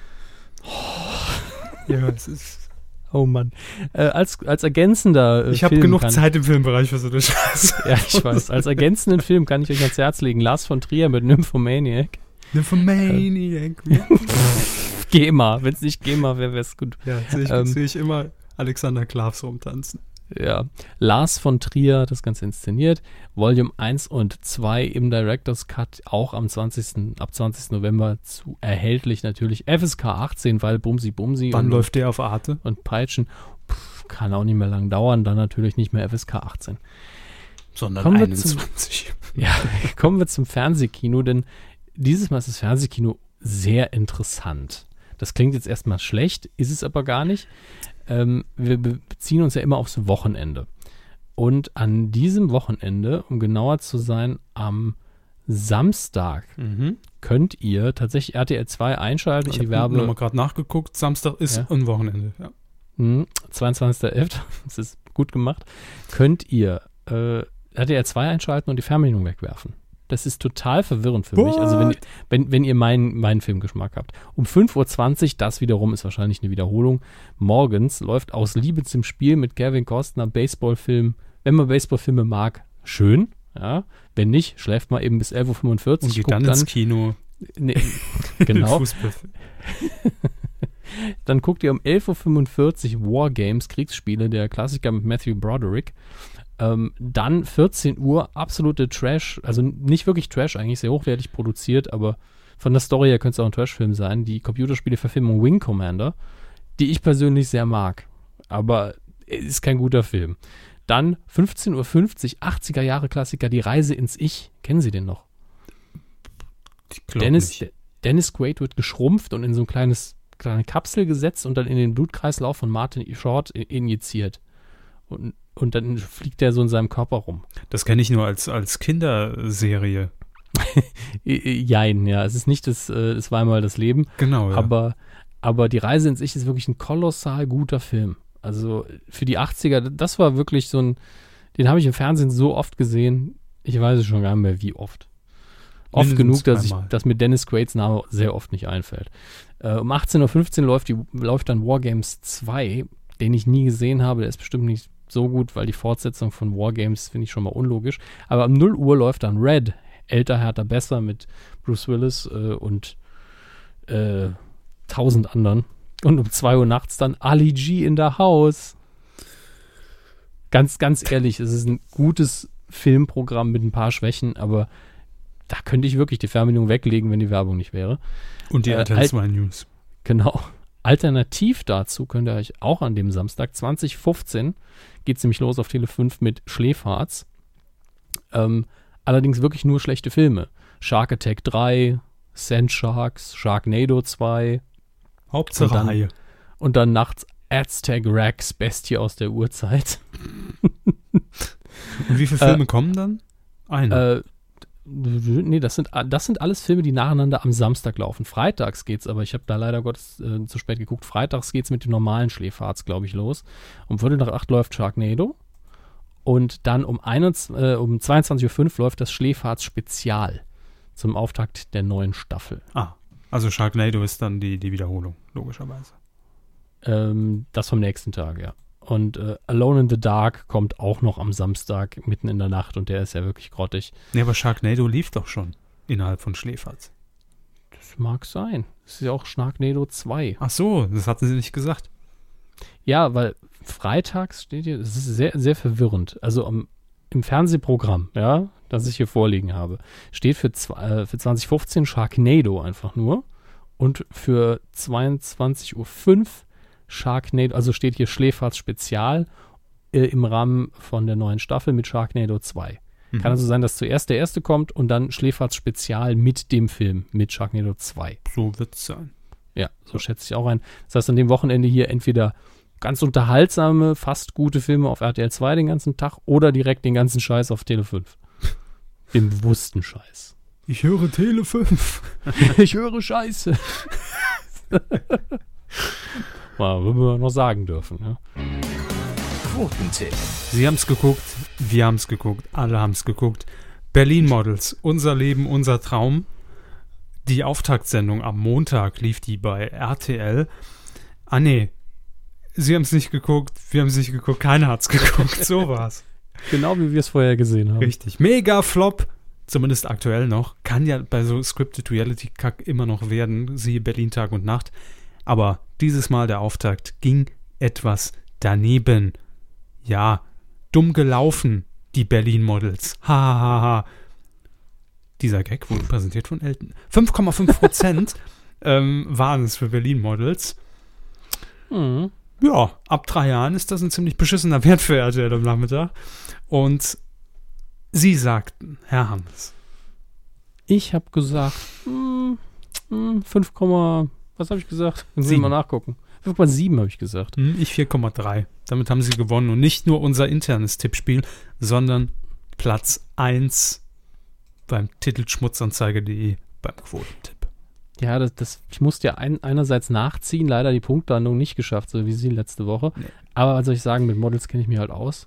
Ja, es ist. Oh Mann. Äh, als, als ergänzender äh, Ich habe Film genug kann, Zeit im Filmbereich für so eine Scheiße. Ja, ich weiß. Als ergänzenden Film kann ich euch ans Herz legen. Lars von Trier mit Nymphomaniac. Nymphomaniac. GEMA. Wenn es nicht GEMA wäre, wäre es gut. Ja, sehe ich, Ähm, seh ich immer Alexander Klavs rumtanzen. Ja, Lars von Trier hat das Ganze inszeniert. Volume eins und zwei im Director's Cut auch am zwanzigsten ab zwanzigsten November zu erhältlich natürlich. F S K achtzehn, weil Bumsi Bumsi Wann und, läuft der auf Arte? und Peitschen. Pff, kann auch nicht mehr lang dauern, dann natürlich nicht mehr F S K achtzehn. Sondern Kommen wir zum- einundzwanzig. Ja, kommen wir zum Fernsehkino, denn dieses Mal ist das Fernsehkino sehr interessant. Das klingt jetzt erstmal schlecht, ist es aber gar nicht. Ähm, wir be- beziehen uns ja immer aufs Wochenende. Und an diesem Wochenende, um genauer zu sein, am Samstag Mhm. könnt ihr tatsächlich R T L zwei einschalten Ich und die habe nochmal Werbe... gerade nachgeguckt. Samstag ist Ja. ein Wochenende. Ja. Hm, zweiundzwanzigster elfter das ist gut gemacht, könnt ihr äh, R T L zwei einschalten und die Fernbedienung wegwerfen. Das ist total verwirrend für mich. Also wenn, What? wenn, wenn ihr meinen, meinen Filmgeschmack habt. Um fünf Uhr zwanzig, das wiederum ist wahrscheinlich eine Wiederholung, morgens läuft Aus Liebe zum Spiel mit Kevin Costner Baseballfilm. Wenn man Baseballfilme mag, schön. Ja. Wenn nicht, schläft man eben bis elf Uhr fünfundvierzig. Und geht guckt dann ins Kino. nee, genau. Fußballfilm. Dann guckt ihr um elf Uhr fünfundvierzig Wargames, Kriegsspiele, der Klassiker mit Matthew Broderick. Ähm, dann vierzehn Uhr, absolute Trash, also nicht wirklich Trash, eigentlich sehr hochwertig produziert, aber von der Story her könnte es auch ein Trash-Film sein. Die Computerspiele-Verfilmung Wing Commander, die ich persönlich sehr mag. Aber ist kein guter Film. Dann fünfzehn Uhr fünfzig, achtziger Jahre Klassiker, Die Reise ins Ich. Kennen Sie den noch? Ich glaub Dennis, nicht. Dennis Quaid wird geschrumpft und in so ein kleines, kleine Kapsel gesetzt und dann in den Blutkreislauf von Martin Short injiziert. Und, und dann fliegt er so in seinem Körper rum. Das kenne ich nur als, als Kinderserie. Jein, ja. Es ist nicht das, äh, es war einmal das Leben. Genau, ja. Aber, aber Die Reise ins Ich ist wirklich ein kolossal guter Film. Also für die achtziger, das war wirklich so ein, den habe ich im Fernsehen so oft gesehen, ich weiß es schon gar nicht mehr, wie oft. Oft Mindestens genug, dass, ich, zweimal. dass mir Dennis Quaids Name sehr oft nicht einfällt. Äh, um achtzehn Uhr fünfzehn läuft, die, läuft dann Wargames zwei, den ich nie gesehen habe. Der ist bestimmt nicht so gut, weil die Fortsetzung von Wargames finde ich schon mal unlogisch. Aber um null Uhr läuft dann Red, älter, härter, besser mit Bruce Willis äh, und äh, tausend anderen. Und um zwei Uhr nachts dann Ali G in the House. Ganz, ganz ehrlich, es ist ein gutes Filmprogramm mit ein paar Schwächen, aber da könnte ich wirklich die Fernbedienung weglegen, wenn die Werbung nicht wäre. Und die Äh, R T L zwei News. Genau. Alternativ dazu könnt ihr euch auch an dem Samstag zwanzig fünfzehn geht es nämlich los auf Tele fünf mit Schläferz. Ähm, allerdings wirklich nur schlechte Filme. Shark Attack drei, Sand Sharks, Sharknado zwei Hauptsache und dann- Haie. und dann nachts Aztec Rex, Bestie aus der Urzeit. Und wie viele Filme kommen dann? Einer. Äh, nee, das sind, das sind alles Filme, die nacheinander am Samstag laufen. Freitags geht's, aber ich habe da leider Gottes äh, zu spät geguckt. Freitags geht's mit dem normalen Schläferz, glaube ich, los. Um Viertel nach acht läuft Sharknado. Und dann um, einundzwanzig, äh, um zweiundzwanzig Uhr fünf läuft das Schläferz Spezial zum Auftakt der neuen Staffel. ah, also Sharknado ist dann die, die Wiederholung, logischerweise. Ähm, das vom nächsten Tag, ja. Und äh, Alone in the Dark kommt auch noch am Samstag mitten in der Nacht und der ist ja wirklich grottig. Nee, aber Sharknado lief doch schon innerhalb von Schläferz. Das mag sein. Das ist ja auch Sharknado zwei. Ach so, das hatten sie nicht gesagt. Ja, weil freitags steht hier, das ist sehr, sehr verwirrend. Also am, im Fernsehprogramm, ja, das ich hier vorliegen habe, steht für, zw- äh, für zwanzig fünfzehn Sharknado einfach nur und für zweiundzwanzig Uhr fünf Sharknado, also steht hier Schläferz Spezial äh, im Rahmen von der neuen Staffel mit Sharknado zwei. Mhm. Kann also sein, dass zuerst der erste kommt und dann Schläferz Spezial mit dem Film, mit Sharknado zwei. So wird es sein. Ja, so schätze ich auch ein. Das heißt, an dem Wochenende hier entweder ganz unterhaltsame, fast gute Filme auf R T L zwei den ganzen Tag oder direkt den ganzen Scheiß auf Tele fünf. Den bewussten Scheiß. Ich höre Tele fünf. Ich höre Scheiße. Mal, wenn wir noch sagen dürfen. Ja. Quotentipp. Sie haben es geguckt, wir haben es geguckt, alle haben es geguckt. Berlin Models, unser Leben, unser Traum. Die Auftaktsendung am Montag lief die bei R T L. Ah nee, Sie haben es nicht geguckt, wir haben es nicht geguckt, keiner hat es geguckt, so war's. Genau wie wir es vorher gesehen haben. Richtig, mega Flop, zumindest aktuell noch. Kann ja bei so Scripted Reality-Kack immer noch werden, siehe Berlin Tag und Nacht. Aber dieses Mal der Auftakt ging etwas daneben. Ja, dumm gelaufen, die Berlin Models. Ha, ha, ha, ha. Dieser Gag wurde präsentiert von Elton. fünf Komma fünf Prozent ähm, waren es für Berlin Models. Mhm. Ja, ab drei Jahren ist das ein ziemlich beschissener Wert für R T L am Nachmittag. Und Sie sagten, Herr Hammes. Ich habe gesagt, hm, hm, fünf, was habe ich gesagt? Müssen wir Sieben. mal nachgucken. fünf Komma sieben habe ich gesagt. Hm, ich vier Komma drei. Damit haben Sie gewonnen. Und nicht nur unser internes Tippspiel, sondern Platz eins beim Titelschmutzanzeiger punkt de beim Quotentipp. Ja, das, das, ich musste ja ein, einerseits nachziehen, leider die Punktlandung nicht geschafft, so wie Sie letzte Woche. Nee. Aber was soll ich sagen, mit Models kenne ich mich halt aus.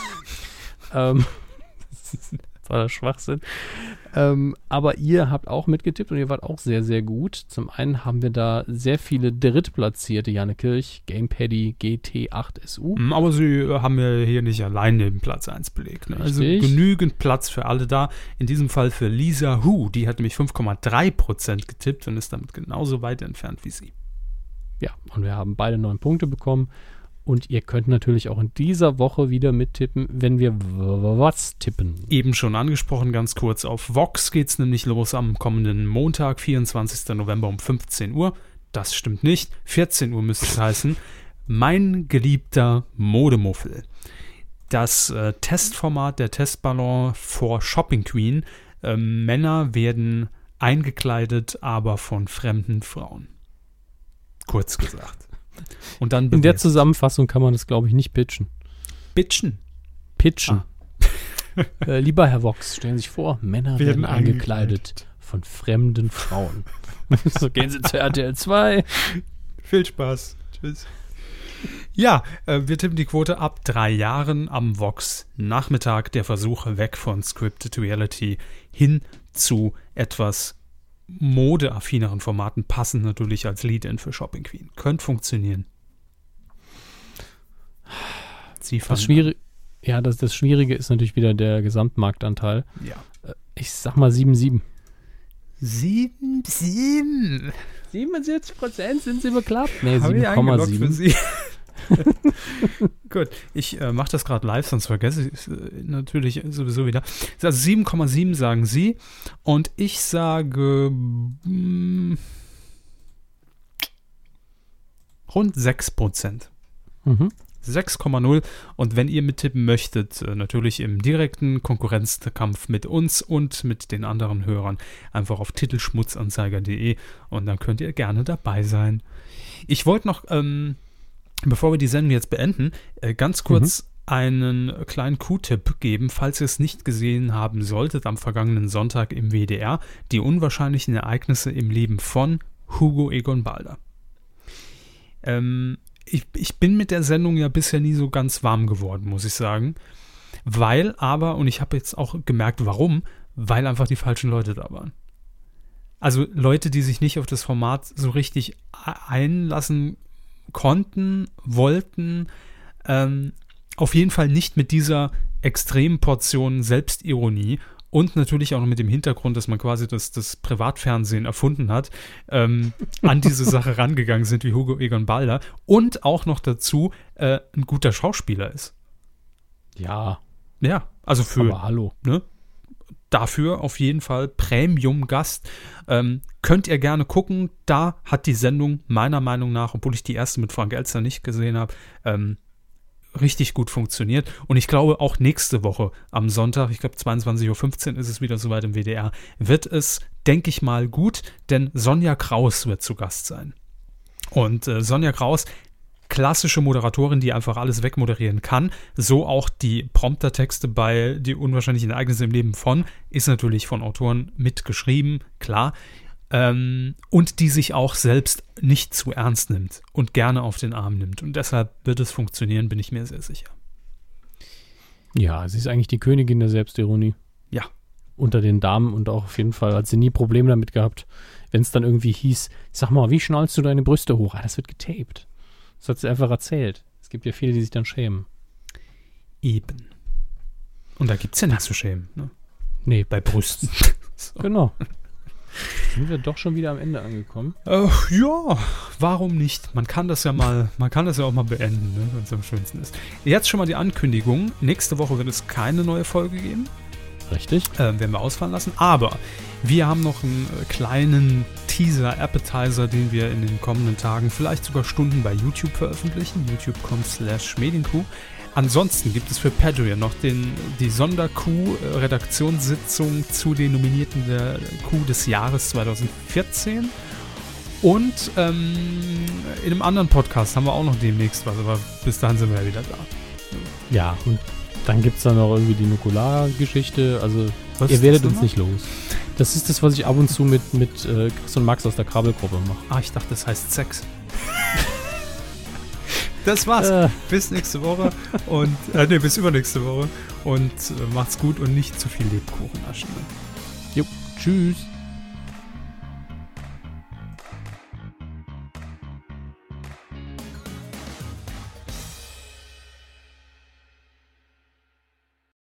ähm, das war der Schwachsinn. Ähm, aber ihr habt auch mitgetippt und ihr wart auch sehr, sehr gut. Zum einen haben wir da sehr viele Drittplatzierte, Janne Kirch, Gamepaddy, G T acht S U. Hm, Aber Sie haben ja hier nicht allein den Platz eins belegt. Ne? Also Richtig. genügend Platz für alle da. In diesem Fall für Lisa Hu. Die hat nämlich fünf Komma drei Prozent getippt und ist damit genauso weit entfernt wie Sie. Ja, und wir haben beide neun Punkte bekommen. Und ihr könnt natürlich auch in dieser Woche wieder mittippen, wenn wir w- was tippen. Eben schon angesprochen, ganz kurz. Auf Vox geht es nämlich los am kommenden Montag, vierundzwanzigsten November um fünfzehn Uhr. Das stimmt nicht. vierzehn Uhr müsste es heißen. Mein geliebter Modemuffel. Das äh, Testformat der Testballon vor Shopping Queen. Äh, Männer werden eingekleidet, aber von fremden Frauen. Kurz gesagt. Und dann In der bewertet. Zusammenfassung kann man das, glaube ich, nicht pitchen. Bitchen. Pitchen. Ah. äh, lieber Herr Vox, stellen Sie sich vor, Männer werden, Werden angekleidet von fremden Frauen. So, gehen Sie zu R T L zwei. Viel Spaß. Tschüss. Ja, äh, wir tippen die Quote ab drei Jahren am Vox Nachmittag. Der Versuch weg von Scripted Reality hin zu etwas modeaffineren Formaten, passend natürlich als Lead-In für Shopping Queen. Könnte funktionieren. Sie Das Schwierige, ja, das, das Schwierige ist natürlich wieder der Gesamtmarktanteil. Ja. Ich sag mal sieben sieben. Sieben, sieben. siebenundsiebzig Prozent sind sie beklappt? Nee, Hab ich sieben Komma eingeloggt für sieben. Sie. Gut, ich äh, mache das gerade live, sonst vergesse ich es äh, natürlich sowieso wieder. Also sieben Komma sieben sagen Sie und ich sage mh, rund sechs Prozent. Mhm. sechs Komma null und wenn ihr mittippen möchtet, äh, natürlich im direkten Konkurrenzkampf mit uns und mit den anderen Hörern, einfach auf titelschmutzanzeiger punkt de und dann könnt ihr gerne dabei sein. Ich wollte noch, ähm, bevor wir die Sendung jetzt beenden, äh, ganz kurz mhm. einen kleinen Q-Tipp geben, falls ihr es nicht gesehen haben solltet am vergangenen Sonntag im W D R, die unwahrscheinlichen Ereignisse im Leben von Hugo Egon Balder. Ähm, Ich, ich bin mit der Sendung ja bisher nie so ganz warm geworden, muss ich sagen. Weil aber, und ich habe jetzt auch gemerkt, warum, weil einfach die falschen Leute da waren. Also Leute, die sich nicht auf das Format so richtig einlassen konnten, wollten, ähm, auf jeden Fall nicht mit dieser extremen Portion Selbstironie und natürlich auch noch mit dem Hintergrund, dass man quasi das, das Privatfernsehen erfunden hat, ähm, an diese Sache rangegangen sind, wie Hugo Egon Balder. Und auch noch dazu äh, ein guter Schauspieler ist. Ja. Ja, also für, aber hallo. Ne, dafür auf jeden Fall Premium-Gast. Ähm, könnt ihr gerne gucken. Da hat die Sendung meiner Meinung nach, obwohl ich die erste mit Frank Elstner nicht gesehen habe, ähm, richtig gut funktioniert. Und ich glaube, auch nächste Woche am Sonntag, ich glaube zweiundzwanzig Uhr fünfzehn ist es wieder soweit im W D R, wird es, denke ich mal, gut, denn Sonja Kraus wird zu Gast sein. Und äh, Sonja Kraus, klassische Moderatorin, die einfach alles wegmoderieren kann, so auch die Promptertexte bei Die unwahrscheinlichen Ereignisse im Leben von, ist natürlich von Autoren mitgeschrieben, klar. Ähm, und die sich auch selbst nicht zu ernst nimmt und gerne auf den Arm nimmt. Und deshalb wird es funktionieren, bin ich mir sehr sicher. Ja, sie ist eigentlich die Königin der Selbstironie. Ja. Unter den Damen und auch auf jeden Fall hat sie nie Probleme damit gehabt, wenn es dann irgendwie hieß, sag mal, wie schnallst du deine Brüste hoch? Ah, das wird getaped. Das hat sie einfach erzählt. Es gibt ja viele, die sich dann schämen. Eben. Und da gibt es ja nichts zu schämen. Ne? Nee. Bei Brüsten. So. Genau. Sind wir doch schon wieder am Ende angekommen? Uh, ja, warum nicht? Man kann das ja mal, man kann das ja auch mal beenden, ne, wenn es am schönsten ist. Jetzt schon mal die Ankündigung. Nächste Woche wird es keine neue Folge geben. Richtig. Äh, werden wir ausfallen lassen. Aber wir haben noch einen äh, kleinen Teaser, Appetizer, den wir in den kommenden Tagen, vielleicht sogar Stunden bei YouTube veröffentlichen. youtube punkt com slash medienkuh. Ansonsten gibt es für Patreon noch den, die Sonder-Q-Redaktionssitzung zu den Nominierten der Q des Jahres zwanzig vierzehn. Und ähm, in einem anderen Podcast haben wir auch noch demnächst was, aber bis dahin sind wir ja wieder da. Ja, und dann gibt es dann noch irgendwie die Nukular-Geschichte. Also, Was ihr werdet das uns nicht los. Das ist das, was ich ab und zu mit, mit äh, Chris und Max aus der Krabbelgruppe mache. Ah, ich dachte, das heißt Sex. Das war's. Äh. Bis nächste Woche und äh, nee, bis übernächste Woche und äh, macht's gut und nicht zu viel Lebkuchen naschen. Jo, tschüss.